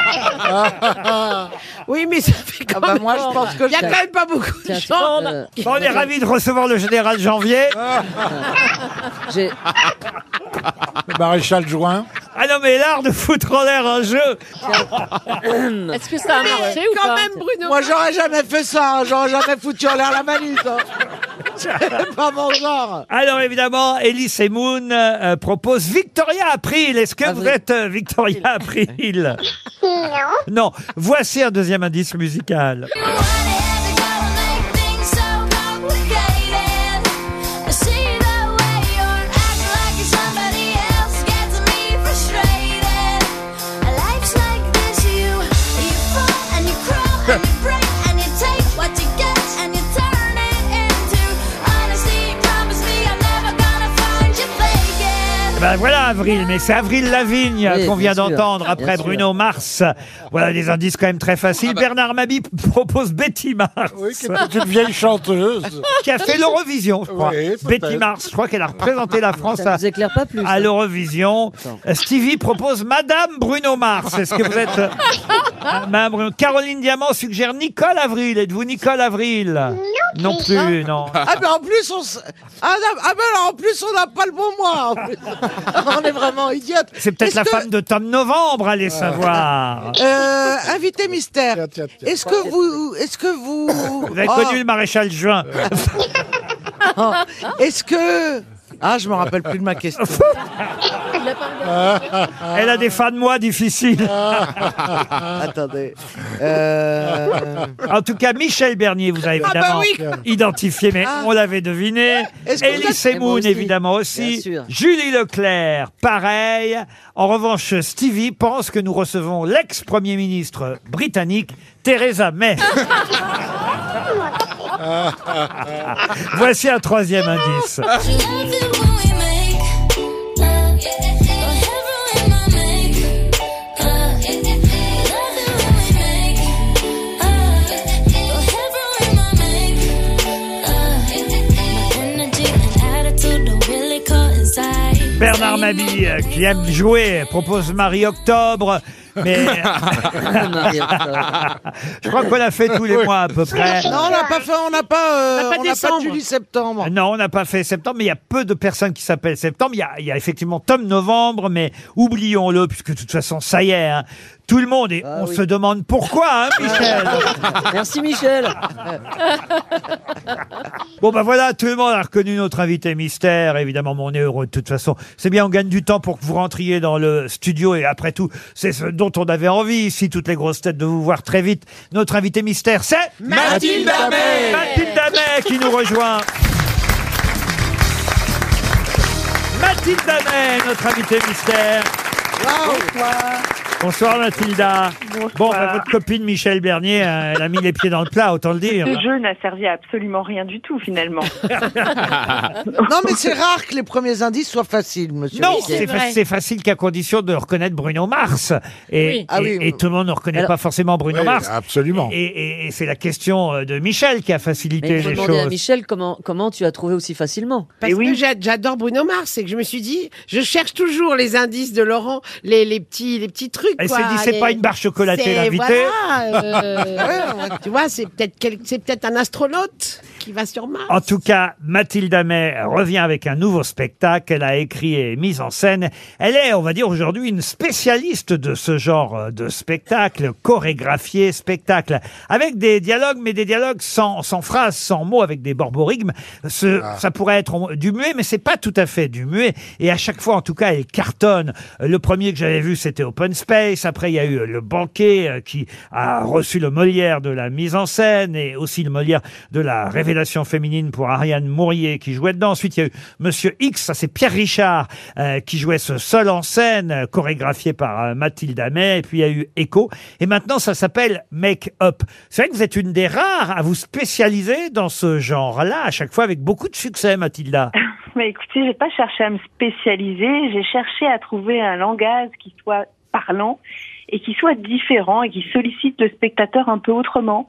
Oui, mais ça fait quand même... Moi, je pense que Il y a quand même pas beaucoup de gens. Bon, on est ravis de recevoir le général Janvier. J'ai Le maréchal Juin. Ah non, mais l'art de foutre en l'air un jeu. Est-ce que ça a marché ou Quand pas même, Bruno. Moi, j'aurais jamais fait ça. Hein. J'aurais jamais foutu en l'air la manute. Hein. C'est pas mon genre. Alors évidemment, Elie Semoun propose Victoria April. Est-ce que vous êtes Victoria April? Non. Non. Voici un deuxième indice musical. Ben voilà Avril, mais c'est Avril Lavigne Oui, qu'on vient bien sûr, d'entendre après bien sûr. Bruno Mars. Voilà des indices quand même très faciles. Bernard Mabie propose Betty Mars, Oui, qui est une vieille chanteuse. qui a fait l'Eurovision, je crois. Oui, peut-être. Betty Mars, je crois qu'elle a représenté la France Ça ne vous éclaire pas plus. à ça. l'Eurovision. Stevie propose Madame Bruno Mars. Est-ce que vous êtes Madame Bruno? Caroline Diamant suggère Nicole Avril. Êtes-vous Nicole Avril? Non plus, non. Ah, mais en plus, en plus, on n'a pas le bon mois. En plus. On est vraiment idiotes. C'est peut-être Est-ce la que- femme de Tom Novembre, allez savoir. Invité mystère. Tiens. Est-ce que vous... Vous avez connu le maréchal Juin. Est-ce que... Ah, je me rappelle plus de ma question. Elle a des fins de mois difficiles. Attendez. En tout cas, Michel Bernier, vous avez évidemment identifié, mais on l'avait deviné. Est-ce que vous Elie êtes- Semoun, aussi. évidemment Bien aussi. sûr. Julie Leclerc, pareil. En revanche, Stevie pense que nous recevons l'ex-premier ministre britannique, Theresa May. Voici un troisième indice. Bernard Mabille, qui aime jouer, propose Marie-Octobre, mais je crois qu'on l'a fait tous les mois à peu près. Non, on n'a pas fait, on n'a pas décembre. Julie-Septembre. Non, on n'a pas fait septembre, mais il y a peu de personnes qui s'appellent septembre. Il y a effectivement Tom Novembre, mais oublions-le, puisque de toute façon, ça y est, hein, tout le monde, et on se demande pourquoi, hein, Michel. Merci Michel. Bon, ben voilà, tout le monde a reconnu notre invité mystère, évidemment, mais on est heureux de toute façon. C'est bien, on gagne du temps pour que vous rentriez dans le studio, et après tout, c'est ce dont on avait envie ici, toutes les grosses têtes, de vous voir très vite. Notre invité mystère, c'est Mathilde Amet. Mathilde Amet qui nous rejoint. Mathilde Amet, notre invité mystère. Bonsoir Mathilda. Bon, ben, votre copine Michel Bernier, elle a mis les pieds dans le plat, autant le dire. Ce jeu n'a servi à absolument rien du tout, finalement. Non, mais c'est rare que les premiers indices soient faciles, monsieur. Non, Riquet. c'est facile qu'à condition de reconnaître Bruno Mars. Et, Oui. Ah oui. et tout le monde ne reconnaît pas forcément Bruno Oui, Mars. absolument. Et c'est la question de Michel qui a facilité Mais il faut les demander à choses. Michel comment tu as trouvé aussi facilement. Parce que j'adore Bruno Mars et que je me suis dit, je cherche toujours les indices de Laurent, les petits trucs. Elle quoi. s'est dit, c'est pas une barre chocolatée, C'est- l'invité. Voilà, tu vois, c'est peut-être un astronaute qui va sur Mars. En tout cas, Mathilde Amet revient avec un nouveau spectacle qu'elle a écrit et mis en scène. Elle est, on va dire aujourd'hui, une spécialiste de ce genre de spectacle, chorégraphié spectacle, avec des dialogues, mais des dialogues sans phrases, sans mots, avec des borborigmes. Ça pourrait être du muet, mais c'est pas tout à fait du muet. Et à chaque fois, en tout cas, elle cartonne. Le premier que j'avais vu, c'était Open Space. Après, il y a eu Le Banquet, qui a reçu le Molière de la mise en scène et aussi le Molière de la révélation féminine pour Ariane Mourier qui jouait dedans. Ensuite, il y a eu Monsieur X, ça c'est Pierre Richard, qui jouait ce seul en scène, chorégraphié par Mathilde Amet. Et puis il y a eu Echo. Et maintenant, ça s'appelle Make Up. C'est vrai que vous êtes une des rares à vous spécialiser dans ce genre-là, à chaque fois avec beaucoup de succès, Mathilda. Mais écoutez, j'ai pas cherché à me spécialiser, j'ai cherché à trouver un langage qui soit parlant et qui soit différent et qui sollicite le spectateur un peu autrement.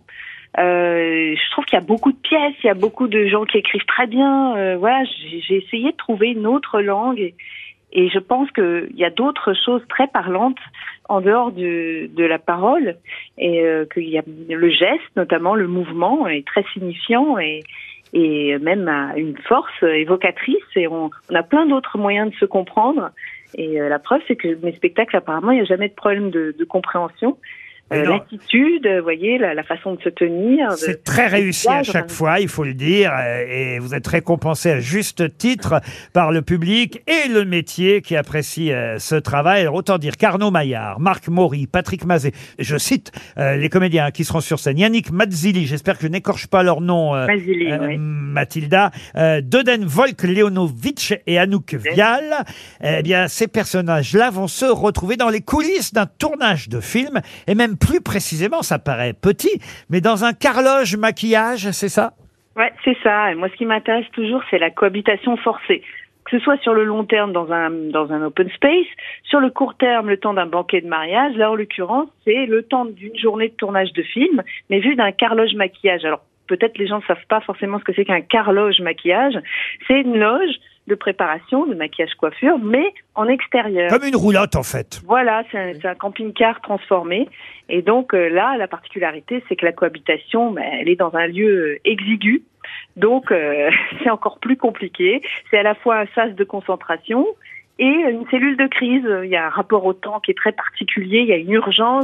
Je trouve qu'il y a beaucoup de pièces, il y a beaucoup de gens qui écrivent très bien. Voilà, j'ai essayé de trouver une autre langue et je pense qu'il y a d'autres choses très parlantes en dehors de la parole et qu'il y a le geste, notamment le mouvement, est très signifiant et même à une force évocatrice. Et on a plein d'autres moyens de se comprendre. Et la preuve, c'est que mes spectacles, apparemment, il n'y a jamais de problème de compréhension. L'attitude, vous voyez, la façon de se tenir. C'est très réussi à chaque fois, il faut le dire, et vous êtes récompensé à juste titre par le public et le métier qui apprécie ce travail. Alors, autant dire qu'Arnaud Maillard, Marc Maury, Patrick Mazet, je cite les comédiens qui seront sur scène, Yannick Mazzilli, j'espère que je n'écorche pas leur nom, Mazzilli, oui. Mathilda, Doden Volk-Leonovitch et Anouk Vial. Eh bien, ces personnages-là vont se retrouver dans les coulisses d'un tournage de film, et même plus précisément, ça paraît petit, mais dans un carloge maquillage, c'est ça? Ouais, c'est ça. Et moi, ce qui m'intéresse toujours, c'est la cohabitation forcée. Que ce soit sur le long terme dans un open space, sur le court terme, le temps d'un banquet de mariage. Là, en l'occurrence, c'est le temps d'une journée de tournage de film, mais vu d'un carloge maquillage. Alors, peut-être les gens ne savent pas forcément ce que c'est qu'un carloge maquillage. C'est une loge de préparation, de maquillage coiffure, mais en extérieur. Comme une roulotte, en fait. Voilà, c'est un camping-car transformé. Et donc là, la particularité, c'est que la cohabitation, elle est dans un lieu exigu. Donc, c'est encore plus compliqué. C'est à la fois un sas de concentration et une cellule de crise. Il y a un rapport au temps qui est très particulier. Il y a une urgence.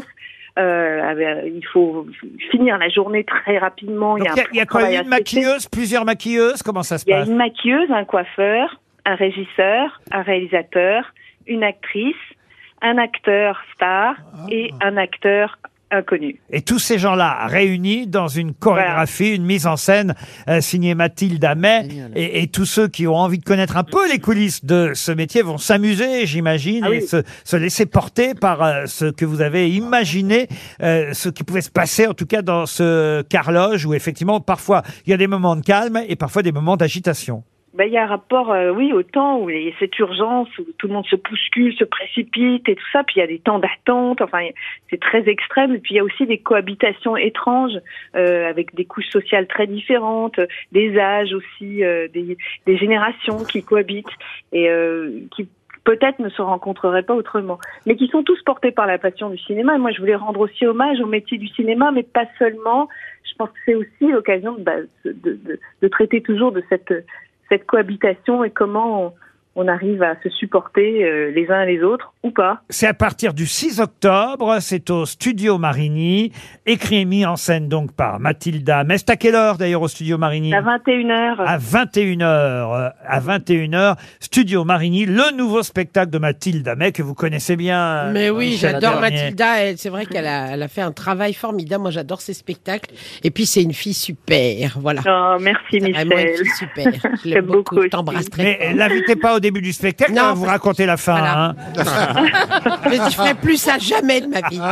Il faut finir la journée très rapidement. Donc, il y a quoi, une maquilleuse, plusieurs maquilleuses? Comment ça se Il y a passe? une maquilleuse, un coiffeur, un régisseur, un réalisateur, une actrice, un acteur star et un acteur inconnu. Et tous ces gens-là réunis dans une chorégraphie, une mise en scène signée Mathilde Amet. Et tous ceux qui ont envie de connaître un peu les coulisses de ce métier vont s'amuser, j'imagine, et se laisser porter par ce que vous avez imaginé, ce qui pouvait se passer en tout cas dans ce carloge où effectivement parfois il y a des moments de calme et parfois des moments d'agitation. Il y a un rapport, au temps où il y a cette urgence, où tout le monde se bouscule, se précipite et tout ça. Puis il y a des temps d'attente. Enfin, c'est très extrême. Et puis il y a aussi des cohabitations étranges avec des couches sociales très différentes, des âges aussi, des générations qui cohabitent et qui peut-être ne se rencontreraient pas autrement, mais qui sont tous portés par la passion du cinéma. Et moi, je voulais rendre aussi hommage au métier du cinéma, mais pas seulement. Je pense que c'est aussi l'occasion de traiter toujours de cette cohabitation et comment on arrive à se supporter les uns les autres ou pas. C'est à partir du 6 octobre, c'est au Studio Marigny, écrit et mis en scène donc par Mathilda. Mais c'est à quelle heure d'ailleurs au Studio Marigny? À 21h. À 21h. À 21h, Studio Marigny, le nouveau spectacle de Mathilda Amet que vous connaissez bien. Mais oui, Michel j'adore Bernier. Mathilda. C'est vrai qu'elle a fait un travail formidable. Moi, j'adore ses spectacles. Et puis, c'est une fille super. Voilà. Oh, merci Michel. Vraiment une fille super. Je l'aime beaucoup. Je t'embrasse très fort. Mais l'invitez pas au début du spectacle, Non, on va vous raconter la fin. Voilà. Hein. Mais je ferai plus ça jamais de ma vie.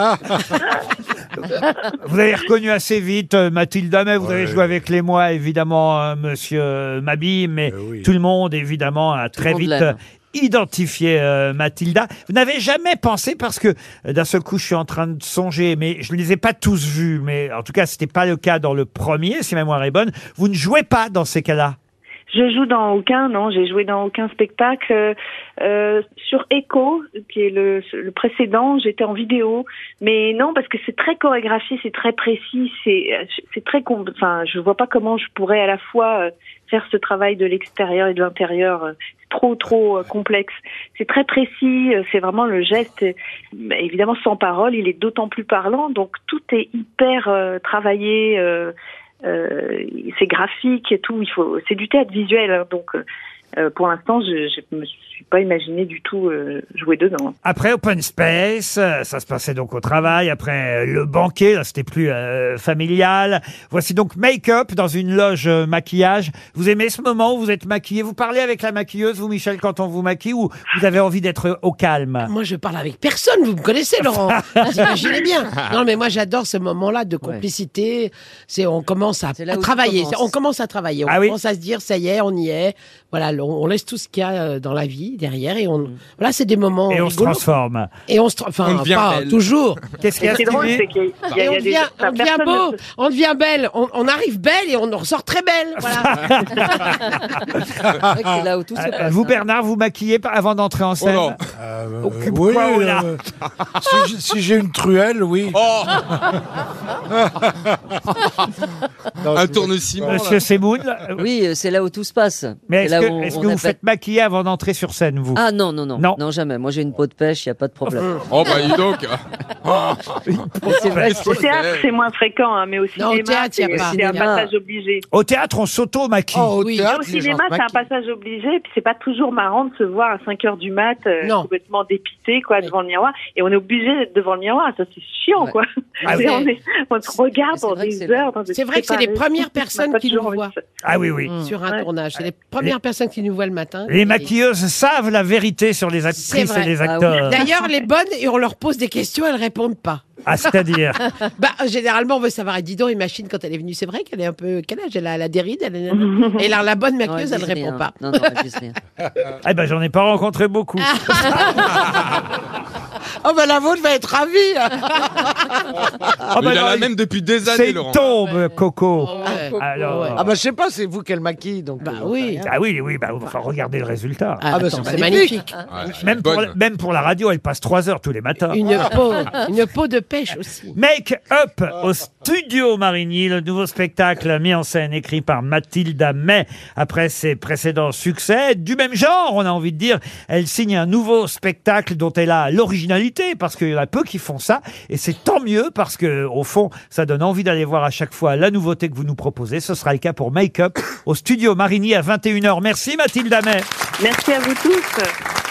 Vous avez reconnu assez vite Mathilda Amet, vous avez joué avec les mois, évidemment, monsieur Mabille, mais tout le monde, évidemment, a très monde vite l'aime. identifié Mathilda. Vous n'avez jamais pensé, parce que d'un seul coup, je suis en train de songer, mais je ne les ai pas tous vus, mais en tout cas, c'était pas le cas dans le premier, si ma mémoire est bonne. Vous ne jouez pas dans ces cas-là? Je joue dans aucun, non, j'ai joué dans aucun spectacle. Sur Echo, qui est le précédent, j'étais en vidéo, mais non, parce que c'est très chorégraphié, c'est très précis, c'est très, enfin, je vois pas comment je pourrais à la fois faire ce travail de l'extérieur et de l'intérieur. C'est trop complexe. C'est très précis, c'est vraiment le geste, évidemment sans parole, il est d'autant plus parlant, donc tout est hyper travaillé. C'est graphique et tout. C'est du théâtre visuel, hein, donc pour l'instant, je me suis pas imaginé du tout jouer dedans. Après Open Space, ça se passait donc au travail. Après Le Banquet, là c'était plus familial. Voici donc Make-up dans une loge maquillage. Vous aimez ce moment où vous êtes maquillé? Vous parlez avec la maquilleuse, vous Michel, quand on vous maquille, ou vous avez envie d'être au calme? Moi, je parle avec personne. Vous me connaissez, Laurent. Vous imaginez bien. Non, mais moi, j'adore ce moment-là de complicité. On commence à travailler. On commence à travailler. On commence à se dire, ça y est, on y est. Voilà, on laisse tout ce qu'il y a dans la vie derrière et voilà, c'est des moments Et on se rigolos. transforme. Et on se enfin, On devient pas belle. toujours. Qu'est-ce qu'il y a, C'est drôle, Stevie? c'est qu'il y a Et on devient beau, on devient belle, on arrive belle et on ressort très belle. Voilà. C'est là où tout se passe. Vous, Bernard, vous maquillez avant d'entrer en scène? Oui, Pourquoi, là si j'ai une truelle, oui. Un tourne-ciment. Monsieur Semoun. Oui, c'est là où tout se passe. Mais C'est là est-ce où que on vous appelle- faites maquiller avant d'entrer sur scène, vous? Ah non, jamais. Moi, j'ai une peau de pêche, il n'y a pas de problème. Oh, bah, dis donc. C'est vrai que Au théâtre, c'est moins fréquent, hein, mais au Non, au cinéma, théâtre, y a c'est pas. c'est un Cinéma. passage obligé. Au théâtre, on s'auto-maquille. Au oui. théâtre, Au les gens cinéma, se c'est un maquillent. passage obligé, et puis c'est pas toujours marrant de se voir à 5 heures du mat, Non. complètement dépité, quoi, devant le miroir. Et on est obligé d'être devant le miroir, ça c'est chiant, Ouais. quoi. Ah Et oui. on se regarde C'est pendant vrai que des c'est heures. C'est vrai que c'est les premières personnes qui nous voient Ah oui, oui. sur un tournage. C'est les premières personnes qui nous voient le matin. Les Et- maquilleuses savent la vérité sur les C'est actrices vrai. et les Ah oui. acteurs. D'ailleurs, les bonnes, et on leur pose des questions, elles répondent pas. Ah, c'est-à-dire? Bah, généralement, on veut savoir. Et dis donc, Imagine, quand elle est venue, c'est vrai qu'elle est un peu. Quel âge elle a? Elle a des rides. Et alors, la bonne Non, maquilleuse, elles elle disent répond rien. pas. Non, elles disent rien. Eh ben, j'en ai pas rencontré beaucoup. Oh, bah, la vôtre va être ravie. Ah, bah, Il non, en a même depuis des c'est années, une Laurent. tombe, Coco. Ouais. Alors, Ouais. Ah bah je sais pas, c'est vous qu'elle maquille, donc. Bah oui. ah oui, oui, bah, enfin, regardez le résultat. Ah, bah, attends, c'est c'est magnifique. Ouais, Même pour, bonne. même pour la radio, elle passe 3 heures tous les matins. Une peau de pêche aussi. Make Up au Studio Marigny, le nouveau spectacle mis en scène, écrit par Mathilda May, après ses précédents succès. Du même genre, on a envie de dire, elle signe un nouveau spectacle dont elle a l'originalité, parce qu'il y en a peu qui font ça, et c'est tant mieux, parce que au fond, ça donne envie d'aller voir à chaque fois la nouveauté que vous nous proposez. Ce sera le cas pour Make Up, au Studio Marigny à 21h. Merci Mathilda May. Merci à vous tous.